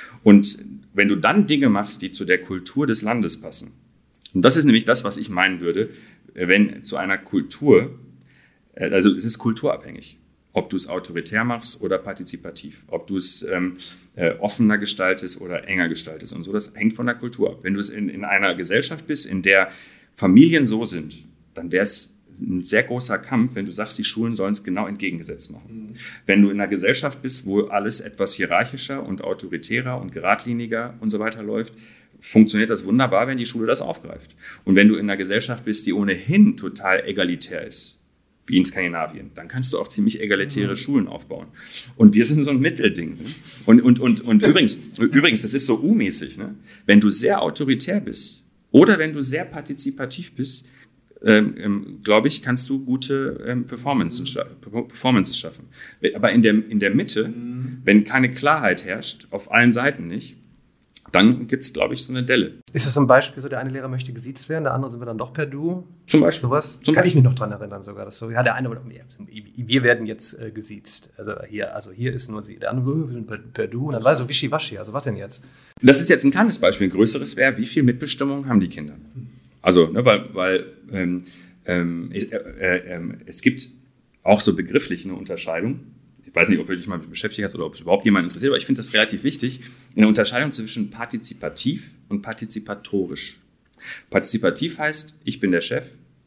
Und wenn du dann Dinge machst, die zu der Kultur des Landes passen. Und das ist nämlich das, was ich meinen würde, wenn zu einer Kultur, also es ist kulturabhängig, ob du es autoritär machst oder partizipativ, ob du es ähm, äh, offener gestaltest oder enger gestaltest und so, das hängt von der Kultur ab. Wenn du es in, in einer Gesellschaft bist, in der Familien so sind, dann wäre es ein sehr großer Kampf, wenn du sagst, die Schulen sollen es genau entgegengesetzt machen. Mhm. Wenn du in einer Gesellschaft bist, wo alles etwas hierarchischer und autoritärer und geradliniger und so weiter läuft, funktioniert das wunderbar, wenn die Schule das aufgreift. Und wenn du in einer Gesellschaft bist, die ohnehin total egalitär ist, wie in Skandinavien, dann kannst du auch ziemlich egalitäre mhm. Schulen aufbauen. Und wir sind so ein Mittelding. Ne? Und, und, und, und übrigens, übrigens, das ist so U-mäßig, ne? Wenn du sehr autoritär bist oder wenn du sehr partizipativ bist, ähm, ähm, glaube ich, kannst du gute ähm, Performances, scha- Performances schaffen. Aber in der, in der Mitte, mhm. wenn keine Klarheit herrscht, auf allen Seiten nicht, dann gibt es, glaube ich, so eine Delle. Ist das so ein Beispiel, so der eine Lehrer möchte gesiezt werden, der andere sind wir dann doch per Du? Zum Beispiel. Sowas? Zum Kann Beispiel. ich mich noch dran erinnern sogar. Dass so, ja, der eine, wir werden jetzt äh, gesiezt. Also hier, also hier ist nur sie. Der andere, wir sind per, per Du. Und dann war so wischiwaschi. Also was denn jetzt? Das ist jetzt ein kleines Beispiel. Ein größeres wäre, wie viel Mitbestimmung haben die Kinder? Also, ne, weil, weil ähm, ähm, äh, äh, äh, es gibt auch so begrifflich eine Unterscheidung. Ich weiß nicht, ob du dich mal beschäftigt hast oder ob es überhaupt jemand interessiert, aber ich finde das relativ wichtig, eine Unterscheidung zwischen partizipativ und partizipatorisch. Partizipativ heißt, ich bin der Chef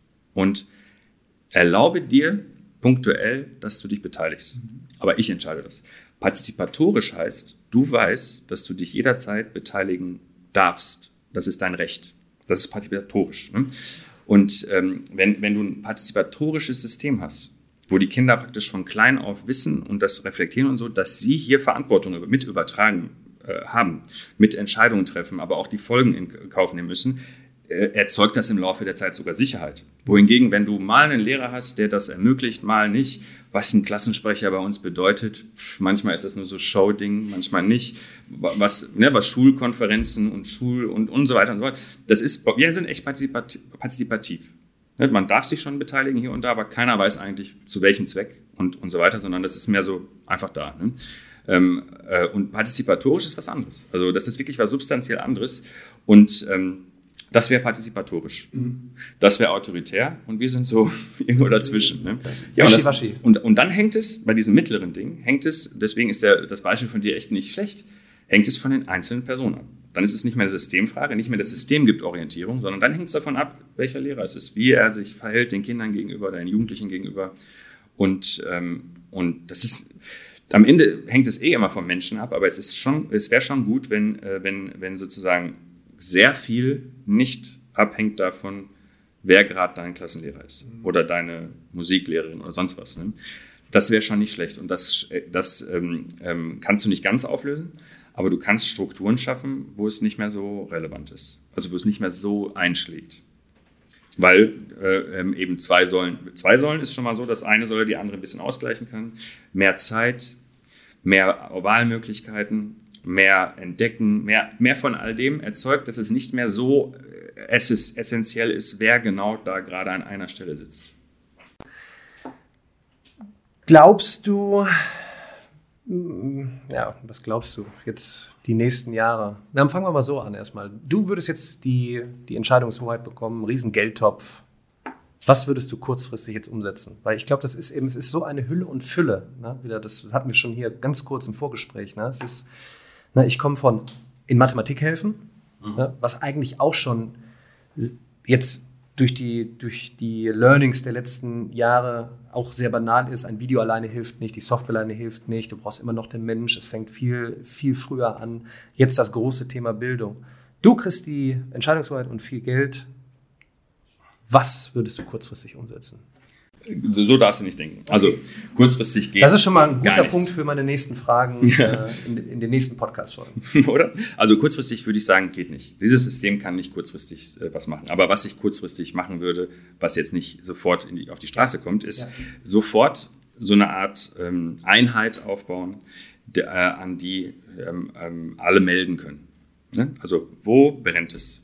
und erlaube dir punktuell, dass du dich beteiligst. Aber ich entscheide das. Partizipatorisch heißt, du weißt, dass du dich jederzeit beteiligen darfst. Das ist dein Recht. Das ist partizipatorisch. Ne? Und ähm, wenn, wenn du ein partizipatorisches System hast, wo die Kinder praktisch von klein auf wissen und das reflektieren und so, dass sie hier Verantwortung mit übertragen äh, haben, mit Entscheidungen treffen, aber auch die Folgen in Kauf nehmen müssen, äh, erzeugt das im Laufe der Zeit sogar Sicherheit. Wohingegen, wenn du mal einen Lehrer hast, der das ermöglicht, mal nicht, was ein Klassensprecher bei uns bedeutet, manchmal ist das nur so Show-Ding, manchmal nicht, was, ne, was Schulkonferenzen und Schul und, und so weiter und so weiter, das ist, wir sind echt partizipativ. Man darf sich schon beteiligen hier und da, aber keiner weiß eigentlich, zu welchem Zweck und, und so weiter, sondern das ist mehr so einfach da. Ne? Ähm, äh, und partizipatorisch ist was anderes. Also das ist wirklich was substanziell anderes und ähm, das wäre partizipatorisch. Mhm. Das wäre autoritär und wir sind so irgendwo dazwischen. Ne? Ja, und, das, und, und dann hängt es, bei diesem mittleren Ding, hängt es, deswegen ist der, das Beispiel von dir echt nicht schlecht, hängt es von den einzelnen Personen ab. Dann ist es nicht mehr eine Systemfrage, nicht mehr das System gibt Orientierung, sondern dann hängt es davon ab, welcher Lehrer es ist, wie er sich verhält den Kindern gegenüber, den Jugendlichen gegenüber. Und, ähm, und das ist, am Ende hängt es eh immer vom Menschen ab, aber es ist schon, es wäre schon gut, wenn, äh, wenn, wenn sozusagen sehr viel nicht abhängt davon, wer gerade dein Klassenlehrer ist oder deine Musiklehrerin oder sonst was. Ne? Das wäre schon nicht schlecht und das, das ähm, ähm, kannst du nicht ganz auflösen, aber du kannst Strukturen schaffen, wo es nicht mehr so relevant ist, also wo es nicht mehr so einschlägt. Weil äh, ähm, eben zwei Säulen, zwei Säulen ist schon mal so, dass eine Säule die andere ein bisschen ausgleichen kann. Mehr Zeit, mehr Wahlmöglichkeiten, mehr Entdecken, mehr, mehr von all dem erzeugt, dass es nicht mehr so äh, ess- essentiell ist, wer genau da gerade an einer Stelle sitzt. Glaubst du, ja, was glaubst du jetzt die nächsten Jahre? Dann fangen wir mal so an erstmal. Du würdest jetzt die, die Entscheidungshoheit bekommen, einen riesen Geldtopf. Was würdest du kurzfristig jetzt umsetzen? Weil ich glaube, das ist eben, es ist so eine Hülle und Fülle. Ne? Wieder, das hatten wir schon hier ganz kurz im Vorgespräch. Ne? Es ist, ne, ich komme von in Mathematik helfen, mhm. ne, was eigentlich auch schon jetzt durch die, durch die Learnings der letzten Jahre auch sehr banal ist. Ein Video alleine hilft nicht, die Software alleine hilft nicht. Du brauchst immer noch den Mensch. Es fängt viel, viel früher an. Jetzt das große Thema Bildung. Du kriegst die Entscheidungshoheit und viel Geld. Was würdest du kurzfristig umsetzen? So, so darfst du nicht denken. Also okay. Kurzfristig geht das ist schon mal ein guter nichts. Punkt für meine nächsten Fragen ja. äh, in, in den nächsten Podcast-Folgen. Oder? Also kurzfristig würde ich sagen, geht nicht. Dieses System kann nicht kurzfristig äh, was machen. Aber was ich kurzfristig machen würde, was jetzt nicht sofort in die, auf die Straße kommt, ist ja. sofort so eine Art ähm, Einheit aufbauen, der, äh, an die ähm, ähm, alle melden können. Ne? Also wo brennt es?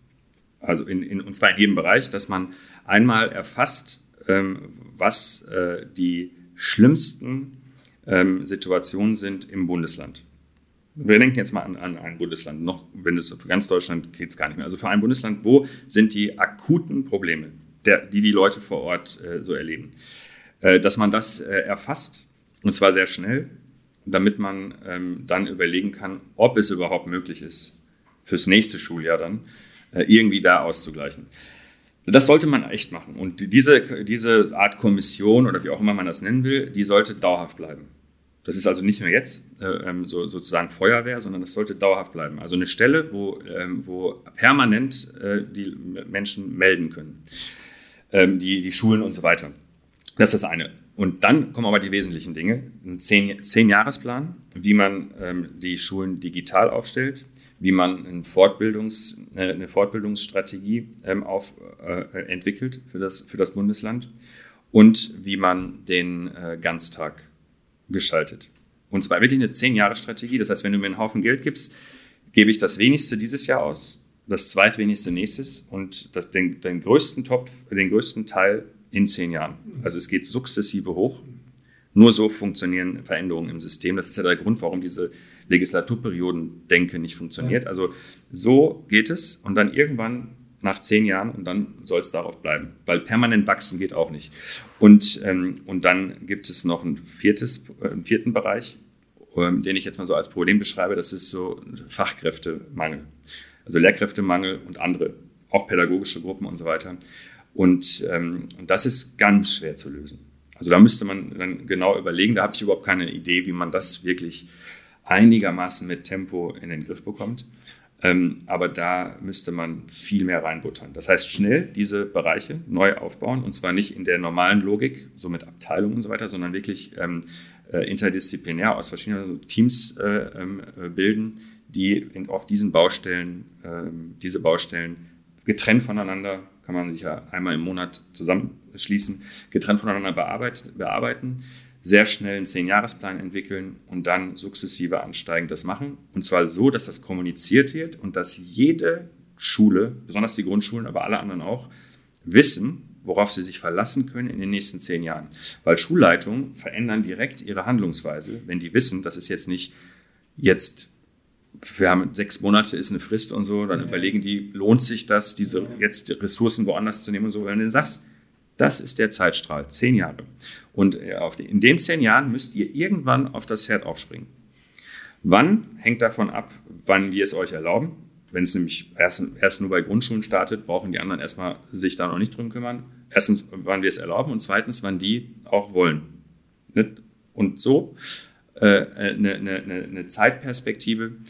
Also in, in, und zwar in jedem Bereich, dass man einmal erfasst, ähm, was äh, die schlimmsten ähm, Situationen sind im Bundesland. Wir denken jetzt mal an, an ein Bundesland, noch wenn es für ganz Deutschland geht es gar nicht mehr. Also für ein Bundesland, wo sind die akuten Probleme, der, die die Leute vor Ort äh, so erleben? Äh, dass man das äh, erfasst, und zwar sehr schnell, damit man ähm, dann überlegen kann, ob es überhaupt möglich ist, fürs nächste Schuljahr dann, irgendwie da auszugleichen. Das sollte man echt machen. Und diese, diese Art Kommission oder wie auch immer man das nennen will, die sollte dauerhaft bleiben. Das ist also nicht nur jetzt äh, so, sozusagen Feuerwehr, sondern das sollte dauerhaft bleiben. Also eine Stelle, wo, ähm, wo permanent äh, die Menschen melden können. Ähm, die, die Schulen und so weiter. Das ist das eine. Und dann kommen aber die wesentlichen Dinge. Ein Zehn-Jahresplan, wie man ähm, die Schulen digital aufstellt, wie man eine, Fortbildungs, äh, eine Fortbildungsstrategie ähm, auf, äh, entwickelt für das, für das Bundesland und wie man den äh, Ganztag gestaltet. Und zwar wirklich eine zehn-Jahre-Strategie. Das heißt, wenn du mir einen Haufen Geld gibst, gebe ich das wenigste dieses Jahr aus, das zweitwenigste nächstes und das, den, den größten Topf, den größten Teil in zehn Jahren. Also es geht sukzessive hoch. Nur so funktionieren Veränderungen im System. Das ist ja der Grund, warum diese Legislaturperioden-Denke nicht funktioniert. Also so geht es und dann irgendwann nach zehn Jahren und dann soll es darauf bleiben, weil permanent wachsen geht auch nicht. Und, ähm, und dann gibt es noch ein viertes, äh, einen vierten Bereich, ähm, den ich jetzt mal so als Problem beschreibe, das ist so Fachkräftemangel. Also Lehrkräftemangel und andere, auch pädagogische Gruppen und so weiter. Und, ähm, und das ist ganz schwer zu lösen. Also da müsste man dann genau überlegen, da habe ich überhaupt keine Idee, wie man das wirklich einigermaßen mit Tempo in den Griff bekommt. Ähm, aber da müsste man viel mehr reinbuttern. Das heißt, schnell diese Bereiche neu aufbauen und zwar nicht in der normalen Logik, so mit Abteilungen und so weiter, sondern wirklich ähm, äh, interdisziplinär aus verschiedenen Teams äh, äh, bilden, die in, auf diesen Baustellen, äh, diese Baustellen getrennt voneinander, kann man sich ja einmal im Monat zusammenschließen, getrennt voneinander bearbeit, bearbeiten, sehr schnell einen Zehn-Jahresplan entwickeln und dann sukzessive ansteigend das machen. Und zwar so, dass das kommuniziert wird und dass jede Schule, besonders die Grundschulen, aber alle anderen auch, wissen, worauf sie sich verlassen können in den nächsten zehn Jahren. Weil Schulleitungen verändern direkt ihre Handlungsweise, wenn die wissen, dass es jetzt nicht jetzt, wir haben sechs Monate, ist eine Frist und so, dann überlegen die, lohnt sich das, diese jetzt Ressourcen woanders zu nehmen und so. Wenn du sagst, das ist der Zeitstrahl, zehn Jahre. Und in den zehn Jahren müsst ihr irgendwann auf das Pferd aufspringen. Wann, hängt davon ab, wann wir es euch erlauben. Wenn es nämlich erst, erst nur bei Grundschulen startet, brauchen die anderen erstmal sich da noch nicht drum kümmern. Erstens, wann wir es erlauben und zweitens, wann die auch wollen. Und so äh, eine, eine, eine Zeitperspektive.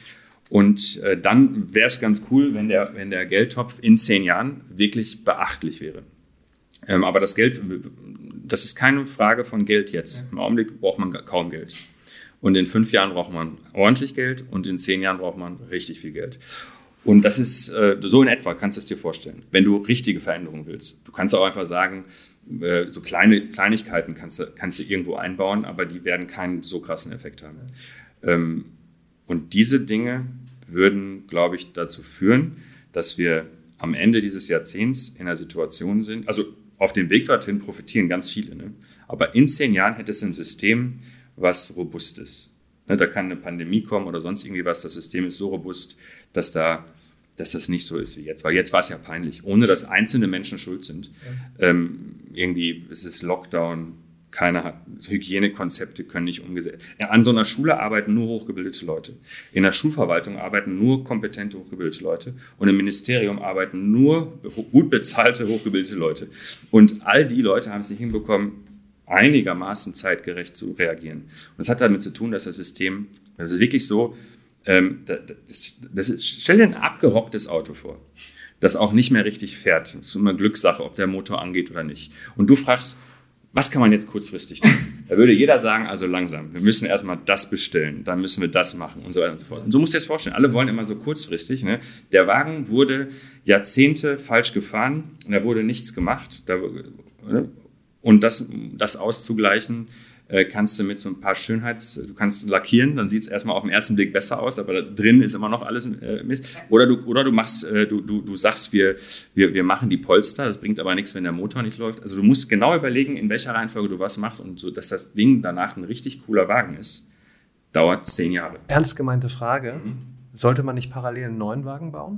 Und äh, dann wäre es ganz cool, wenn der, wenn der Geldtopf in zehn Jahren wirklich beachtlich wäre. Ähm, aber das Geld, das ist keine Frage von Geld jetzt. Im Augenblick braucht man kaum Geld. Und in fünf Jahren braucht man ordentlich Geld und in zehn Jahren braucht man richtig viel Geld. Und das ist äh, so in etwa, kannst du es dir vorstellen, wenn du richtige Veränderungen willst. Du kannst auch einfach sagen, äh, so kleine Kleinigkeiten kannst du, kannst du irgendwo einbauen, aber die werden keinen so krassen Effekt haben. Ähm, und diese Dinge würden, glaube ich, dazu führen, dass wir am Ende dieses Jahrzehnts in einer Situation sind, also auf dem Weg dorthin profitieren ganz viele, ne? Aber in zehn Jahren hätte es ein System, was robust ist. Ne, da kann eine Pandemie kommen oder sonst irgendwie was. Das System ist so robust, dass, da, dass das nicht so ist wie jetzt. Weil jetzt war es ja peinlich, ohne dass einzelne Menschen schuld sind. Ja. Ähm, irgendwie, es ist Lockdown, keiner hat, Hygienekonzepte können nicht umgesetzt werden. Ja, an so einer Schule arbeiten nur hochgebildete Leute. In der Schulverwaltung arbeiten nur kompetente, hochgebildete Leute. Und im Ministerium arbeiten nur gut bezahlte, hochgebildete Leute. Und all die Leute haben es nicht hinbekommen, einigermaßen zeitgerecht zu reagieren. Und das hat damit zu tun, dass das System, das ist wirklich so, ähm, das, das ist, stell dir ein abgerocktes Auto vor, das auch nicht mehr richtig fährt. Das ist immer Glückssache, ob der Motor angeht oder nicht. Und du fragst, was kann man jetzt kurzfristig tun? Da würde jeder sagen, also langsam, wir müssen erstmal das bestellen, dann müssen wir das machen und so weiter und so fort. Und so musst du dir das vorstellen, alle wollen immer so kurzfristig. Ne? Der Wagen wurde Jahrzehnte falsch gefahren und da wurde nichts gemacht. Da, ne? Und das, das auszugleichen, äh, kannst du mit so ein paar Schönheits... Du kannst lackieren, dann sieht es erstmal auf den ersten Blick besser aus, aber da drin ist immer noch alles äh, Mist. Oder du, oder du machst, äh, du, du, du sagst, wir, wir, wir machen die Polster, das bringt aber nichts, wenn der Motor nicht läuft. Also du musst genau überlegen, in welcher Reihenfolge du was machst und so, dass das Ding danach ein richtig cooler Wagen ist. Dauert zehn Jahre. Ernst gemeinte Frage. Mhm. Sollte man nicht parallel einen neuen Wagen bauen?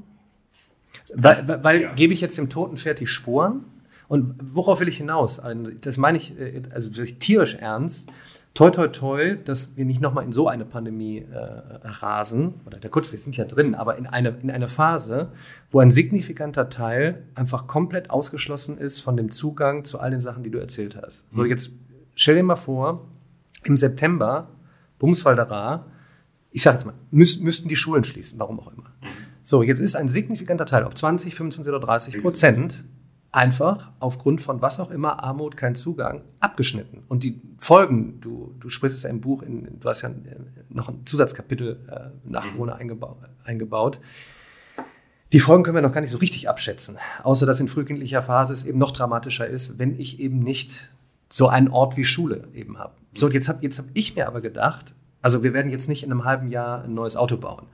Das, weil weil ja. Gebe ich jetzt dem toten Pferd die Sporen? Und worauf will ich hinaus? Das meine ich also tierisch ernst. Toi, toi, toi, dass wir nicht nochmal in so eine Pandemie äh, rasen. Oder der Kurz, wir sind ja drin, aber in eine, in eine Phase, wo ein signifikanter Teil einfach komplett ausgeschlossen ist von dem Zugang zu all den Sachen, die du erzählt hast. So, jetzt stell dir mal vor, im September, Bumsfalderer, ich sage jetzt mal, müß, müssten die Schulen schließen, warum auch immer. So, jetzt ist ein signifikanter Teil, ob zwanzig, fünfundzwanzig oder dreißig Prozent, einfach aufgrund von was auch immer, Armut, kein Zugang, abgeschnitten. Und die Folgen, du, du sprichst es ja im Buch, in, du hast ja noch ein Zusatzkapitel äh, nach Corona eingebaut, eingebaut. Die Folgen können wir noch gar nicht so richtig abschätzen, außer dass in frühkindlicher Phase es eben noch dramatischer ist, wenn ich eben nicht so einen Ort wie Schule eben habe. So, jetzt habe jetzt hab ich mir aber gedacht, also wir werden jetzt nicht in einem halben Jahr ein neues Auto bauen,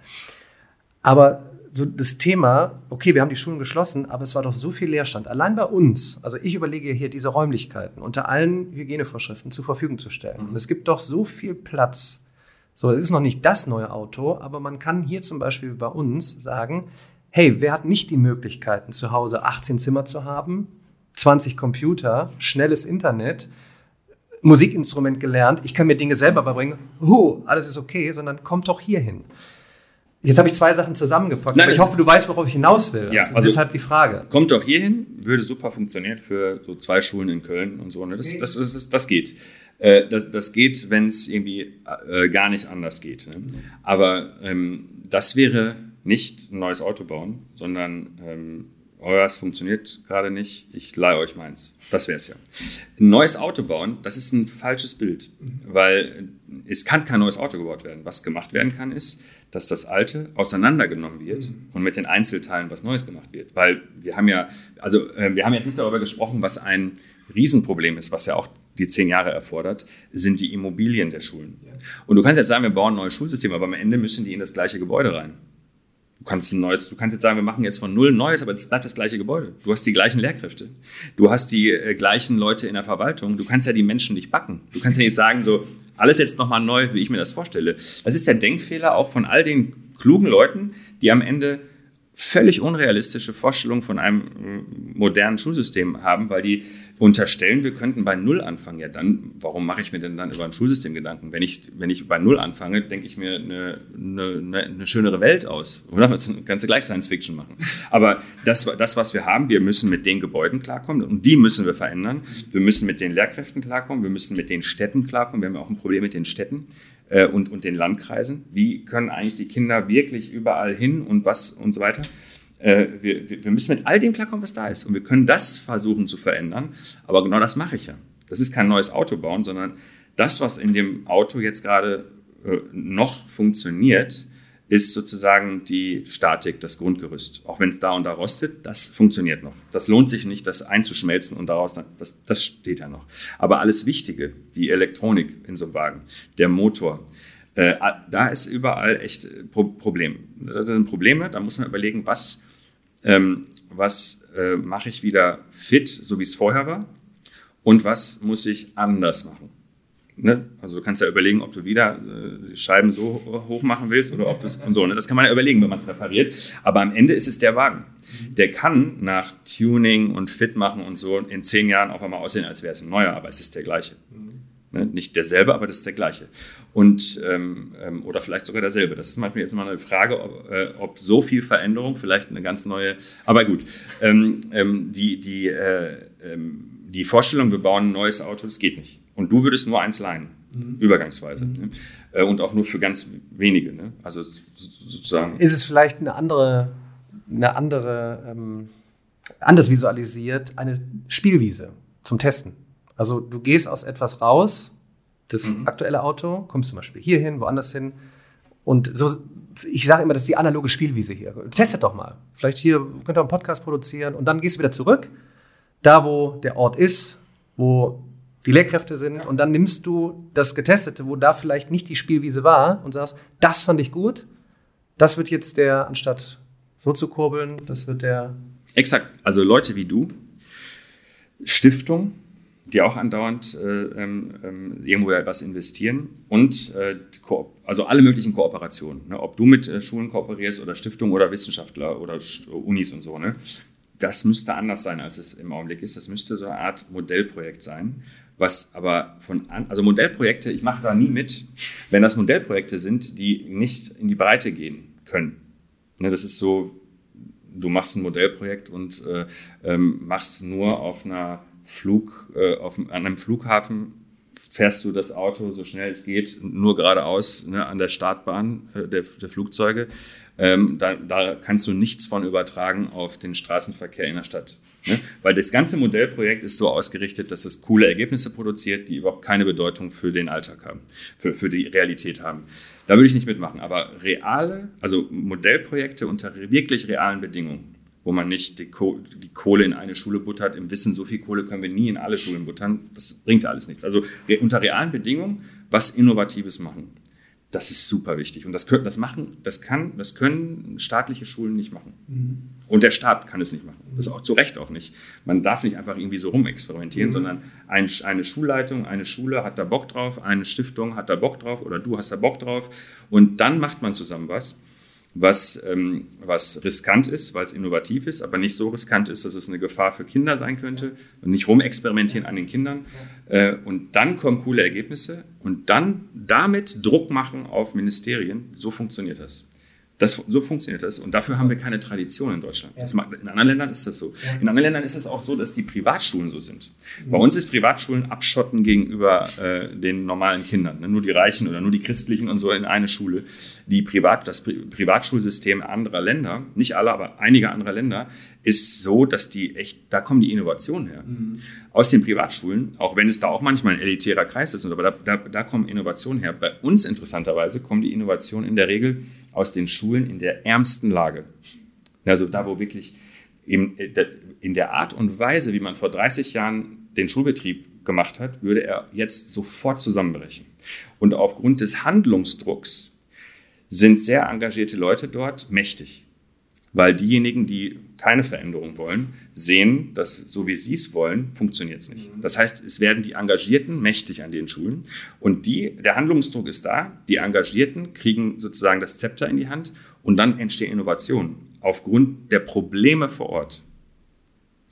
aber so das Thema, okay, wir haben die Schulen geschlossen, aber es war doch so viel Leerstand. Allein bei uns, also ich überlege hier, diese Räumlichkeiten unter allen Hygienevorschriften zur Verfügung zu stellen. Und es gibt doch so viel Platz. So, es ist noch nicht das neue Auto, aber man kann hier zum Beispiel bei uns sagen, hey, wer hat nicht die Möglichkeiten, zu Hause achtzehn Zimmer zu haben, zwanzig Computer, schnelles Internet, Musikinstrument gelernt, ich kann mir Dinge selber beibringen, huh, alles ist okay, sondern kommt doch hier hin. Jetzt habe ich zwei Sachen zusammengepackt, Nein, aber ich hoffe, du weißt, worauf ich hinaus will. Ja, also, also deshalb die Frage. Kommt doch hierhin, würde super funktionieren für so zwei Schulen in Köln und so. Ne? Das, okay. das, das, das, das geht. Äh, das, das geht, wenn es irgendwie äh, gar nicht anders geht. Ne? Mhm. Aber ähm, das wäre nicht ein neues Auto bauen, sondern ähm, euers funktioniert gerade nicht, ich leihe euch meins. Das wäre es ja. Ein neues Auto bauen, das ist ein falsches Bild, mhm. weil es kann kein neues Auto gebaut werden. Was gemacht werden kann, ist, dass das Alte auseinandergenommen wird mhm. und mit den Einzelteilen was Neues gemacht wird. Weil wir haben ja, also äh, wir haben jetzt nicht darüber gesprochen, was ein Riesenproblem ist, was ja auch die zehn Jahre erfordert, sind die Immobilien der Schulen. Ja. Und du kannst jetzt sagen, wir bauen ein neues Schulsystem, aber am Ende müssen die in das gleiche Gebäude rein. Du kannst ein neues, du kannst jetzt sagen, wir machen jetzt von null ein neues, aber es bleibt das gleiche Gebäude. Du hast die gleichen Lehrkräfte. Du hast die äh, gleichen Leute in der Verwaltung. Du kannst ja die Menschen nicht backen. Du kannst ja nicht sagen, so, alles jetzt nochmal neu, wie ich mir das vorstelle. Das ist der Denkfehler auch von all den klugen Leuten, die am Ende völlig unrealistische Vorstellungen von einem modernen Schulsystem haben, weil die unterstellen, wir könnten bei Null anfangen. Ja, dann, warum mache ich mir denn dann über ein Schulsystem Gedanken? Wenn ich, wenn ich bei Null anfange, denke ich mir eine, eine, eine schönere Welt aus. Oder? Das kannst du gleich Science Fiction machen. Aber das, das, was wir haben, wir müssen mit den Gebäuden klarkommen und die müssen wir verändern. Wir müssen mit den Lehrkräften klarkommen, wir müssen mit den Städten klarkommen. Wir haben auch ein Problem mit den Städten äh, und, und den Landkreisen. Wie können eigentlich die Kinder wirklich überall hin und was und so weiter? Wir, wir müssen mit all dem klarkommen, was da ist. Und wir können das versuchen zu verändern. Aber genau das mache ich ja. Das ist kein neues Auto bauen, sondern das, was in dem Auto jetzt gerade äh, noch funktioniert, ist sozusagen die Statik, das Grundgerüst. Auch wenn es da und da rostet, das funktioniert noch. Das lohnt sich nicht, das einzuschmelzen und daraus dann, das, das steht ja noch. Aber alles Wichtige, die Elektronik in so einem Wagen, der Motor, äh, da ist überall echt Pro- Problem. Das sind Probleme, da muss man überlegen, was Ähm, was äh, mache ich wieder fit, so wie es vorher war, und was muss ich anders machen. Ne? Also du kannst ja überlegen, ob du wieder äh, die Scheiben so hoch machen willst oder ob du es und so. Ne? Das kann man ja überlegen, wenn man es repariert. Aber am Ende ist es der Wagen. Der kann nach Tuning und Fit machen und so in zehn Jahren auf einmal aussehen, als wäre es ein neuer, aber es ist der gleiche. Ne? Nicht derselbe, aber das ist der gleiche. Und, ähm, ähm, oder vielleicht sogar derselbe. Das ist manchmal jetzt mal eine Frage, ob, äh, ob so viel Veränderung vielleicht eine ganz neue, aber gut. Ähm, ähm, die, die, äh, ähm, die Vorstellung, wir bauen ein neues Auto, das geht nicht. Und du würdest nur eins leihen, mhm. übergangsweise. Mhm. Ne? Äh, und auch nur für ganz wenige. Ne? Also sozusagen. Ist es vielleicht eine andere, eine andere ähm, anders visualisiert, eine Spielwiese zum Testen? Also du gehst aus etwas raus, das mhm. aktuelle Auto, kommst zum Beispiel hier hin, woanders hin. Und so, ich sage immer, das ist die analoge Spielwiese hier. Testet doch mal. Vielleicht hier könnt ihr einen Podcast produzieren und dann gehst du wieder zurück, da wo der Ort ist, wo die Lehrkräfte sind. Und dann nimmst du das Getestete, wo da vielleicht nicht die Spielwiese war und sagst, das fand ich gut. Das wird jetzt der, anstatt so zu kurbeln, das wird der... Exakt. Also Leute wie du, Stiftung, die auch andauernd äh, ähm, irgendwo etwas investieren und äh, Ko- also alle möglichen Kooperationen. Ne? Ob du mit äh, Schulen kooperierst oder Stiftungen oder Wissenschaftler oder St- Unis und so. Ne? Das müsste anders sein, als es im Augenblick ist. Das müsste so eine Art Modellprojekt sein. Was aber von an, also Modellprojekte, ich mache da nie mit, wenn das Modellprojekte sind, die nicht in die Breite gehen können. Ne? Das ist so, du machst ein Modellprojekt und äh, ähm, machst nur auf einer Flug, äh, auf, an einem Flughafen fährst du das Auto so schnell es geht, nur geradeaus, ne, an der Startbahn äh, der, der Flugzeuge. Ähm, da, da kannst du nichts von übertragen auf den Straßenverkehr in der Stadt. Ne? Weil das ganze Modellprojekt ist so ausgerichtet, dass es coole Ergebnisse produziert, die überhaupt keine Bedeutung für den Alltag haben, für, für die Realität haben. Da würde ich nicht mitmachen. Aber reale, also Modellprojekte unter wirklich realen Bedingungen, wo man nicht die, Koh- die Kohle in eine Schule buttert, im Wissen, so viel Kohle können wir nie in alle Schulen buttern, das bringt alles nichts. Also re- unter realen Bedingungen was Innovatives machen, das ist super wichtig. Und das können, das machen, das kann, das können staatliche Schulen nicht machen. Mhm. Und der Staat kann es nicht machen. Das ist auch zu Recht auch nicht. Man darf nicht einfach irgendwie so rumexperimentieren, mhm. sondern ein, eine Schulleitung, eine Schule hat da Bock drauf, eine Stiftung hat da Bock drauf oder du hast da Bock drauf. Und dann macht man zusammen was. Was, ähm, was riskant ist, weil es innovativ ist, aber nicht so riskant ist, dass es eine Gefahr für Kinder sein könnte und nicht rumexperimentieren an den Kindern. Äh, und dann kommen coole Ergebnisse und dann damit Druck machen auf Ministerien. So funktioniert das. Das, so funktioniert das und dafür haben wir keine Tradition in Deutschland. Das, in anderen Ländern ist das so. In anderen Ländern ist es auch so, dass die Privatschulen so sind. Bei uns ist Privatschulen abschotten gegenüber äh, den normalen Kindern. Ne? Nur die Reichen oder nur die Christlichen und so in eine Schule. Die Privat, das Pri- Privatschulsystem anderer Länder, nicht alle, aber einige anderer Länder, ist so, dass die echt, da kommen die Innovationen her. Mhm. Aus den Privatschulen, auch wenn es da auch manchmal ein elitärer Kreis ist, aber da, da, da kommen Innovationen her. Bei uns interessanterweise kommen die Innovationen in der Regel aus den Schulen in der ärmsten Lage. Also da, wo wirklich eben in der Art und Weise, wie man vor dreißig Jahren den Schulbetrieb gemacht hat, würde er jetzt sofort zusammenbrechen. Und aufgrund des Handlungsdrucks sind sehr engagierte Leute dort mächtig. Weil diejenigen, die keine Veränderung wollen, sehen, dass so wie sie es wollen, funktioniert es nicht. Das heißt, es werden die Engagierten mächtig an den Schulen und die, der Handlungsdruck ist da, die Engagierten kriegen sozusagen das Zepter in die Hand und dann entstehen Innovationen aufgrund der Probleme vor Ort.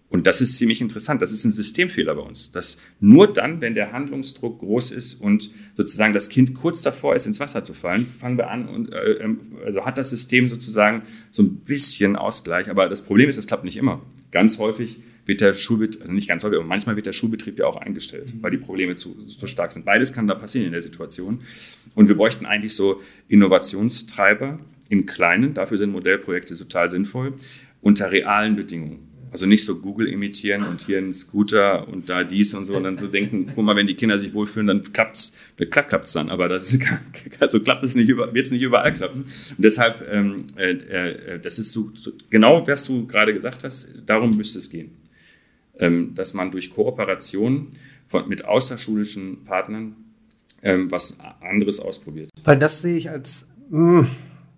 Und das ist ziemlich interessant. Das ist ein Systemfehler bei uns. Dass nur dann, wenn der Handlungsdruck groß ist und sozusagen das Kind kurz davor ist, ins Wasser zu fallen, fangen wir an und äh, also hat das System sozusagen so ein bisschen Ausgleich. Aber das Problem ist, das klappt nicht immer. Ganz häufig wird der Schulbetrieb, also nicht ganz häufig, aber manchmal wird der Schulbetrieb ja auch eingestellt, weil die Probleme zu, zu stark sind. Beides kann da passieren in der Situation. Und wir bräuchten eigentlich so Innovationstreiber im Kleinen. Dafür sind Modellprojekte total sinnvoll, unter realen Bedingungen. Also nicht so Google imitieren und hier ein Scooter und da dies und so und dann so denken, guck mal, wenn die Kinder sich wohlfühlen, dann klappt's, klappt klappt's dann. Aber das ist, also klappt es nicht, wird es nicht überall klappen. Und deshalb, ähm, äh, äh, das ist so, so genau, was du gerade gesagt hast, darum müsste es gehen. Ähm, dass man durch Kooperation von, mit außerschulischen Partnern ähm, was anderes ausprobiert. Weil das sehe ich als mh,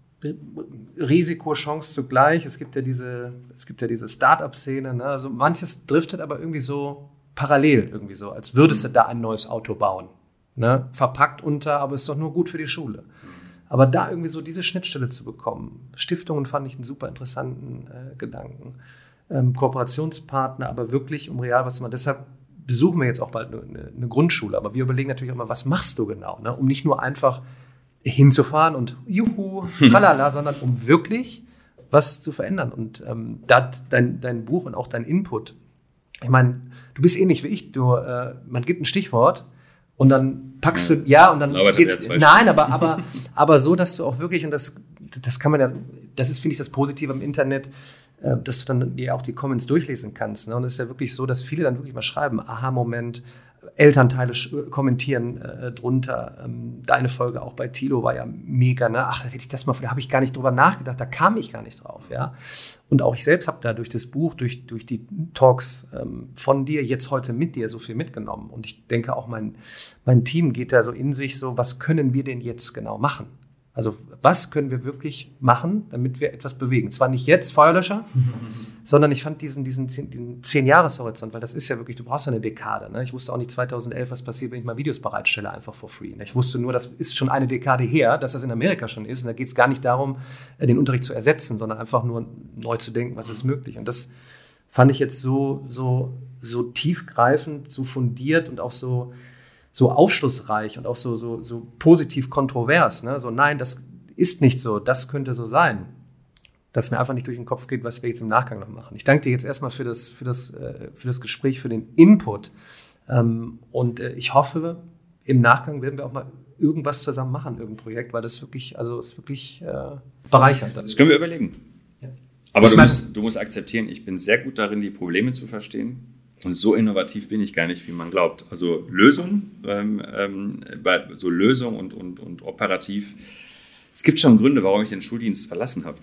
Risiko, Chance zugleich. Es gibt ja diese, es gibt ja diese Start-up-Szene. Ne? Also manches driftet aber irgendwie so parallel, irgendwie so, als würdest du da ein neues Auto bauen. Ne? Verpackt unter, aber ist doch nur gut für die Schule. Aber da irgendwie so diese Schnittstelle zu bekommen. Stiftungen fand ich einen super interessanten äh, Gedanken. Ähm, Kooperationspartner, aber wirklich um real was zu machen. Deshalb besuchen wir jetzt auch bald eine, eine Grundschule. Aber wir überlegen natürlich auch mal, was machst du genau? Ne? Um nicht nur einfach hinzufahren und juhu, tralala, sondern um wirklich was zu verändern. Und ähm, da dein, dein Buch und auch dein Input, ich meine, du bist ähnlich wie ich, du, äh, man gibt ein Stichwort und dann packst du, ja, und dann aber geht's, nein, aber, aber, aber so, dass du auch wirklich, und das, das kann man ja, das ist, finde ich, das Positive am Internet, äh, dass du dann dir auch die Comments durchlesen kannst. Ne? Und es ist ja wirklich so, dass viele dann wirklich mal schreiben, Aha-Moment, Elternteile sch- kommentieren äh, drunter. Ähm, deine Folge auch bei Thilo war ja mega. Ne? Ach, hätte ich das mal, da habe ich gar nicht drüber nachgedacht, da kam ich gar nicht drauf. Ja? Und auch ich selbst habe da durch das Buch, durch, durch die Talks ähm, von dir, jetzt heute mit dir so viel mitgenommen. Und ich denke auch, mein, mein Team geht da so in sich so, was können wir denn jetzt genau machen? Also was können wir wirklich machen, damit wir etwas bewegen? Zwar nicht jetzt, Feuerlöscher, sondern ich fand diesen, diesen, diesen zehn-Jahres-Horizont, weil das ist ja wirklich, du brauchst ja eine Dekade. Ne? Ich wusste auch nicht zweitausendelf, was passiert, wenn ich mal Videos bereitstelle, einfach for free. Ne? Ich wusste nur, das ist schon eine Dekade her, dass das in Amerika schon ist. Und da geht es gar nicht darum, den Unterricht zu ersetzen, sondern einfach nur neu zu denken, was ist möglich. Und das fand ich jetzt so, so, so tiefgreifend, so fundiert und auch so, so aufschlussreich und auch so, so, so positiv kontrovers. Ne? So, nein, das ist nicht so, das könnte so sein. Dass mir einfach nicht durch den Kopf geht, was wir jetzt im Nachgang noch machen. Ich danke dir jetzt erstmal für das, für das, für das Gespräch, für den Input. Und ich hoffe, im Nachgang werden wir auch mal irgendwas zusammen machen, irgendein Projekt, weil das wirklich, also ist wirklich äh, bereichernd. Das können wir überlegen. Ja. Aber du musst, du musst akzeptieren, ich bin sehr gut darin, die Probleme zu verstehen. Und so innovativ bin ich gar nicht, wie man glaubt. Also Lösung, ähm, ähm, so Lösung und, und, und operativ. Es gibt schon Gründe, warum ich den Schuldienst verlassen habe.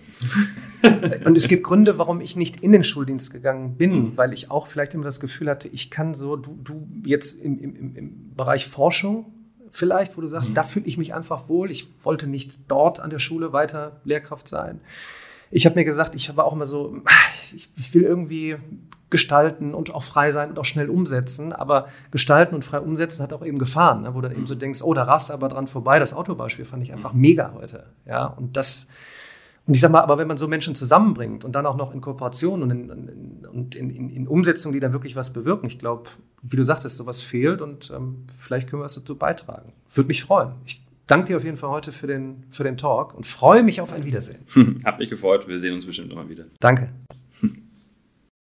Und es gibt Gründe, warum ich nicht in den Schuldienst gegangen bin, mhm. weil ich auch vielleicht immer das Gefühl hatte, ich kann so, du, du jetzt im, im, im Bereich Forschung vielleicht, wo du sagst, mhm. da fühle ich mich einfach wohl. Ich wollte nicht dort an der Schule weiter Lehrkraft sein. Ich habe mir gesagt, ich war auch immer so, ich, ich will irgendwie gestalten und auch frei sein und auch schnell umsetzen. Aber gestalten und frei umsetzen hat auch eben Gefahren, ne? Wo du dann eben so denkst, oh, da rast du aber dran vorbei. Das Autobeispiel fand ich einfach mega heute. Ja, und das, und ich sag mal, aber wenn man so Menschen zusammenbringt und dann auch noch in Kooperation und in, in, und in, in, in Umsetzung, die dann wirklich was bewirken, ich glaube, wie du sagtest, sowas fehlt und ähm, vielleicht können wir was dazu beitragen. Würde mich freuen. Ich danke dir auf jeden Fall heute für den, für den Talk und freue mich auf ein Wiedersehen. Hab mich gefreut. Wir sehen uns bestimmt nochmal wieder. Danke.